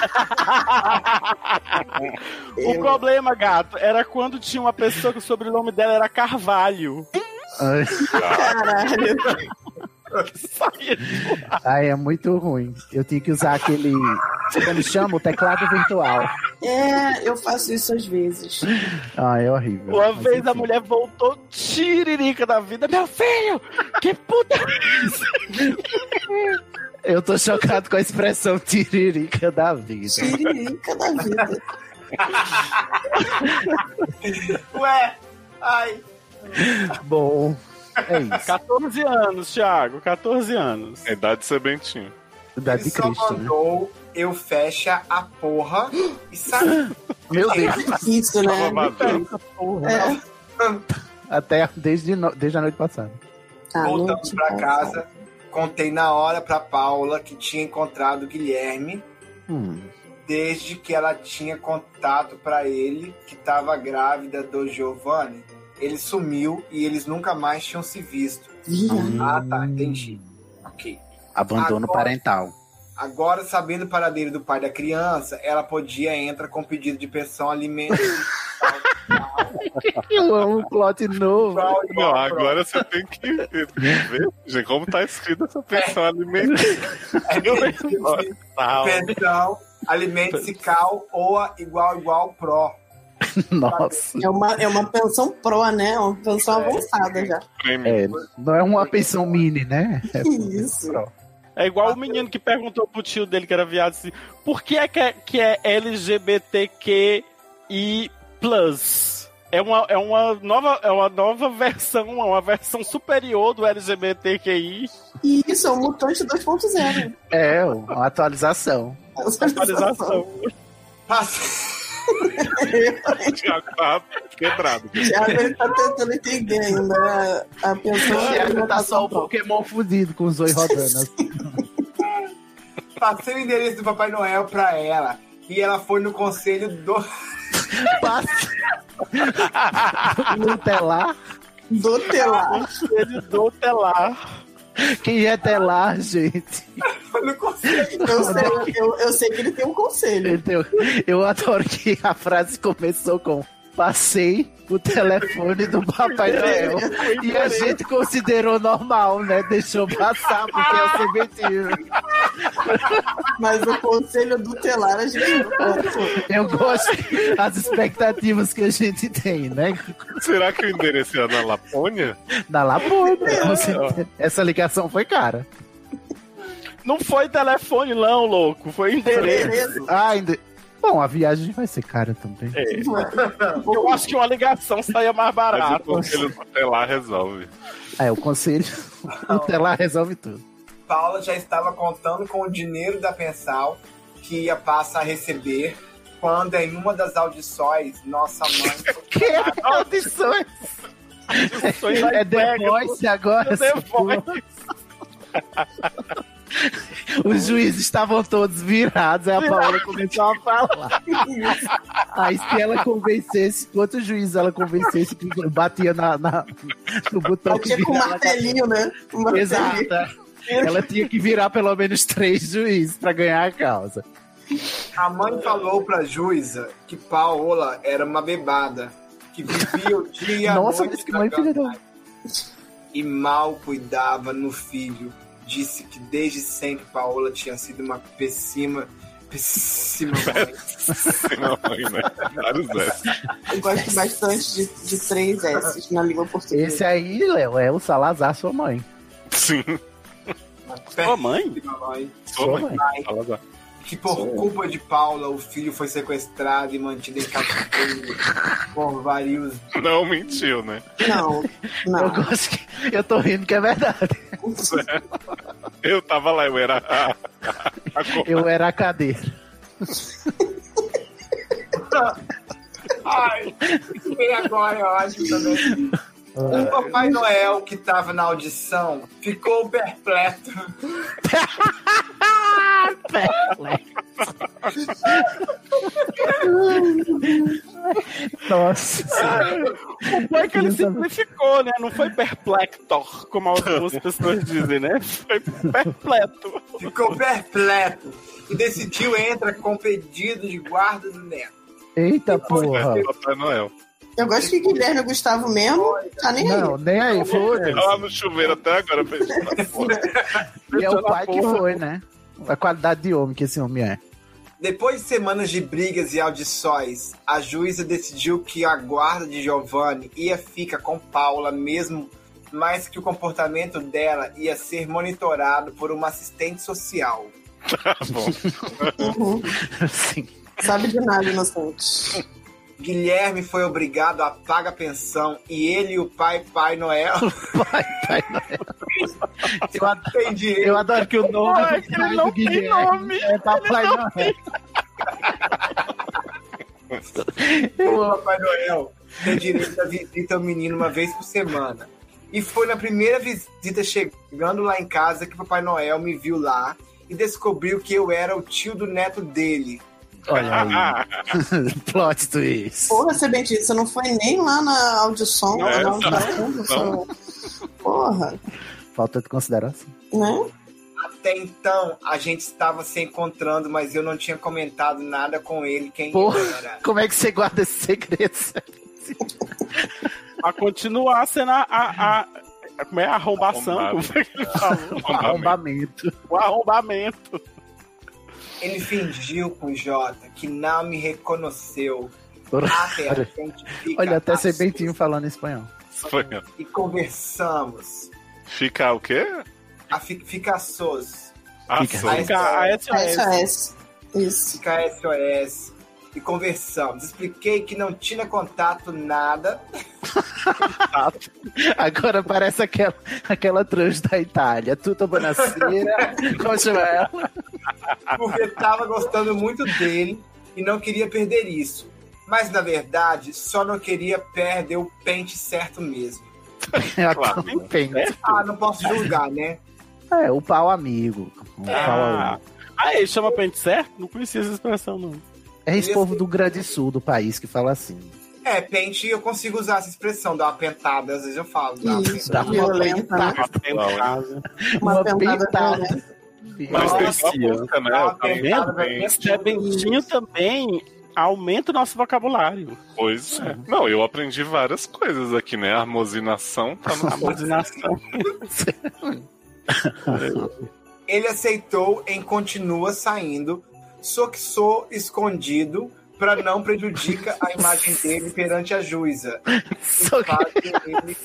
O problema, gato, era quando tinha uma pessoa que o sobrenome dela era Carvalho. Ai, Caralho. Saía de lá. ai, é muito ruim. Eu tinha que usar aquele. Como chama? O teclado virtual. É, eu faço isso às vezes. Ah, é horrível. Uma Mas, vez a enfim. mulher voltou tiririca da vida. Meu filho, que puta é isso? Eu tô chocado com a expressão tiririca da vida. Tiririca da vida. Ué, ai. Bom, é isso. catorze anos, Thiago, catorze anos. A idade de Sebentinho. Idade Ele de só Cristo, né? mandou eu fecha a porra e sai. Meu Deus. Isso, né? Tava maduro. É. Até desde, no- desde a noite passada. Ah, não Voltando te pra passa. casa, contei na hora pra Paula que tinha encontrado o Guilherme Hum. desde que ela tinha contato pra ele que estava grávida do Giovanni. Ele sumiu e eles nunca mais tinham se visto. Viado. Ah, tá, entendi. Ok. Abandono Agora- parental. Agora, sabendo o paradeiro do pai da criança, ela podia entrar com pedido de pensão alimentar. Eu amo um plot novo. Não, agora você tem que ver, gente, como tá escrito essa pensão alimentar. Pensão, alimente-se cal ou a igual igual pro. Nossa. É uma, é uma pensão pro, né? É uma pensão avançada já. É, não é uma pensão mini, né? É Isso. É igual o menino que perguntou pro tio dele que era viado assim: por que é que é, que é L G B T Q I plus? É uma, é uma nova é uma nova versão, uma versão superior do L G B T Q I. E isso é um mutante dois ponto zero. É, uma atualização. Atualização. Thiago tá quebrado. Thiago, ele tá tentando entender ainda a pensão. O Thiago tá só o Pokémon fudido com os dois rodando. assim. Passei o endereço do Papai Noel pra ela. E ela foi no conselho do. No telar. Do telar. Ele do telar. Quem é telar, gente? Foi no conselho. Eu sei, eu, eu sei que ele tem um conselho. Entendeu? Eu adoro que a frase começou com: passei o telefone do Papai Noel. E a gente considerou normal, né? Deixou passar, porque é o Sebentinho. Mas o conselho do telar a gente não pode. Eu gosto das expectativas que a gente tem, né? Será que o endereço era na Lapônia? Na Lapônia. Você- Essa ligação foi cara. Não foi telefone, não, louco. Foi endereço. Ah, ainda. Bom, a viagem vai ser cara também. É. Eu acho que uma ligação saia mais Mas o barato. conselho tutelar resolve. É, o conselho. O telar resolve tudo. Paula já estava contando com o dinheiro da pensão que ia passar a receber quando em uma das audições nossa mãe foi Que audições? Audições É das The Vegas, Voice agora. The essa porra. Voice. Os juízes estavam todos virados, aí a Paola começou a falar. Aí se ela convencesse, quantos juízes ela convencesse que batia na, na, no botão Ela que tinha com um virava. martelinho, né? Um martelinho. Exato. Ela tinha que virar pelo menos três juízes pra ganhar a causa. A mãe falou pra Juíza que Paola era uma bebada, que vivia o dia e a Nossa, noite mas que mãe filha da... e mal cuidava no filho. Disse que desde sempre Paola tinha sido uma péssima, péssima mãe. Péssima mãe, né? Vários S. Eu gosto bastante de, de três S na língua portuguesa. Esse aí, Léo, é o Salazar, sua mãe. Sim. Sua mãe? mãe. Sua mãe. Mãe. Salazar. Que por Sou culpa de Paula, o filho foi sequestrado e mantido em cativeiro por vários. Não mentiu, né? Não, não. Eu gosto que... Eu tô rindo que é verdade. Eu tava lá, eu era a, a, a... Eu era a cadeira. Ai, e agora eu acho também. O Papai Noel que tava na audição ficou perplexo. Nossa. O bom é que ele simplificou, né? Não foi perplector, como algumas pessoas dizem, né? Foi perpleto. Ficou perplexo e decidiu entrar com pedido de guarda do neto. Eita porra. Papai Noel. Eu gosto que Guilherme e Gustavo mesmo tá nem aí. Não, nem aí, foi. Lá no chuveiro até agora. E é o pai que foi, né? A qualidade de homem que esse homem é. Depois de semanas de brigas e audições, a juíza decidiu que a guarda de Giovanni ia ficar com Paula mesmo, mas que o comportamento dela ia ser monitorado por uma assistente social. Tá bom. Uhum. Sim. Sabe de nada, inocente. Guilherme foi obrigado a pagar a pensão e ele e o pai Pai Noel. Pai, pai Noel. Eu adoro, tem direito. eu adoro que o nome Ai, do ele pai não do tem Guilherme nome. é Papai Noel. O Papai Noel tem direito a visita ao menino uma vez por semana. E foi na primeira visita, chegando lá em casa, que o Papai Noel me viu lá e descobriu que eu era o tio do neto dele. Olha aí. Plot twist. Porra, Sebentinho, você não foi nem lá na audição, Não, não, não, tá? não. Porra, Falta de consideração. né? Até então, a gente estava se encontrando, mas eu não tinha comentado nada com ele quem Porra, ele era. como é que você guarda esse segredo? A continuar sendo a, a, a, a, como é? A arrombação, Arrombado. como foi que ele falou? Arrombamento. O arrombamento. Ele fingiu com Jota que não me reconheceu. Até a gente fica Olha, até a Sebentinho falando espanhol. Foi. e conversamos. Fica o quê? A fi, fica sos. Ah, Fica. sou. Fica a S O S. S O S. Isso. Fica S O S. E conversamos. Expliquei que não tinha contato nada. Agora parece aquela, aquela trans da Itália. Tudo bonaceira. Como chama ela? Porque estava gostando muito dele e não queria perder isso. Mas, na verdade, só não queria perder o pente certo mesmo. Ela Claro. também pensa. Ah, não posso julgar, né? É, o pau amigo. O pau Ah, amigo. ah, ele chama pente certo? Não conhecia essa expressão, não. É esse povo do Grande Sul do país que fala assim. É, pente, eu consigo usar essa expressão, dar uma pentada, às vezes eu falo. Dar uma Isso, pentada. Dá uma violenta, né? Uma Uma pentada pentada. violenta. Mas tem Nossa, só música, né? Dá uma Tá pentada, vendo? vai ter Sebentinho também aumenta o nosso vocabulário. Pois é. Não, eu aprendi várias coisas aqui, né? A armozinação tá no Imaginação. Ele aceitou em continua saindo, só que sou escondido para não prejudicar a imagem dele perante a juíza. Só que... Ele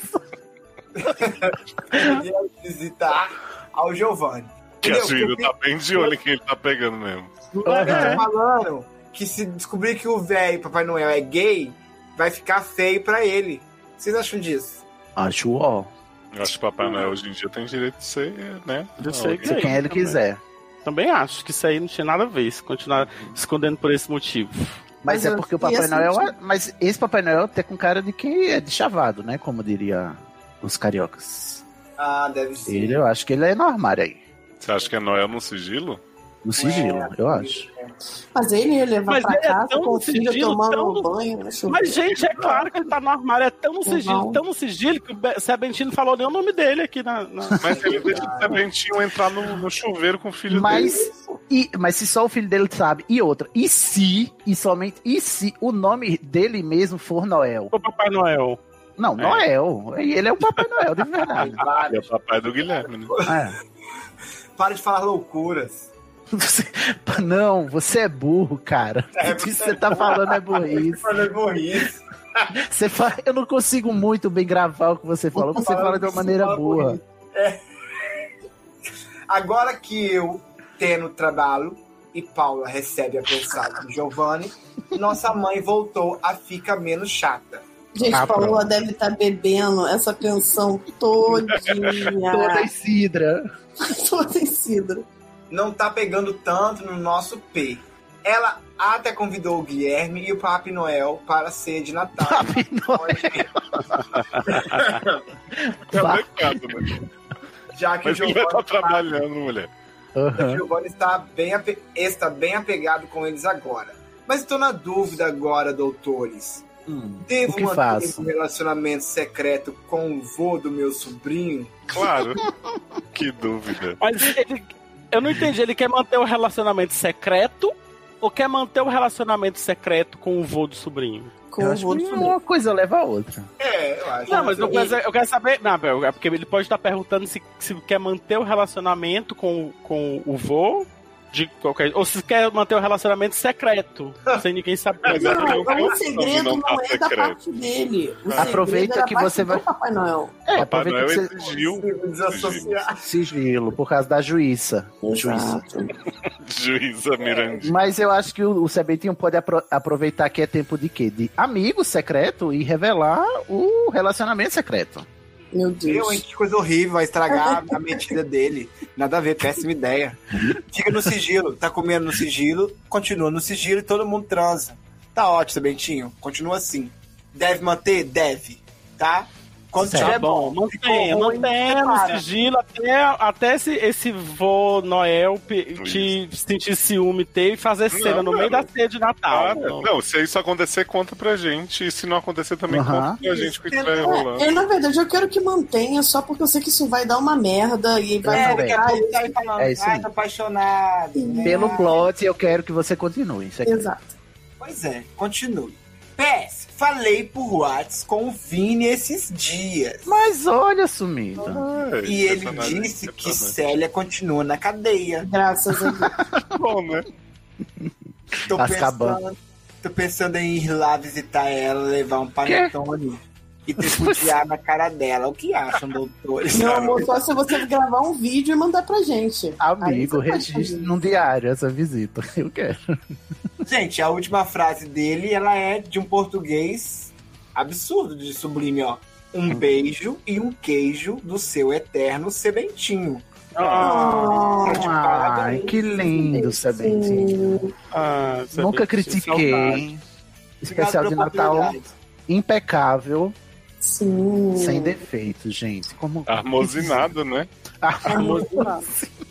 ele ia visitar ao Giovanni. Que a Entendeu? Júlia tá bem de olho em quem ele tá pegando mesmo. Ele tá falando que se descobrir que o velho Papai Noel é gay, vai ficar feio pra ele. Vocês acham disso? Acho ó. Eu acho que o Papai Noel hoje em dia tem direito de ser, né? De ser Se quem ele quiser. Também acho que isso aí não tinha nada a ver, se continuar escondendo por esse motivo. Mas, Mas é eu- porque o e Papai assim, Noel. tipo- Mas esse Papai Noel tem com cara de quem é de chavado, né? Como diria os cariocas. Ah, deve ser. Ele, eu acho que ele é normal aí. Você acha que é Noel no sigilo? No sigilo, eu acho. Mas ele ia levar Mas pra ele é casa tão com o no filho sigilo, tomando tão um no- banho. Né, Mas, gente, é claro que ele tá no armário, é tão no sigilo, Não. tão no sigilo, que o Be- Sebentino não falou nem o nome dele aqui na. na- Mas ele deixa o Sebentinho entrar no, no chuveiro com o filho Mas, dele. e, mas se só o filho dele sabe, e outra, e se, e somente, e se o nome dele mesmo for Noel? O Papai Noel. Não, É. Noel. E ele é o Papai Noel, de verdade. E é o papai do Guilherme, né? É. Para de falar loucuras. Você- Não, você é burro, cara. É, O que você você tá falando é burrice. Falando é burrice. Você fa... Eu não consigo muito bem gravar o que você falou, porque você fala de uma maneira burra. É. Agora que eu tenho trabalho e Paula recebe a pensão de Giovanni, nossa mãe voltou a ficar menos chata. Gente, Ah, Paola pronto. deve estar bebendo essa pensão todinha. Toda em cidra. Toda em cidra. Não tá pegando tanto no nosso P. Ela até convidou o Guilherme e o Papai Noel para a ceia de Natal. Papai Noel. É pecado, né? Já que Mas o ele vai Giovanni estar trabalhando, mulher. O Giovanni está bem, ape- está bem apegado com eles agora. Mas estou na dúvida agora, doutores. Hum, Devo o que manter faço? um relacionamento secreto com o vô do meu sobrinho? Claro. Que dúvida. Mas ele. Eu não entendi, ele quer manter o relacionamento secreto ou quer manter o relacionamento secreto com o vô do sobrinho? Com Eu o acho vô do que sobrinho. uma coisa leva a outra. É, eu acho. Não, mas eu, ele- quero, eu quero saber. Não, Bel, é porque ele pode estar perguntando se, se quer manter o relacionamento com, com o vô. De qualquer, ou se quer manter o relacionamento secreto, sem ninguém saber. Mas é Não, porque o não segredo não não, tá é da secreto. parte dele. O Aproveita segredo é da que parte você do vai- Papai Noel. É, Papai aproveita Noel que você... exigiu Desassociar. Sigilo, por causa da juíza. Juíza. Exato. juíza Mirandinha. Mas eu acho que o, o Sebentinho pode apro- aproveitar que é tempo de quê? De amigo secreto e revelar o relacionamento secreto. Meu Deus. Eu, hein? Que coisa horrível, vai estragar a metida dele. Nada a ver, péssima ideia. Fica no sigilo, tá comendo no sigilo, continua no sigilo e todo mundo transa. Tá ótimo, Bentinho, continua assim. Deve manter? Deve, tá? Quando Certo. tiver Tá bom, bom, mantenha, ficou ruim, mantenha no separa. sigilo até, até esse, esse vô Noel pe- te sentir ciúme ter e fazer cena Não, no meio não. da ceia de Natal. Ah, Não. não, se isso acontecer, conta pra gente. E se não acontecer, também Aham. conta pra gente o que estiver É, rolando. eu, na verdade, eu quero que mantenha, só porque eu sei que isso vai dar uma merda e vai É, voltar. Daqui a pouco tá aí falando, É isso ai, aí. tô apaixonado. né? Pelo plot, eu quero que você continue. Isso aqui. Exato. Pois é, continue. P S, falei por Whats com o Vini esses dias. Mas olha, sumido. Ai, E ele personagem disse que impressionante. Célia continua na cadeia. Graças a Deus. Bom, né? Tô Azkaban. pensando, tô pensando em ir lá visitar ela, levar um panetone e tripudiar na cara dela. O que acham, doutores? Meu amor, só se você gravar um vídeo e mandar pra gente. Amigo, Aí você pode registre fazer. num diário essa visita. Eu quero. Gente, a última frase dele, ela é de um português absurdo, de sublime, ó. Um beijo e um queijo do seu eterno Sebentinho. Ah, Tá de Ai, parabéns. que lindo, Sebentinho. sim. Ah, sabe, Nunca que saudade. critiquei. Especial Obrigado de pela Natal oportunidade. impecável, Sim. sem defeitos, gente. Como... Armosinado, né? Armosinado.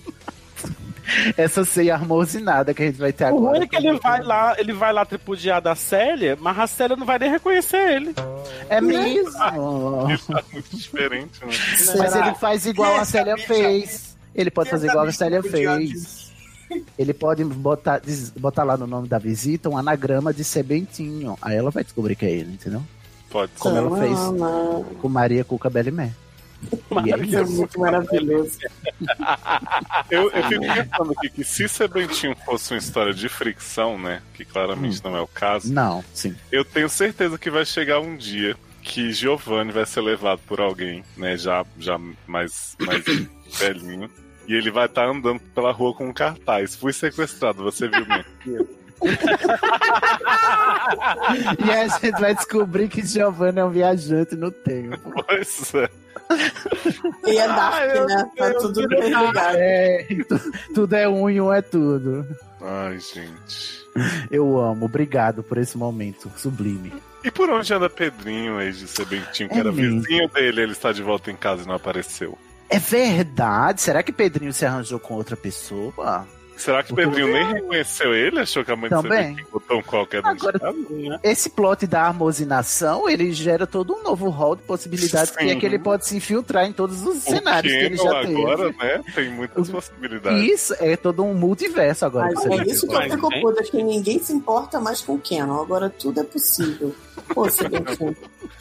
Essa ceia armosinada que a gente vai ter O agora. ruim é que ele vai lá, ele vai lá tripudiar da Célia, mas a Célia não vai nem reconhecer ele. É mesmo. Isso tá muito diferente, né? Mas Será? ele faz igual Quem a Célia sabe, fez. Ele pode Quem fazer igual a sabe Célia tipo de fez. Ele pode botar, diz- botar lá no nome da visita um anagrama de Sebentinho. Aí ela vai descobrir que é ele, entendeu? Pode ser. Como ela fez Não, não. com Maria Cuca Bellimé. E é Isso é muito maravilhoso. Eu, eu fico pensando aqui que se Sebentinho fosse uma história de fricção, né? Que claramente não é o caso. Não, sim. Eu tenho certeza que vai chegar um dia que Giovanni vai ser levado por alguém, né? Já, já mais, mais velhinho. E ele vai estar andando pela rua com um cartaz. Fui sequestrado, você viu mesmo? E a gente vai descobrir que Giovanna é um viajante no tempo. Pois é. E é Dark, Ai, meu né? Tá Deus, tudo meu bem ligado. É, tu- tudo é um e um é tudo. Ai, gente. Eu amo, obrigado por esse momento sublime. E por onde anda Pedrinho, ex de Sebentinho, que É era mesmo. vizinho dele, ele está de volta em casa e não apareceu? É verdade? Será que Pedrinho se arranjou com outra pessoa? Será que o Pedrinho nem reconheceu ele? Achou que a mãe Também. de botou um qualquer Agora, né? esse plot da armozinação, ele gera todo um novo rol de possibilidades, Sim. que é que ele pode se infiltrar em todos os cenários que ele já agora, teve. né? Tem muitas possibilidades. Isso, é todo um multiverso agora. Mas que é você isso que vê. eu fico puta, que ninguém se importa mais com o Canon. Agora tudo é possível. Pô, Sebentinho.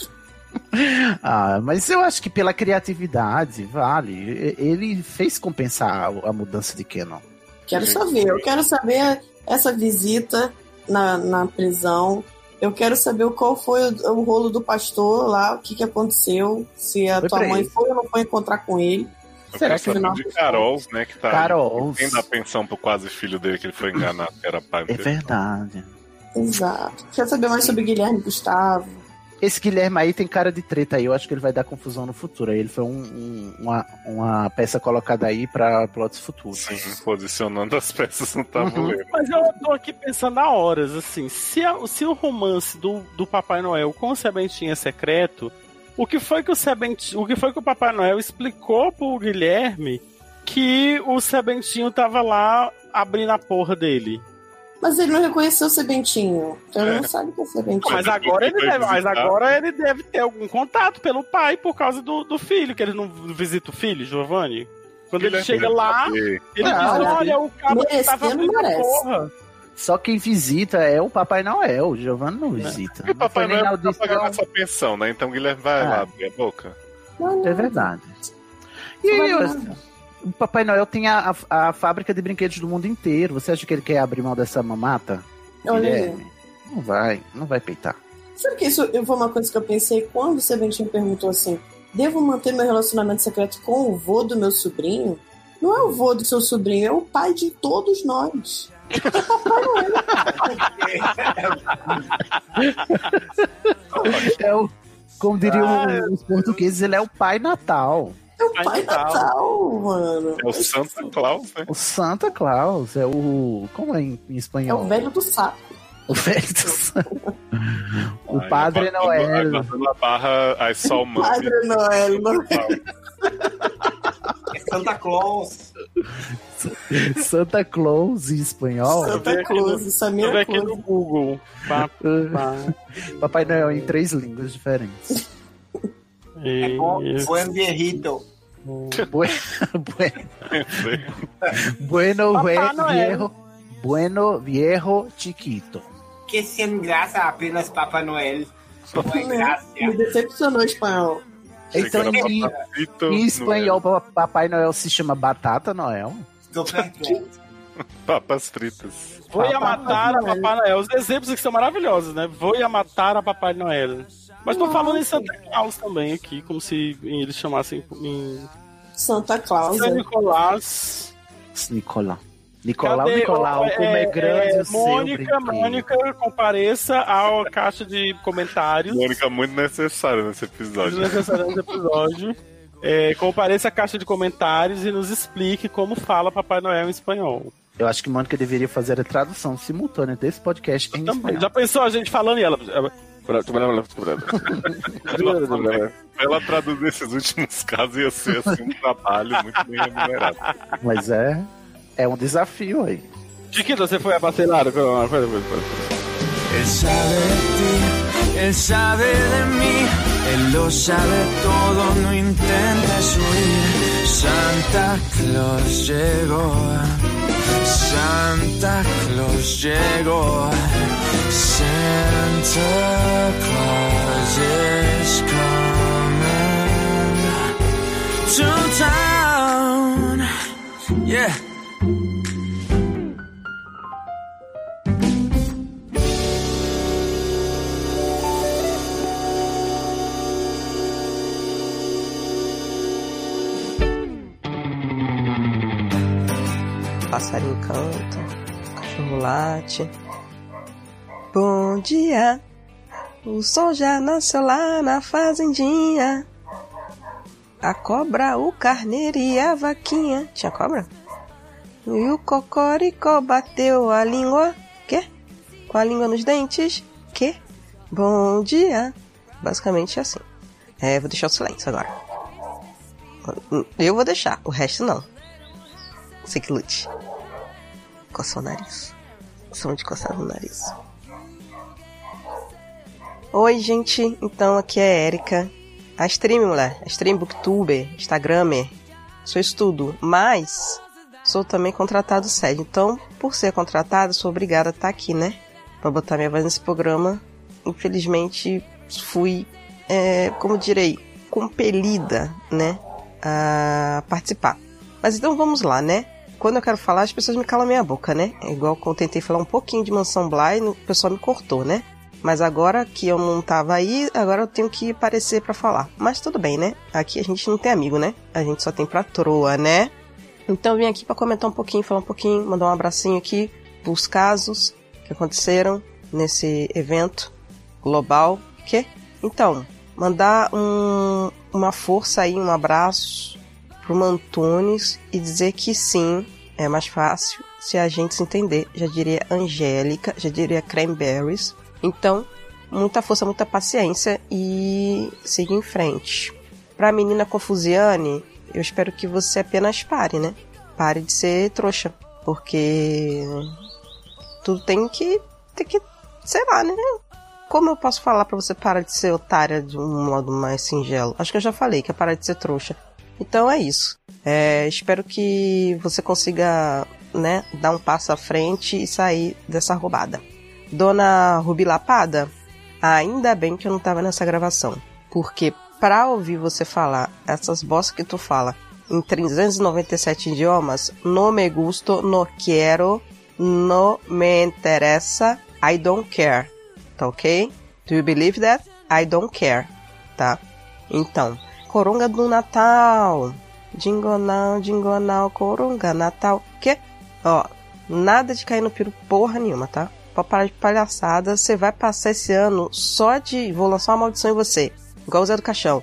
Ah, mas eu acho que pela criatividade, vale. Ele fez compensar a mudança de Canon. Quero saber, eu quero saber essa visita na, na prisão. Eu quero saber qual foi o, o rolo do pastor lá, o que, que aconteceu, se a Foi tua pra mãe ele. foi ou não foi encontrar com ele. Eu Será quero que saber não- de Carol, né? Que tá Carol. Quem dá pensão pro quase filho dele que ele foi enganado, que era pai É dele. verdade. Exato. Quero saber mais sobre Guilherme Gustavo. Esse Guilherme aí tem cara de treta aí, eu acho que ele vai dar confusão no futuro. Aí ele foi um- um- uma, uma peça colocada aí pra plots futuros. Sim, posicionando as peças no tabuleiro. Mas eu tô aqui pensando há horas, assim, se, a- se o romance do, do Papai Noel com o Sebentinho é secreto, o que foi que o Sebentinho, o que foi que o Papai Noel explicou pro Guilherme que o Sebentinho tava lá abrindo a porra dele? Mas ele não reconheceu o Sebentinho. Então ele É. não sabe que é Sebentinho. Mas agora ele deve, mas agora ele deve ter algum contato pelo pai por causa do, do filho, que ele não visita o filho, Giovanni. Quando ele, Ele é chega filho lá, dele. ele Não, diz, olha, o cara que tava merecendo, abrindo a merece. porra. Só quem visita é o Papai Noel. O Giovanni não visita. Porque o Não Papai foi nem Noel na tá pagando audição. essa pensão, né? Então o Guilherme vai Ah. lá abrir a boca. É verdade. E aí, eu- o Papai Noel tem a, a, a fábrica de brinquedos do mundo inteiro. Você acha que ele quer abrir mão dessa mamata? Olha aí. Guilherme? Não vai, não vai peitar. Sabe que isso foi uma coisa que eu pensei quando o Sebentinho perguntou assim: devo manter meu relacionamento secreto com o vô do meu sobrinho? Não é o vô do seu sobrinho, é o pai de todos nós. É o, como diriam os portugueses, ele é o Pai Natal. É o pai Natal, mano. É o Santa Claus, né? O Santa Claus é o. Como é em, em É espanhol? o velho do saco. O velho do Santa. O Aí, Padre agora- Noel. agora na barra, as só mãe. Padre Noel. É Santa Claus. Santa Claus em espanhol. Santa Claus, isso é Eu vi minha aqui no coisa. Google. Pá, pá. Papai Noel em três línguas diferentes. É bom, Isso. buen viejito. Bueno, bueno, Papai bueno Noel. viejo, bueno, viejo, chiquito. Que sem graça apenas Papai Noel. Não é graça. Me decepcionou o espanhol. Então, em, em espanhol, pa- Papai Noel se chama Batata Noel. Super perto. Papas fritas. Vou ia Papai matar a Noel. Papai Noel. Os exemplos aqui são maravilhosos, né? Vou ia matar a Papai Noel. Mas tô falando em Santa Claus também aqui, como se eles chamassem em Santa Claus. São é. Nicolás. Nicolau. Nicolau, Cadê? Nicolau, É, como é grande é, o seu Mônica, brinquedo. Mônica, compareça à caixa de comentários. Mônica muito necessária nesse episódio. Desnecessário nesse episódio. É, compareça à caixa de comentários e nos explique como fala Papai Noel em espanhol. Eu acho que Mônica deveria fazer a tradução simultânea desse podcast em espanhol. Já pensou a gente falando e ela. Ela traduzir esses últimos casos ia ser assim, um trabalho muito bem remunerado. Mas é, é um desafio aí. Chiquito, você foi abacelado? Él sabe de ti, él sabe de mí, él lo sabe todo, no intentes huir. Santa Claus llegó, Santa Claus llegó, Santa Claus is coming to town. Yeah. Passarinho canta, cachorro late. Bom dia, o sol já nasceu lá na fazendinha. A cobra, o carneiro e a vaquinha. Tinha cobra? E o cocoricó bateu a língua. Quê? Com a língua nos dentes. Quê? Bom dia. Basicamente assim. É, vou deixar o silêncio agora. Eu vou deixar, o resto não. Você que lute. Coçou o nariz. Som de coçar no nariz. Oi, gente. Então, aqui é a Erika. A stream, mulher. A stream, booktuber, instagramer. Sou isso tudo. Mas sou também contratado sede. Então, por ser contratado, sou obrigada a estar aqui, né? Pra botar minha voz nesse programa. Infelizmente, fui, é, como direi, compelida, né? A participar. Mas então vamos lá, né? Quando eu quero falar, as pessoas me calam a minha boca, né? É igual que eu tentei falar um pouquinho de Mansão Bly, o pessoal me cortou, né? Mas agora que eu não tava aí, agora eu tenho que aparecer pra falar. Mas tudo bem, né? Aqui a gente não tem amigo, né? A gente só tem pra troa, né? Então eu vim aqui pra comentar um pouquinho, falar um pouquinho, mandar um abracinho aqui pros casos que aconteceram nesse evento global. Que? Então, mandar um, uma força aí, um abraço pro Mantunes e dizer que sim, é mais fácil se a gente se entender. Já diria Angélica, já diria Cranberries. Então, muita força, muita paciência e siga em frente. Pra menina Confusiane, eu espero que você apenas pare, né? Pare de ser trouxa, porque tudo tem que, tem que, sei lá, né? Como eu posso falar pra você parar de ser otária de um modo mais singelo? Acho que eu já falei que é parar de ser trouxa. Então é isso. É, espero que você consiga, né, dar um passo à frente e sair dessa roubada. Dona Rubi Lapada, ainda bem que eu não tava nessa gravação. Porque pra ouvir você falar essas bostas que tu fala em trezentos e noventa e sete idiomas, no me gusto, no quero, no me interessa, I don't care. Tá ok? Do you believe that? I don't care. Tá? Então, coronga do Natal. Dingonal, dingonal, coronga, Natal. Que? Ó, nada de cair no piro porra nenhuma, tá? Pra parar de palhaçada, você vai passar esse ano só de... Vou lançar uma maldição em você. Igual o Zé do Caixão.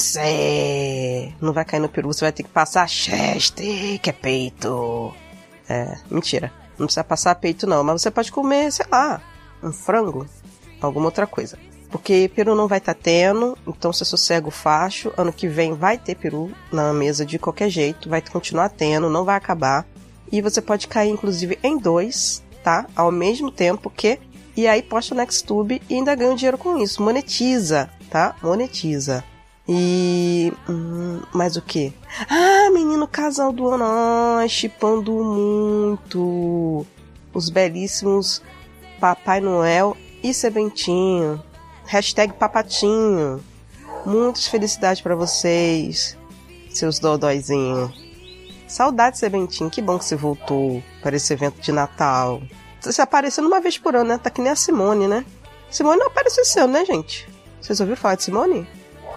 Você não vai cair no peru, você vai ter que passar cheste, que é peito. É, mentira. Não precisa passar peito não, mas você pode comer, sei lá, um frango, alguma outra coisa. Porque peru não vai estar tá tendo, então você sossega o facho. Ano que vem vai ter peru na mesa de qualquer jeito, vai continuar tendo, não vai acabar. E você pode cair inclusive em dois, tá? Ao mesmo tempo que... E aí posta no Nextube e ainda ganha dinheiro com isso. Monetiza, tá? Monetiza. E... Hum, mais o que? Ah, menino casal do ano. Ai, chipando muito. Os belíssimos Papai Noel e Sebentinho. Hashtag Papatinho. Muitas felicidades pra vocês, seus dodóizinhos. Saudade, Sebentinho. Que bom que você voltou para esse evento de Natal. Você aparecendo uma vez por ano, né? Tá que nem a Simone, né? Simone não apareceu esse ano, né, gente? Vocês ouviram falar de Simone?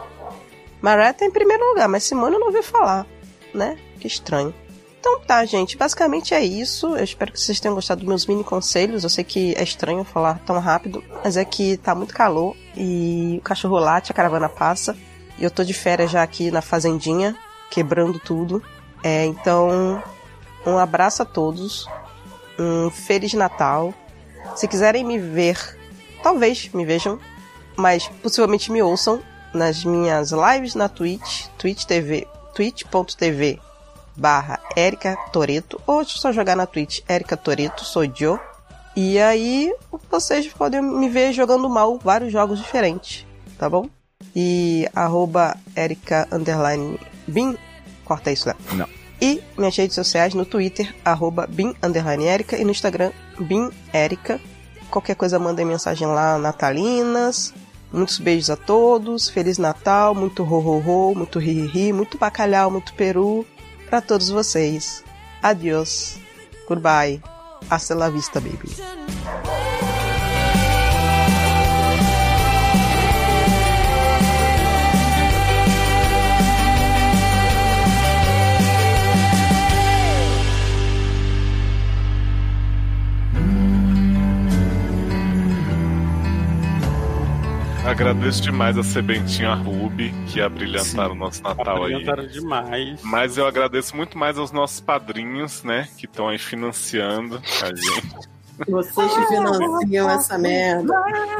Mariah tá em primeiro lugar, mas Simone eu não ouvi falar, né? Que estranho. Então tá, gente. Basicamente é isso. Eu espero que vocês tenham gostado dos meus mini conselhos. Eu sei que é estranho falar tão rápido, mas é que tá muito calor e o cachorro late, a caravana passa. E eu tô de férias já aqui na fazendinha, quebrando tudo. É, então, um abraço a todos. Um Feliz Natal. Se quiserem me ver, talvez me vejam, mas possivelmente me ouçam nas minhas lives na Twitch, Twitch T V, twitch.tv barra Erika Toretto, ou se só jogar na Twitch Erika Toretto, sou eu. E aí vocês podem me ver jogando mal vários jogos diferentes, tá bom? E arroba Erika underline Bin, corta isso, né? Não. E minhas redes sociais no Twitter, arroba Bin underline Erika, e no Instagram, Bin Erika. Qualquer coisa mandem mensagem lá, natalinas. Muitos beijos a todos, Feliz Natal, muito ho-ho-ho, muito ri-ri-ri, muito bacalhau, muito peru pra todos vocês. Adiós, goodbye, hasta la vista, baby. Agradeço demais a Sebentinho, a Ruby, que abrilhantaram o nosso Natal aí. Abrilhantaram demais. Mas eu agradeço muito mais aos nossos padrinhos, né? Que estão aí financiando a gente. Vocês que financiam essa merda.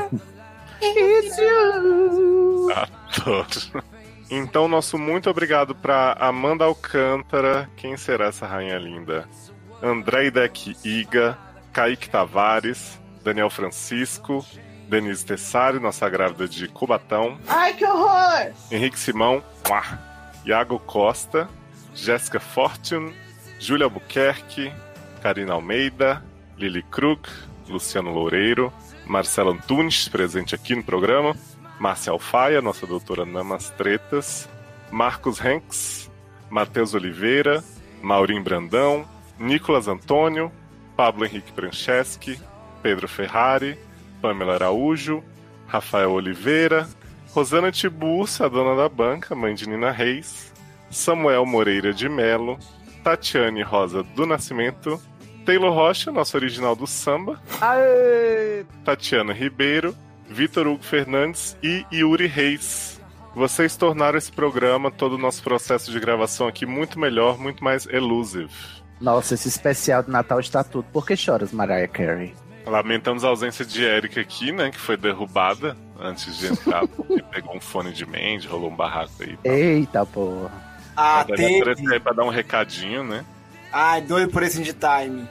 Adoro. Então, nosso muito obrigado pra Amanda Alcântara. Quem será essa rainha linda? André Deck Iga, Kaique Tavares, Daniel Francisco, Denise Tessari, nossa grávida de Cubatão. Ai, que horror! Henrique Simão, uá, Iago Costa, Jéssica Fortune, Júlia Albuquerque, Karina Almeida, Lili Krug, Luciano Loureiro, Marcelo Antunes, presente aqui no programa, Márcia Alfaia, nossa doutora Namas Tretas, Marcos Henks, Matheus Oliveira, Maurim Brandão, Nicolas Antônio, Pablo Henrique Franceschi, Pedro Ferrari, Pamela Araújo, Rafael Oliveira, Rosana Tiburcio, a dona da banca, mãe de Nina Reis, Samuel Moreira de Melo, Tatiane Rosa do Nascimento, Taylor Rocha, nosso original do samba, Aê! Tatiana Ribeiro, Vitor Hugo Fernandes e Yuri Reis. Vocês tornaram esse programa, todo o nosso processo de gravação aqui, muito melhor, muito mais elusive. Nossa, esse especial de Natal está tudo. Por que choras, Mariah Carey? Lamentamos a ausência de Erika aqui, né? Que foi derrubada antes de entrar, porque pegou um fone de Mandy, rolou um barraco aí. Tá? Eita, porra. Ah, Mas teve. aparecer aí pra dar um recadinho, né? Ai, doido por esse indie time.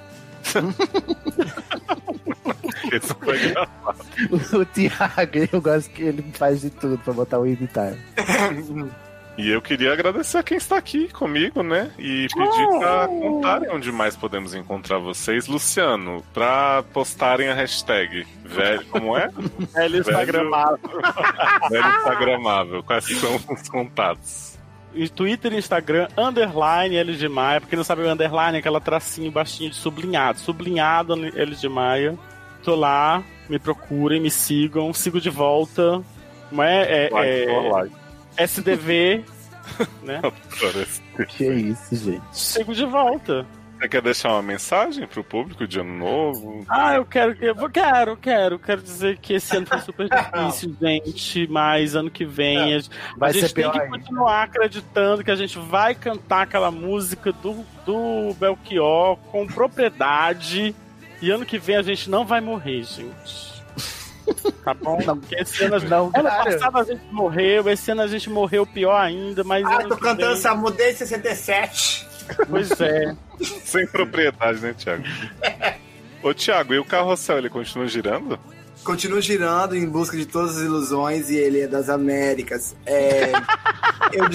Isso foi engraçado. O Thiago, eu gosto que ele faz de tudo pra botar o indie time. E eu queria agradecer a quem está aqui comigo, né? E pedir pra contarem onde mais podemos encontrar vocês. Luciano, pra postarem a hashtag velho, como é? Velho Instagramável. Velho Instagramável. Quais são os contatos? E Twitter e Instagram, underline L de Maia. Porque não sabe o underline é aquela tracinho baixinho de sublinhado. Sublinhado L de Maia. Tô lá, me procurem, me sigam, sigo de volta. Não é, é, Like, é like. S D V, né? Que isso, gente. Sigo de volta. Você quer deixar uma mensagem pro público de ano novo? Ah, eu quero, eu quero, quero, quero dizer que esse ano foi super difícil, gente, mas ano que vem a gente, Vai a gente ser tem pior que ainda. continuar acreditando que a gente vai cantar aquela música do, do Belchior com propriedade e ano que vem a gente não vai morrer, gente. Tá bom? Não, Porque esse ano, a gente, não, ano cara. passado a gente morreu, esse ano a gente morreu pior ainda, mas Ah, ano tô que cantando vem... essa música desde sessenta e sete. Pois é. Sem propriedade, né, Thiago? Ô, Thiago, e o carrossel, ele continua girando? Continua girando em busca de todas as ilusões e ele é das Américas. É... eu...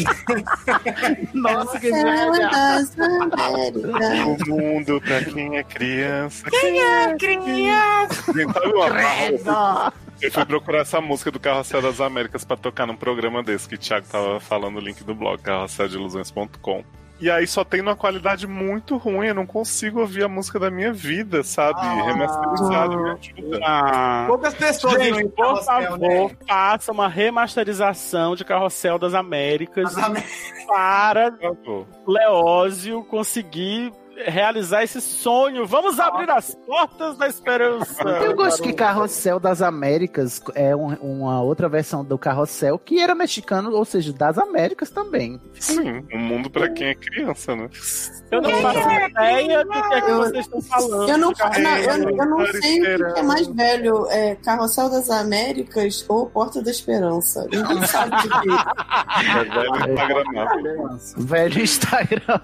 Nossa, que Ela das O Américas. mundo pra quem é criança. Quem é criança? Gente, sabe uma Credo. Eu fui procurar essa música do Carrossel das Américas pra tocar num programa desse que o Thiago tava falando, o link do blog, carrossel de ilusões ponto com. E aí só tem uma qualidade muito ruim, eu não consigo ouvir a música da minha vida, sabe? Ah. Remasterizado, me ajuda. Ah. Poucas pessoas iam Gente, em por Carrossel, favor, né? faça uma remasterização de Carrossel das Américas Das Amé- para Por favor. Leózio conseguir realizar esse sonho. Vamos abrir as portas da esperança. Eu gosto que Carrossel das Américas é um- uma outra versão do Carrossel que era mexicano, ou seja, das Américas também. Sim, um mundo pra quem é criança, né? Eu não faço ideia do que é que Eu- vocês estão falando. Eu não, de Carrossel. não, eu, eu não Cara, sei o que esperando. que é mais velho, é Carrossel das Américas ou Porta da Esperança. Ninguém sabe o que é. É velho instagramável. Velho Instagram.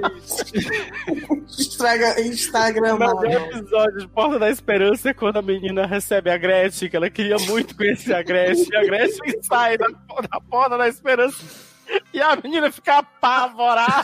Estraga Instagram. O melhor episódio de Porta da Esperança é quando a menina recebe a Gretchen, que ela queria muito conhecer a Gretchen, e a Gretchen sai da, da Porta da Esperança e a menina fica apavorada.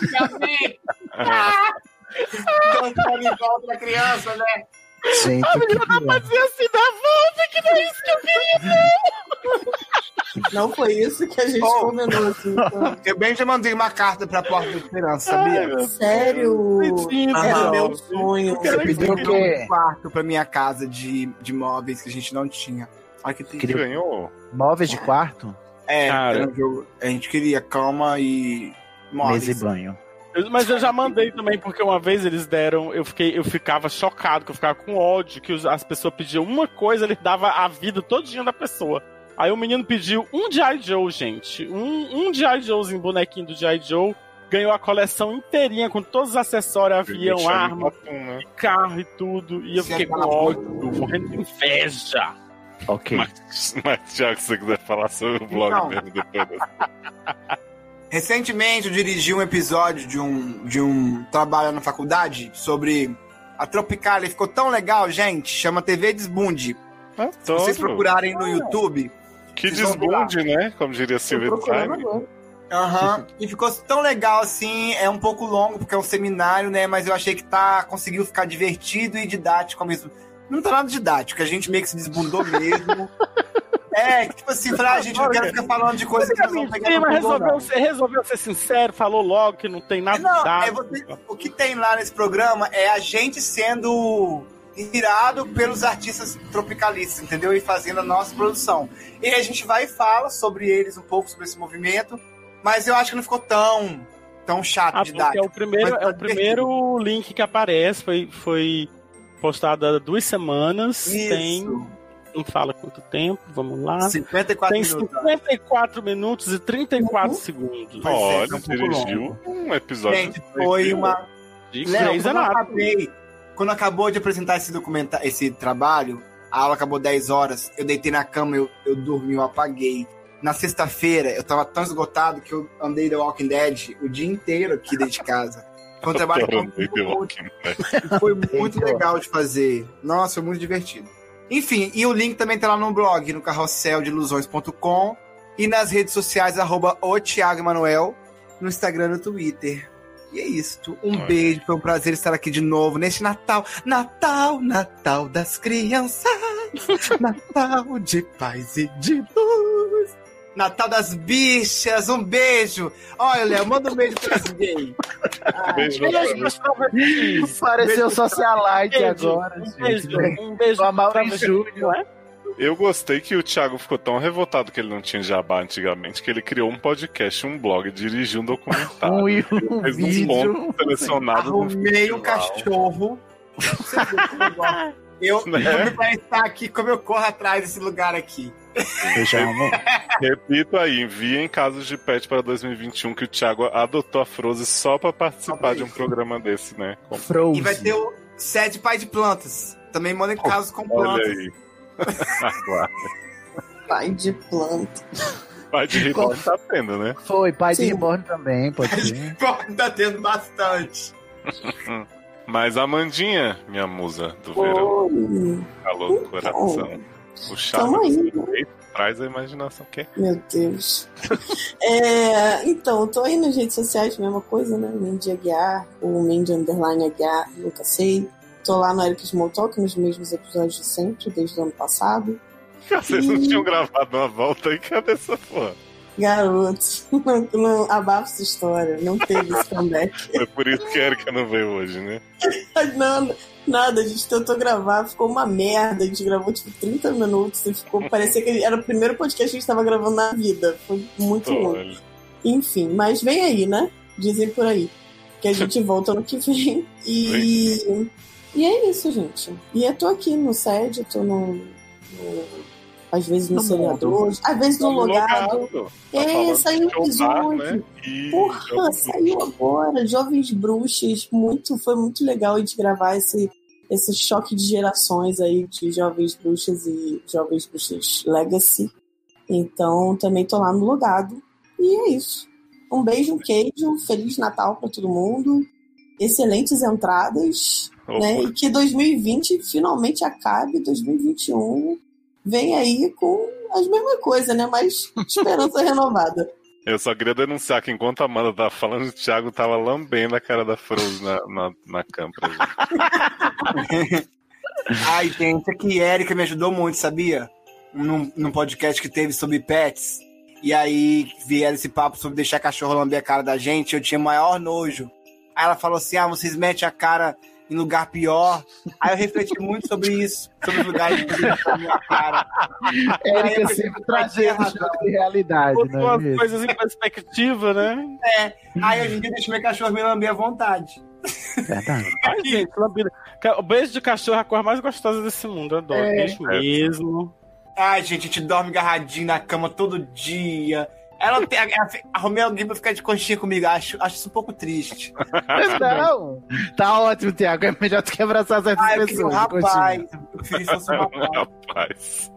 Dançando em volta da criança, né? Gente, A menina que tá pior. fazendo assim da volta, que não é isso que eu queria, não. Não foi isso que a gente Oh. combinou, assim. Então. Eu bem já mandei uma carta pra Porta da Esperança, sabia? Sério? Sim, Era não. meu sonho. Eu pediu pedi o um quê? quarto pra minha casa de, de móveis que a gente não tinha. Olha que triste. Queria- Ganhou. Móveis de quarto? É, Cara. era um jogo- a gente queria cama e móveis. Mesa e banho. Eu- Mas eu já mandei também, porque uma vez eles deram, eu fiquei, eu ficava chocado, que eu ficava com ódio, que os- as pessoas pediam uma coisa, ele dava a vida todinha da pessoa. Aí o menino pediu um G I. Joe, gente. Um, um G I. Joezinho, bonequinho do G I. Joe. Ganhou a coleção inteirinha, com todos os acessórios, avião, Deixar no arma, papum, né? carro e tudo. E eu fiquei com ódio, morrendo de inveja. Ok. Mas, mas, Thiago, se você quiser falar sobre o blog Não. mesmo depois dessa. Recentemente eu dirigi um episódio de um, de um trabalho na faculdade sobre a Tropicália. Ficou tão legal, gente. Chama T V Desbunde. Adoro. Se vocês procurarem no YouTube... Que vocês vão ver lá. desbunde, né? Como diria Silvia Design. Aham, e ficou tão legal assim, é um pouco longo porque é um seminário, né, mas eu achei que tá, conseguiu ficar divertido e didático ao mesmo. Não tá nada didático, a gente meio que se desbundou mesmo. É, tipo assim, pra a gente não quer ficar falando de coisa que nós vamos pegar. Sim, no mas Google, resolveu, não. você resolveu ser sincero, falou logo que não tem nada Não, de dado. é você, o que tem lá nesse programa é a gente sendo inspirado pelos artistas tropicalistas, entendeu? E fazendo a nossa produção. E aí a gente vai e fala sobre eles um pouco, sobre esse movimento. Mas eu acho que não ficou tão, tão chato Ah, de porque dar. é o primeiro, é o primeiro link que aparece, foi, foi postado há duas semanas. Isso. Tem. Não fala quanto tempo, vamos lá. cinquenta e quatro Tem minutos. cinquenta e quatro minutos e trinta e quatro segundos. Pois é, Olha, tá um pouco dirigiu longo. um episódio. Gente, foi uma. De Léo, Grey's quando eu Anatomy. acabei, quando acabou de apresentar esse documentário, esse trabalho, a aula acabou dez horas, eu deitei na cama, eu, eu dormi, eu apaguei. Na sexta-feira, eu tava tão esgotado que eu andei The Walking Dead o dia inteiro aqui dentro de casa. Foi um trabalho que Adorei The Walking Dead. foi muito legal de fazer. Nossa, foi muito divertido. Enfim, e o link também tá lá no blog, no carrossel de ilusões ponto com e nas redes sociais, arroba o Thiago Emanuel, no Instagram e no Twitter. E é isso. Um Olha. beijo, foi um prazer estar aqui de novo neste Natal. Natal, Natal das crianças. Natal de paz e de luz. Natal das bichas, um beijo. Olha, Léo, manda um beijo pra esse gay. Beijo, Beijo, Pareceu socialite Beijo, agora, um gente. beijo, um beijo O Amaury pra você, Júnior. não é? Eu gostei que o Thiago ficou tão revoltado que ele não tinha jabá antigamente, que ele criou um podcast, um blog, dirigiu um documentário. Um, Ele um fez vídeo. uns pontos selecionados no Arrumei um festival. cachorro. Você vê como eu gosto. Eu, Né? eu pra estar aqui, como eu corro atrás desse lugar aqui. Repito aí, enviem casos de pet para dois mil e vinte e um que o Thiago adotou a Frozen só pra participar de um programa desse, né? Com... Frozen. E vai ter o Sede Pai de Plantas. Também mandem casos com Olha plantas. aí. Aguarda. Pai de planta. Pai de Reborn tá tendo, né? Foi, pai Sim. de Reborn também, pode ser. Tá tendo bastante. Mas Amandinha, minha musa do verão, Oi. calor do coração. O Tamo aí, charme né? do peito traz a imaginação que é. Meu Deus. É, então, tô aí nas redes sociais, mesma coisa, né? Mandy Aguiar, ou Mandy Underline Aguiar, nunca sei. Tô lá no Eric Smalltalk, nos mesmos episódios de sempre, desde o ano passado. Vocês não E- tinham gravado uma volta aí, cadê essa porra? Garoto, não, não abafa essa história, não teve esse comeback. Foi por isso que a Erika não veio hoje, né? Não, nada, a gente tentou gravar, ficou uma merda. A gente gravou tipo trinta minutos e ficou. Parecia que era o primeiro podcast que a gente tava gravando na vida. Foi muito longo. Olha. Enfim, mas vem aí, né? Dizem por aí. Que a gente volta no que vem. E. E é isso, gente. E eu tô aqui no S E D, tô no. no- às vezes no No seriador, às vezes no Tá logado. logado. Tá É, falando saiu um de showbar, episódio. né? E Porra, Jovens saiu agora. Jovens Bruxas. Muito, foi muito legal a gente gravar esse, esse choque de gerações aí de Jovens Bruxas e Jovens Bruxas Legacy. Então, também tô lá no logado. E é isso. Um beijo, um queijo. Feliz Natal pra todo mundo. Excelentes entradas. Opa. Né? E que dois mil e vinte finalmente acabe. dois mil e vinte e um vem aí com as mesmas coisas, né? Mas esperança renovada. Eu só queria denunciar que enquanto a Amanda tava falando, o Thiago tava lambendo a cara da Frozen na, na, na cama pra gente. Ai, gente, aqui a Erika me ajudou muito, sabia? Num, num podcast que teve sobre pets. E aí vieram esse papo sobre deixar cachorro lamber a cara da gente. Eu tinha maior nojo. Aí ela falou assim: ah, vocês metem a cara em lugar pior. Aí eu refleti muito sobre isso, sobre os lugares que deixam a minha cara. Érica sempre trazendo de realidade, Botou não é as mesmo? coisas em perspectiva, né? É. Aí hoje em dia eu deixo meu cachorro me lamber à vontade. Verdade. Ai, gente, lambida. O beijo de cachorro é a cor mais gostosa desse mundo. Eu adoro. É. Beijo mesmo. Ai, gente, a gente dorme agarradinho na cama todo dia. Ela tem, a, arrumei alguém pra ficar de conchinha comigo. Acho, acho isso um pouco triste. Mas não. Tá ótimo, Thiago. É melhor do que abraçar certas Ah, eu queria um pessoas. rapaz. Eu preferi que fosse um rapaz. Rapaz.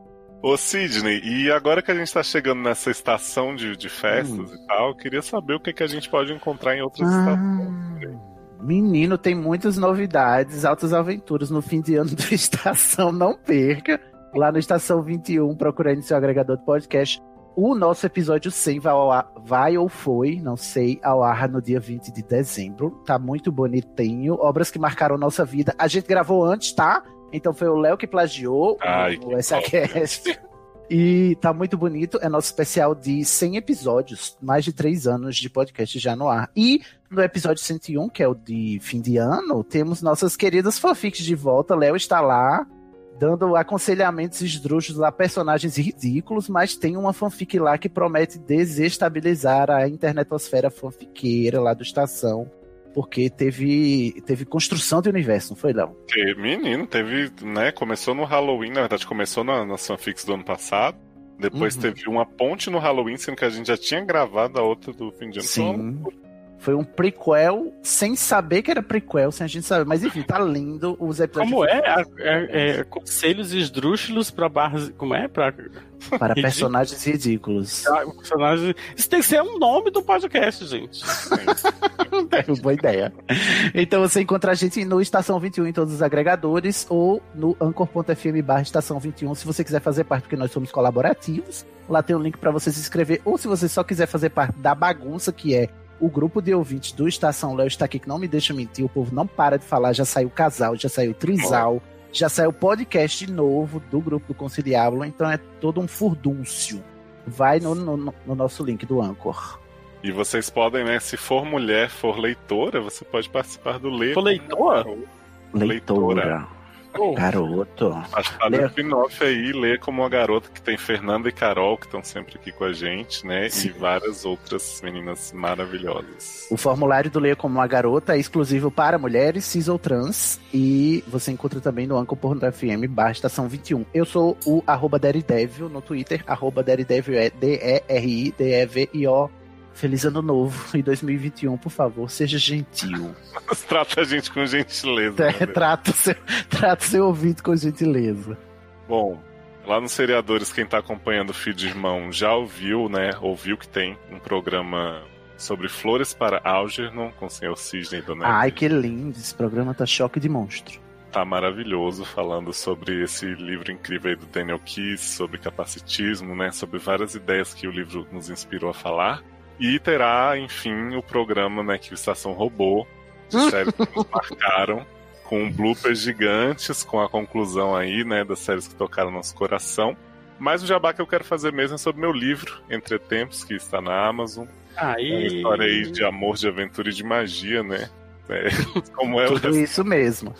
Ô Sidney, e agora que a gente tá chegando nessa estação de, de festas Hum. e tal, eu queria saber o que, que a gente pode encontrar em outras Ah. estações. Menino, tem muitas novidades, altas aventuras no fim de ano do Estação, não perca. Lá no Estação vinte e um, procurando seu agregador de podcast. O nosso episódio cem vai, ao ar, vai ou foi, não sei, ao ar no dia vinte de dezembro. Tá muito bonitinho. Obras que marcaram nossa vida. A gente gravou antes, tá? Então foi o Léo que plagiou Ai, o S A Cast. E tá muito bonito. É nosso especial de cem episódios. Mais de três anos de podcast já no ar. E no episódio cento e um, que é o de fim de ano, temos nossas queridas fanfics de volta. Léo está lá, dando aconselhamentos esdrúxulos a personagens ridículos, mas tem uma fanfic lá que promete desestabilizar a internetosfera fanfiqueira lá do Estação. Porque teve, teve construção de universo, não foi, Léo? Que, menino, teve, né? Começou no Halloween, na verdade, começou na, nas fanfics do ano passado. Depois Uhum. teve uma ponte no Halloween, sendo que a gente já tinha gravado a outra do fim de ano. Sim. Foi um prequel sem saber que era prequel, sem a gente saber. Mas enfim, tá lindo os episódios. Como é? É, é, é conselhos esdrúxulos pra barras. Como é? Pra... Para personagens ridículos. Ah, personagem... Isso tem que ser um nome do podcast, gente. É, boa ideia. Então você encontra a gente no Estação vinte e um em todos os agregadores ou no anchor ponto f m barra Estação vinte e um se você quiser fazer parte, porque nós somos colaborativos. Lá tem um link para você se inscrever. Ou se você só quiser fazer parte da bagunça, que é o grupo de ouvintes do Estação Léo está aqui, que não me deixa mentir, o povo não para de falar, já saiu casal, já saiu trisal, já saiu podcast novo do grupo do Conciliábulo, então é todo um furdúncio. Vai no, no, no nosso link do Anchor. E vocês podem, né? Se for mulher, for leitora, você pode participar do Ler. For leitora? Leitora. Oh. Garoto. Acho que tá no spin-off aí, Lê como uma garota, que tem Fernanda e Carol, que estão sempre aqui com a gente, né? Sim. E várias outras meninas maravilhosas. O formulário do Leia como uma Garota é exclusivo para mulheres, cis ou trans. E você encontra também no anchor ponto f m barra Estação vinte e um. Eu sou o arroba Daredevil no Twitter. Arroba Daredevil é D E R I D E V I O. Feliz ano novo. Em dois mil e vinte e um, por favor, seja gentil. Trata a gente com gentileza. É, né? trata, seu, trata seu ouvido com gentileza. Bom, lá nos Seriadores, quem tá acompanhando o Feed Irmão já ouviu, né? Ouviu que tem um programa sobre flores para Algernon, com o senhor Sidney do Nerd. Ai, que lindo. Esse programa tá choque de monstro. Tá maravilhoso, falando sobre esse livro incrível aí do Daniel Keyes, sobre capacitismo, né? Sobre várias ideias que o livro nos inspirou a falar. E terá, enfim, o programa, né, que o Estação roubou, de séries que nos marcaram, com bloopers gigantes, com a conclusão aí, né, das séries que tocaram no nosso coração. Mas o jabá que eu quero fazer mesmo é sobre meu livro, Entre Tempos, que está na Amazon. Aí... É uma história aí de amor, de aventura e de magia, né? É, como é Tudo isso mesmo.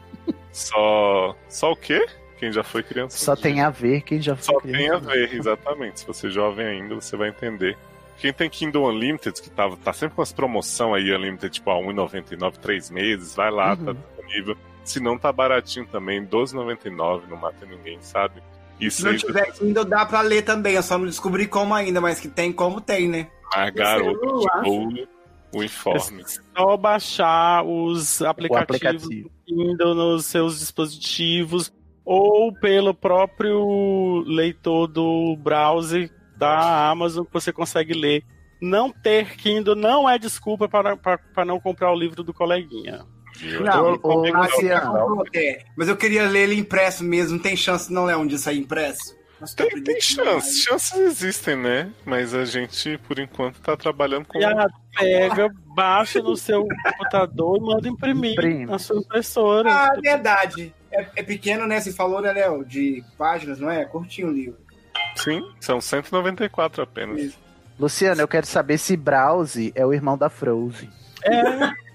Só... Só o quê? Quem já foi criança? Só tem a ver quem já foi Só criança. tem a ver, exatamente. Se você é jovem ainda, você vai entender. Quem tem Kindle Unlimited, que tá, tá sempre com as promoção aí, Unlimited, tipo, a um real e noventa e nove, três meses, vai lá, Uhum. tá disponível. Se não, tá baratinho também, doze reais e noventa e nove centavos, não mata ninguém, sabe? E Se não tiver Kindle, dá pra ler também. Eu só não descobri como ainda, mas que tem como tem, né? a garota celular. de o informe. É só baixar os aplicativos aplicativo. do Kindle nos seus dispositivos ou pelo próprio leitor do browser da Amazon que você consegue ler. Não ter Kindle não é desculpa para, para, para não comprar o livro do coleguinha. Não, Ô, ô, ah, Luciano. é. Mas eu queria ler ele impresso mesmo. Não tem chance, não, Léo, de sair impresso? Nossa, tá Tem, tem chance, chances existem, né? Mas a gente, por enquanto, tá trabalhando com... E ela pega, baixa no seu computador e manda imprimir Imprime. na sua impressora. Ah, verdade. É, é pequeno, né? Você falou, né, Léo? De páginas, não é? Curtinho o livro. Sim, são cento e noventa e quatro apenas. Isso. Luciano, eu quero saber se Browse é o irmão da Frozen. É.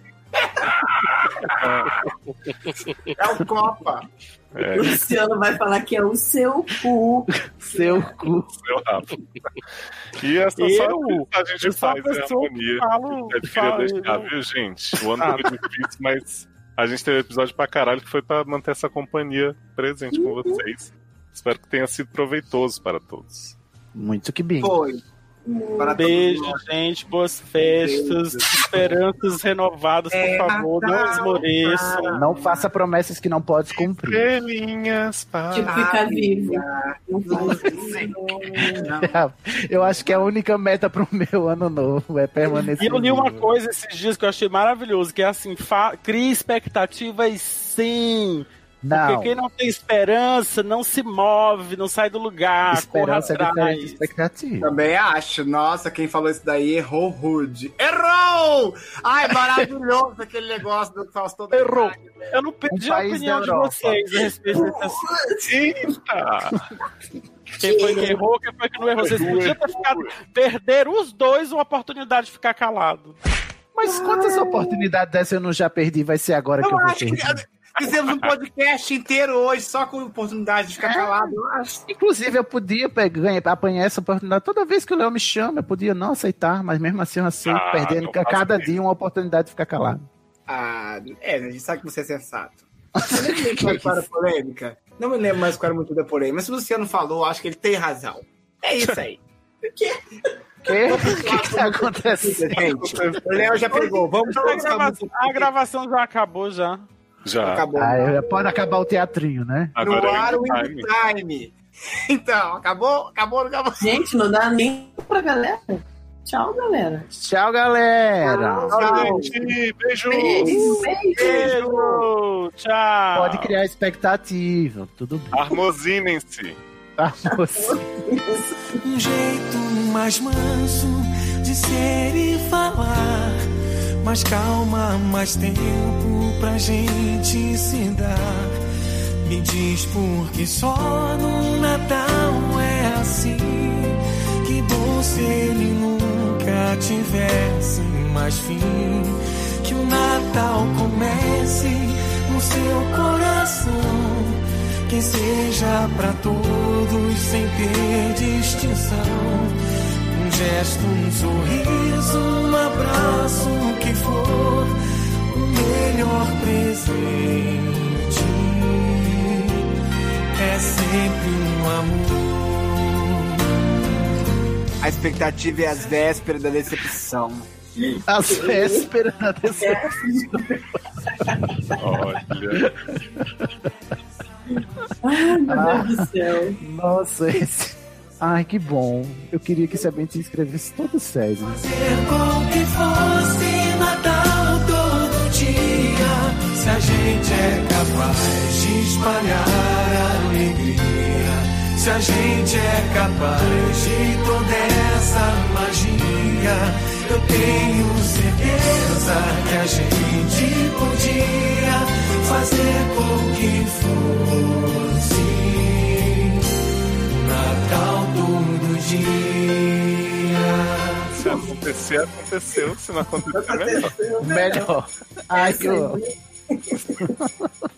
É o Copa. É, O Luciano vai falar que é o seu cu. Seu cu. seu Rafa. E essa Eu- só a gente eu sou a faz é pessoa que harmonia. falo- Eu queria falo- deixar, viu, gente? O ano Ah. foi difícil, mas a gente teve episódio pra caralho que foi pra manter essa companhia presente com vocês. Espero que tenha sido proveitoso para todos. Muito que bem. Foi. Para Beijo, todos nós. gente. Boas festas. Esperanças renovadas, por É favor. Não Natal, esmoreçam. Não faça promessas que não pode cumprir. Estrelinhas para Tipo, ficar vivo. Eu acho que é a única meta pro meu ano novo é permanecer. E eu li uma vivo. coisa esses dias que eu achei maravilhoso, que é assim, fa- crie expectativas sim. Não. Porque quem não tem esperança não se move, não sai do lugar, Esperança é corra diferente atrás. de expectativa. Também acho. Nossa, quem falou isso daí errou rude. Errou! Ai, maravilhoso aquele negócio do Faustão. Errou. Eu não pedi Um a país opinião da de Europa. vocês a respeito desse assunto. Eita! Quem foi que errou, quem foi que não errou. Vocês podiam ter ficado, perder os dois uma oportunidade de ficar calado. Mas quantas oportunidades dessas eu não já perdi? Vai ser agora que eu Eu vou acho que perder. fizemos um podcast inteiro hoje só com oportunidade de ficar calado. Eu acho. Inclusive, eu podia pegar, ganhar- apanhar essa oportunidade. Toda vez que o Léo me chama, eu podia não aceitar, mas mesmo assim eu aceito, Ah, perdendo não a faço cada isso. dia uma oportunidade de ficar calado. Ah, é, a gente sabe que você é sensato. Eu nem lembro mais qual era a polêmica. Não me lembro mais qual era o motivo da polêmica. Mas se o Luciano falou, acho que ele tem razão. É isso aí. O que? O que que tá acontecendo? Gente, o Léo já pegou. Vamos A, todos gravação, a gravação já acabou já. Já. Acabou. Ah, eu- pode acabar o teatrinho, né? No Agora ar, é o o In time. Time. Então, acabou? Acabou, não acabou. Gente, não dá nem pra galera. Tchau, galera. Tchau, galera. Tchau. Gente, beijo! Beijo, beijo. Beijo, tchau. Pode criar expectativa. Tudo bem. Armozinem-se. Tá, moça? Um jeito mais manso de ser e falar. Mais calma, mais tempo pra gente se dar. Me diz por que só no Natal é assim. Que bom se ele nunca tivesse mais fim. Que o Natal comece no seu coração. Que seja pra todos sem ter distinção. Um gesto, um sorriso, um abraço, o que for, o melhor presente é sempre um amor. A expectativa é as vésperas da decepção. As vésperas da decepção. Olha. Ai, meu Ah. Deus do céu. Nossa, esse... Ai, que bom. Eu queria que esse ambiente se escrevesse todo sério. Ser bom que fosse Natal todo dia. Se a gente é capaz de espalhar a alegria. Se a gente é capaz de toda essa magia. Eu tenho certeza que a gente podia fazer com que fosse Natal todo dia. Se acontecer, aconteceu. Se não acontecer, melhor. Melhor. Ai, que horror.